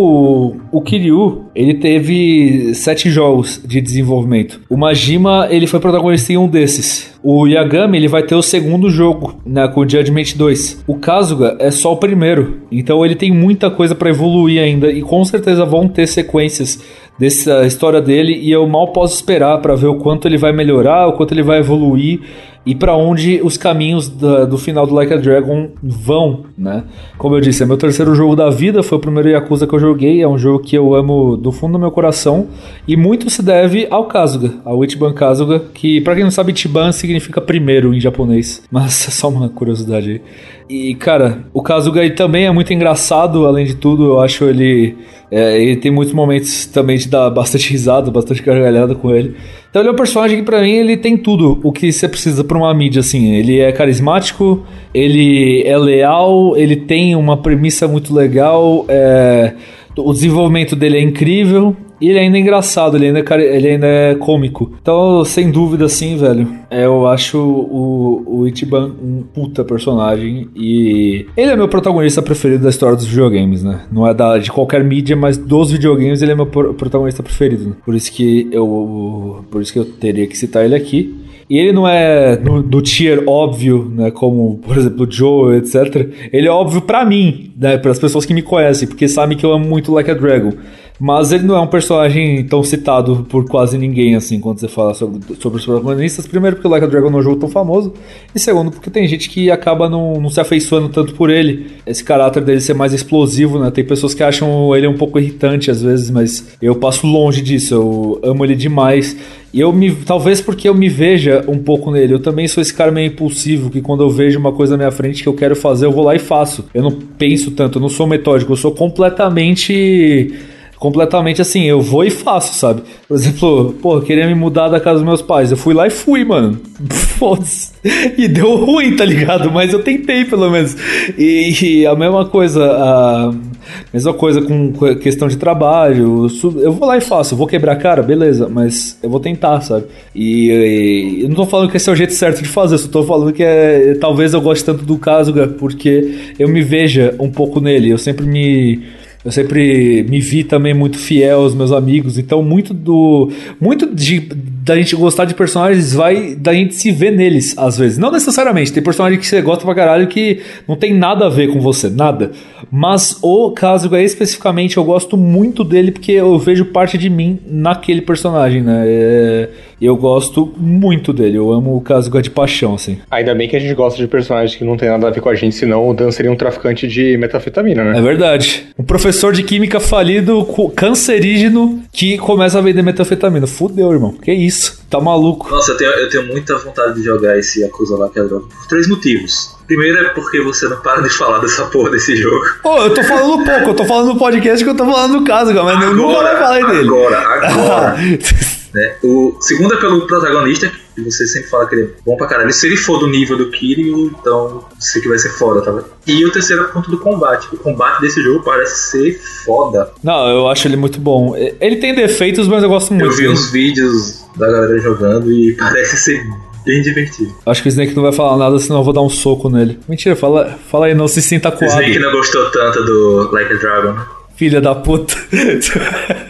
Speaker 2: o, o Kiryu, ele teve sete jogos de desenvolvimento. O Majima, ele foi protagonista em um desses. O Yagami, ele vai ter o segundo jogo, né, com o Judgment dois. O Kasuga é só o primeiro. Então ele tem muita coisa pra evoluir ainda. E com certeza vão ter sequências dessa história dele. E eu mal posso esperar pra ver o quanto ele vai melhorar, o quanto ele vai evoluir. E pra onde os caminhos da, do final do Like a Dragon vão, né? Como eu disse, é meu terceiro jogo da vida, foi o primeiro Yakuza que eu joguei, é um jogo que eu amo do fundo do meu coração, e muito se deve ao Kasuga, ao Ichiban Kasuga, que pra quem não sabe, Ichiban significa primeiro em japonês, mas é só uma curiosidade aí. E cara, o Kasuga ele também é muito engraçado, além de tudo, eu acho ele... É, ele tem muitos momentos também de dar bastante risada, bastante gargalhada com ele. Então ele é um personagem que pra mim ele tem tudo o que você precisa pra uma mídia, assim. Ele é carismático, ele é leal, ele tem uma premissa muito legal, é... o desenvolvimento dele é incrível. E ele ainda é engraçado, ele ainda é, ele ainda é cômico. Então, sem dúvida, assim, velho, eu acho o, o Ichiban um puta personagem. E ele é meu protagonista preferido da história dos videogames, né? Não é da, de qualquer mídia, mas dos videogames ele é meu protagonista preferido, né? Por isso que eu, por isso que eu teria que citar ele aqui. E ele não é no, do tier óbvio, né, como, por exemplo, o Joe, etcétera. Ele é óbvio pra mim, né, para as pessoas que me conhecem, porque sabem que eu amo muito Like a Dragon. Mas ele não é um personagem tão citado por quase ninguém, assim, quando você fala sobre, sobre os protagonistas. Primeiro, porque o Like a Dragon não é um jogo tão famoso. E segundo, porque tem gente que acaba não, não se afeiçoando tanto por ele. Esse caráter dele ser mais explosivo, né? Tem pessoas que acham ele um pouco irritante às vezes, mas eu passo longe disso. Eu amo ele demais. E eu me... talvez porque eu me veja um pouco nele. Eu também sou esse cara meio impulsivo, que quando eu vejo uma coisa na minha frente que eu quero fazer, eu vou lá e faço. Eu não penso tanto, eu não sou metódico, eu sou completamente... completamente assim, eu vou e faço, sabe? Por exemplo, pô, eu queria me mudar da casa dos meus pais. Eu fui lá e fui, mano. Foda-se. E deu ruim, tá ligado? Mas eu tentei, pelo menos. E, e a mesma coisa, a mesma coisa com questão de trabalho. Eu vou lá e faço. Eu vou quebrar a cara, beleza. Mas eu vou tentar, sabe? E, e eu não tô falando que esse é o jeito certo de fazer. Eu só tô falando que é, talvez eu goste tanto do Kasuga porque eu me veja um pouco nele. Eu sempre me... Eu sempre me vi também muito fiel aos meus amigos, então muito do muito de, da gente gostar de personagens vai da gente se ver neles, às vezes. Não necessariamente, tem personagem que você gosta pra caralho que não tem nada a ver com você, nada. Mas o Kasuga especificamente, eu gosto muito dele porque eu vejo parte de mim naquele personagem, né? É, eu gosto muito dele, eu amo o Kasuga de paixão, assim.
Speaker 1: Ainda bem que a gente gosta de personagens que não tem nada a ver com a gente, senão o Dan seria um traficante de metafetamina, né?
Speaker 2: É verdade. Um professor de química falido, cancerígeno, que começa a vender metafetamina. Fudeu, irmão. Que isso? Tá maluco.
Speaker 3: Nossa, eu tenho, eu tenho muita vontade de jogar esse Yakuza Like a Dragon por três motivos. Primeiro é porque você não para de falar dessa porra desse jogo.
Speaker 2: Ô, oh, eu tô falando pouco, eu tô falando no podcast que eu tô falando no caso, mas agora, eu nunca vai falar dele.
Speaker 3: Agora, agora. Né? O segundo é pelo protagonista, que você sempre fala que ele é bom pra caralho. Se ele for do nível do Kiryu, então sei que vai ser foda, tá vendo? E o terceiro é por conta do combate. O combate desse jogo parece ser foda.
Speaker 2: Não, eu acho ele muito bom. Ele tem defeitos, mas eu gosto muito.
Speaker 3: Eu vi uns vídeos da galera jogando e parece ser bem divertido.
Speaker 2: Acho que o Snake não vai falar nada, senão eu vou dar um soco nele. Mentira, fala, fala aí, não se sinta coado.
Speaker 3: O Snake não gostou tanto do Like a Dragon, né?
Speaker 2: Filha da puta.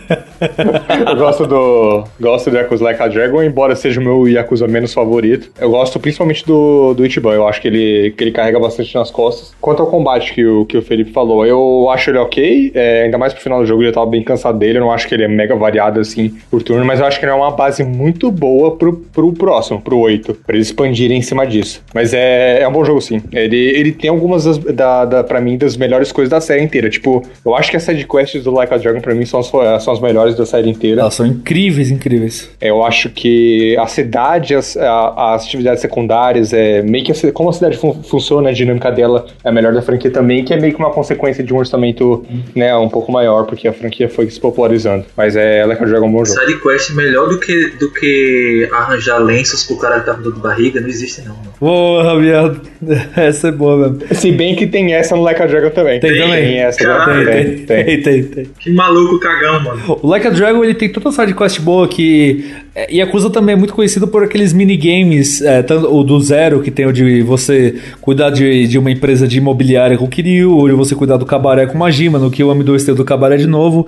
Speaker 1: Eu gosto do gosto do Yakuza Like a Dragon, embora seja o meu Yakuza menos favorito. Eu gosto principalmente do, do Ichiban, eu acho que ele, que ele carrega bastante nas costas. Quanto ao combate que o, que o Felipe falou, eu acho ele ok, é, ainda mais pro final do jogo, eu já tava bem cansado dele, eu não acho que ele é mega variado assim por turno, mas eu acho que ele é uma base muito boa pro, pro próximo, pro oito, pra eles expandirem em cima disso. Mas é, é um bom jogo sim. Ele, ele tem algumas, das, da, da, pra mim, das melhores coisas da série inteira. Tipo, eu acho que as sidequests do Like a Dragon pra mim são as, são as melhores da série inteira.
Speaker 2: Elas são incríveis, incríveis.
Speaker 1: Eu acho que a cidade, as, a, as atividades secundárias, é meio que a, como a cidade fun, funciona, a dinâmica dela é a melhor da franquia também, que é meio que uma consequência de um orçamento, né, um pouco maior, porque a franquia foi se popularizando. Mas é Like a Dragon é um bom jogo.
Speaker 3: Sidequest melhor do que, do que arranjar lenços pro cara que tá com dor de barriga, não existe não.
Speaker 2: Porra, viado. Essa é boa mesmo.
Speaker 1: Se bem que tem essa no Like a Dragon também.
Speaker 2: Tem, tem também.
Speaker 1: Tem essa,
Speaker 3: Caralho,
Speaker 1: tem,
Speaker 2: tem, tem, tem, tem, tem.
Speaker 3: Que maluco cagão, mano.
Speaker 2: O Like a Dragon, ele tem toda a sidequest boa que... E Yakuza também é muito conhecido por aqueles minigames, é, tanto o do Zero, que tem o de você cuidar de, de uma empresa de imobiliária com o Kiryu, ou de você cuidar do cabaré com o Majima, no que o M dois tem o do cabaré de novo.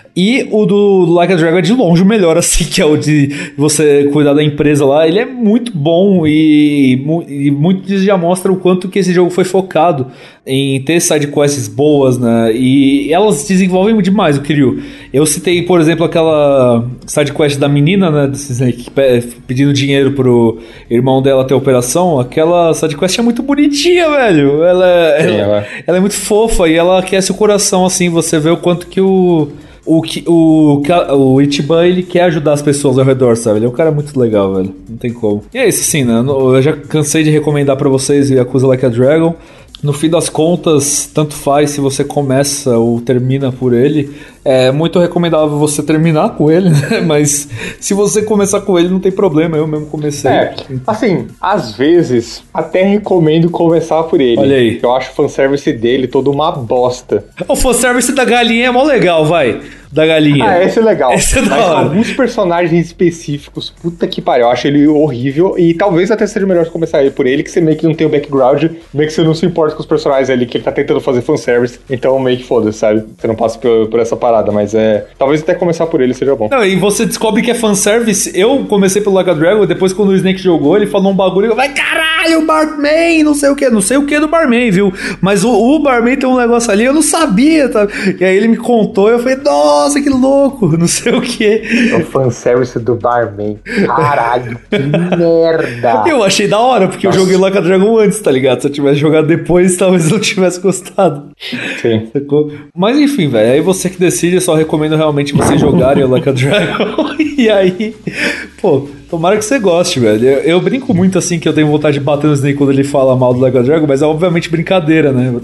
Speaker 2: E o do Like a Dragon é de longe o melhor, assim, que é o de você cuidar da empresa lá. Ele é muito bom e, e muito disso já mostra o quanto que esse jogo foi focado em ter sidequests boas, né? E elas desenvolvem demais o Kiryu. Eu citei, por exemplo, aquela sidequest da menina, né, pedindo dinheiro pro irmão dela ter operação. Aquela sidequest é muito bonitinha, velho. Ela,
Speaker 1: Sim,
Speaker 2: ela,
Speaker 1: ela...
Speaker 2: ela é muito fofa e ela aquece o coração, assim. Você vê o quanto que o... O, o, o Ichiban, ele quer ajudar as pessoas ao redor, sabe? Ele é um cara muito legal, velho. Não tem como. E é isso, sim, né? Eu já cansei de recomendar pra vocês Yakuza Like a Dragon. No fim das contas, tanto faz se você começa ou termina por ele. É muito recomendável você terminar com ele, né? Mas se você começar com ele, não tem problema. Eu mesmo comecei.
Speaker 1: É, assim, às vezes, até recomendo começar por ele.
Speaker 2: Olha aí.
Speaker 1: Eu acho o fanservice dele todo uma bosta.
Speaker 2: O fanservice da galinha é mó legal, vai. Da galinha.
Speaker 1: Ah, esse é legal.
Speaker 2: Esse é da
Speaker 1: Mas
Speaker 2: hora.
Speaker 1: alguns personagens específicos, puta que pariu, eu acho ele horrível. E talvez até seja melhor começar por ele, que você meio que não tem o background, meio que você não se importa com os personagens ali, que ele tá tentando fazer fanservice. Então meio que foda-se, sabe? Você não passa por, por essa parada, mas é... Talvez até começar por ele seja bom.
Speaker 2: Não, e você descobre que é fanservice. Eu comecei pelo Like a Dragon, depois quando o Snake jogou, ele falou um bagulho, eu falei, caralho, Barman, não sei o que, não sei o que do Barman, viu? Mas o, o Barman tem um negócio ali, eu não sabia, tá? E aí ele me contou, e eu falei, nossa, que louco, não sei o que.
Speaker 1: O fanservice do Barman. Caralho, que merda.
Speaker 2: Eu achei da hora, porque nossa. Eu joguei Like a Dragon antes, tá ligado? Se eu tivesse jogado depois, talvez eu não tivesse gostado.
Speaker 1: Sim.
Speaker 2: Mas enfim, velho, aí você que decide, eu só recomendo realmente vocês jogarem o Like a Dragon. E aí, pô, tomara que você goste, velho. Eu, eu brinco muito assim que eu tenho vontade de bater no Snake quando ele fala mal do Like a Dragon, mas é obviamente brincadeira, né?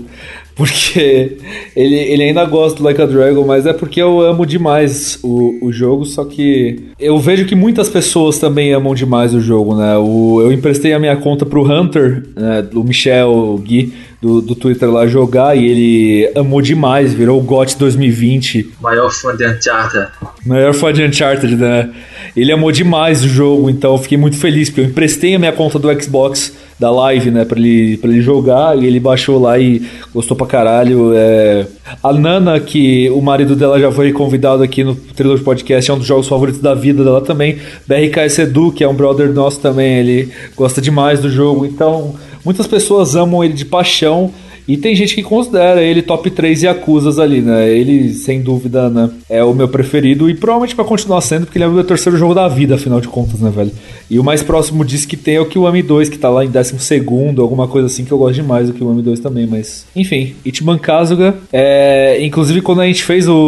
Speaker 2: Porque ele, ele ainda gosta do Like a Dragon, mas é porque eu amo demais o, o jogo, só que eu vejo que muitas pessoas também amam demais o jogo, né? O, eu emprestei a minha conta pro Hunter, né, do Michel Gui, do, do Twitter lá, jogar, e ele amou demais, virou o G O T dois mil e vinte.
Speaker 3: Maior fã de Uncharted.
Speaker 2: Maior fã de Uncharted, né? Ele amou demais o jogo, então eu fiquei muito feliz, porque eu emprestei a minha conta do Xbox da Live, né, pra ele, pra ele jogar, e ele baixou lá e gostou pra caralho. É... A Nana, que o marido dela já foi convidado aqui no Trilogy Podcast, é um dos jogos favoritos da vida dela também. B R K S Edu, que é um brother nosso também, ele gosta demais do jogo, então muitas pessoas amam ele de paixão. E tem gente que considera ele top três Yakuzas ali, né? Ele, sem dúvida, né, é o meu preferido e provavelmente vai continuar sendo, porque ele é o meu terceiro jogo da vida, afinal de contas, né, velho? E o mais próximo disso que tem é o Kiwami dois, que tá lá em décimo segundo, alguma coisa assim, que eu gosto demais do Kiwami dois também, mas... Enfim, Ichiban Kasuga. É... Inclusive, quando a gente fez o,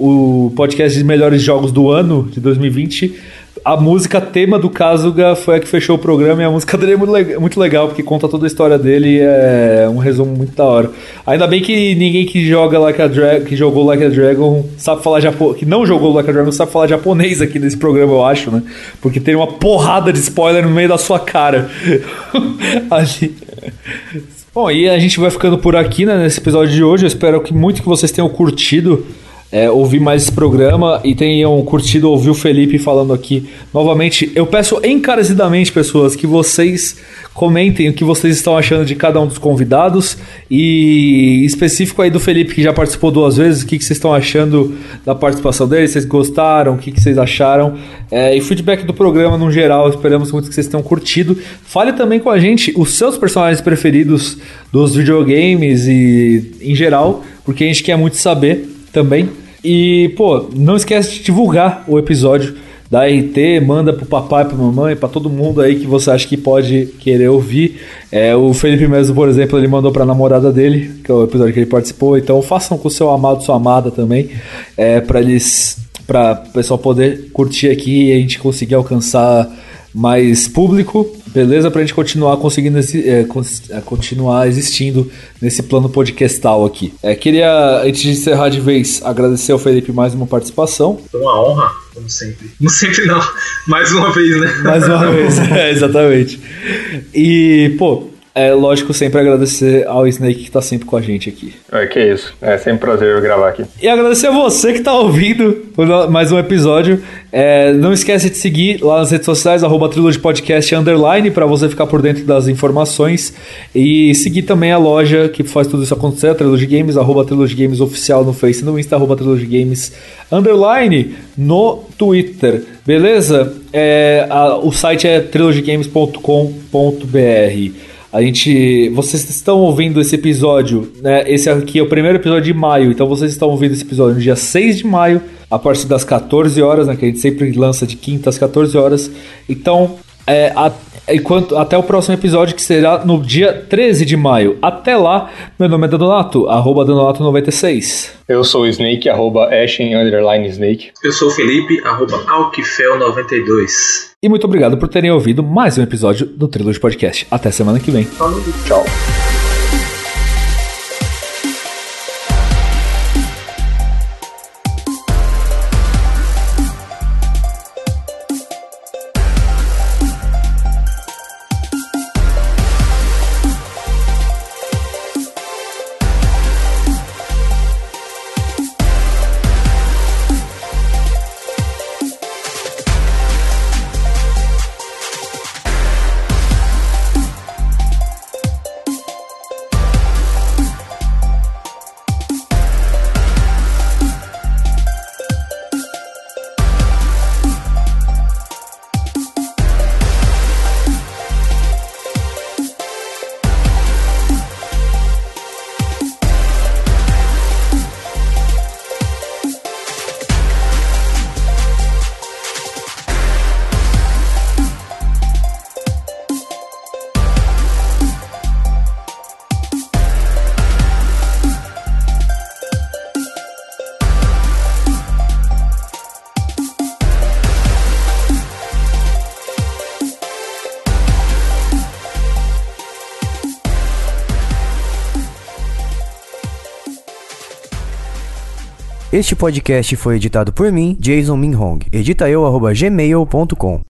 Speaker 2: o podcast de melhores jogos do ano, de dois mil e vinte... A música tema do Kasuga foi a que fechou o programa, e a música dele é muito legal, muito legal porque conta toda a história dele e é um resumo muito da hora. Ainda bem que ninguém que joga Like a Dragon, que jogou Like a Dragon sabe falar japonês, que não jogou Like a Dragon sabe falar japonês aqui nesse programa, eu acho, né? Porque tem uma porrada de spoiler no meio da sua cara. Ali. Bom, e a gente vai ficando por aqui, né, nesse episódio de hoje. Eu espero que muito que vocês tenham curtido é, ouvir mais esse programa e tenham curtido ouvir o Felipe falando aqui novamente. Eu peço encarecidamente, pessoas, que vocês comentem o que vocês estão achando de cada um dos convidados e específico aí do Felipe, que já participou duas vezes, o que, que vocês estão achando da participação dele, vocês gostaram, o que, que vocês acharam, é, e feedback do programa no geral, esperamos muito que vocês tenham curtido. Fale também com a gente os seus personagens preferidos dos videogames e em geral, porque a gente quer muito saber também. E, pô, não esquece de divulgar o episódio da R T, manda pro papai, pra mamãe, pra todo mundo aí que você acha que pode querer ouvir. É, o Felipe mesmo, por exemplo, ele mandou pra namorada dele, que é o episódio que ele participou. Então façam com o seu amado, sua amada também, é, pra eles, pra o pessoal poder curtir aqui e a gente conseguir alcançar mais público, beleza? Pra gente continuar conseguindo esse, é, continuar existindo nesse plano podcastal aqui. É, queria, antes de encerrar de vez, agradecer ao Felipe mais uma participação.
Speaker 3: Foi uma honra, como sempre. Não sempre não, mais uma vez, né?
Speaker 2: Mais uma vez, é, exatamente. E, pô, é lógico sempre agradecer ao Snake que tá sempre com a gente aqui.
Speaker 1: É, que isso, é sempre um prazer gravar aqui.
Speaker 2: E agradecer a você que tá ouvindo mais um episódio. É, não esquece de seguir lá nas redes sociais, arroba Trilogy Podcast underline, pra você ficar por dentro das informações. E seguir também a loja que faz tudo isso acontecer, a Trilogy Games, arroba Trilogy Games oficial no Face e no Insta, arroba Trilogy Games underline no Twitter. Beleza? É, a, o site é trilogy games ponto com ponto b r. A gente, vocês estão ouvindo esse episódio, né? Esse aqui é o primeiro episódio de maio, então vocês estão ouvindo esse episódio no dia seis de maio, a partir das quatorze horas, né? Que a gente sempre lança de quinta às quatorze horas. Então, é, a, enquanto, até o próximo episódio, que será no dia treze de maio. Até lá, meu nome é Donato, arroba Donato noventa e seis.
Speaker 1: Eu sou o Snake, arroba Ashen, underline Snake.
Speaker 3: Eu sou o Felipe, arroba Alquifel noventa e dois.
Speaker 2: E muito obrigado por terem ouvido mais um episódio do Trilogy Podcast. Até semana que vem.
Speaker 3: Falou.
Speaker 1: Tchau.
Speaker 4: Este podcast foi editado por mim, Jason Minhong. Edita eu, arroba gmail ponto com.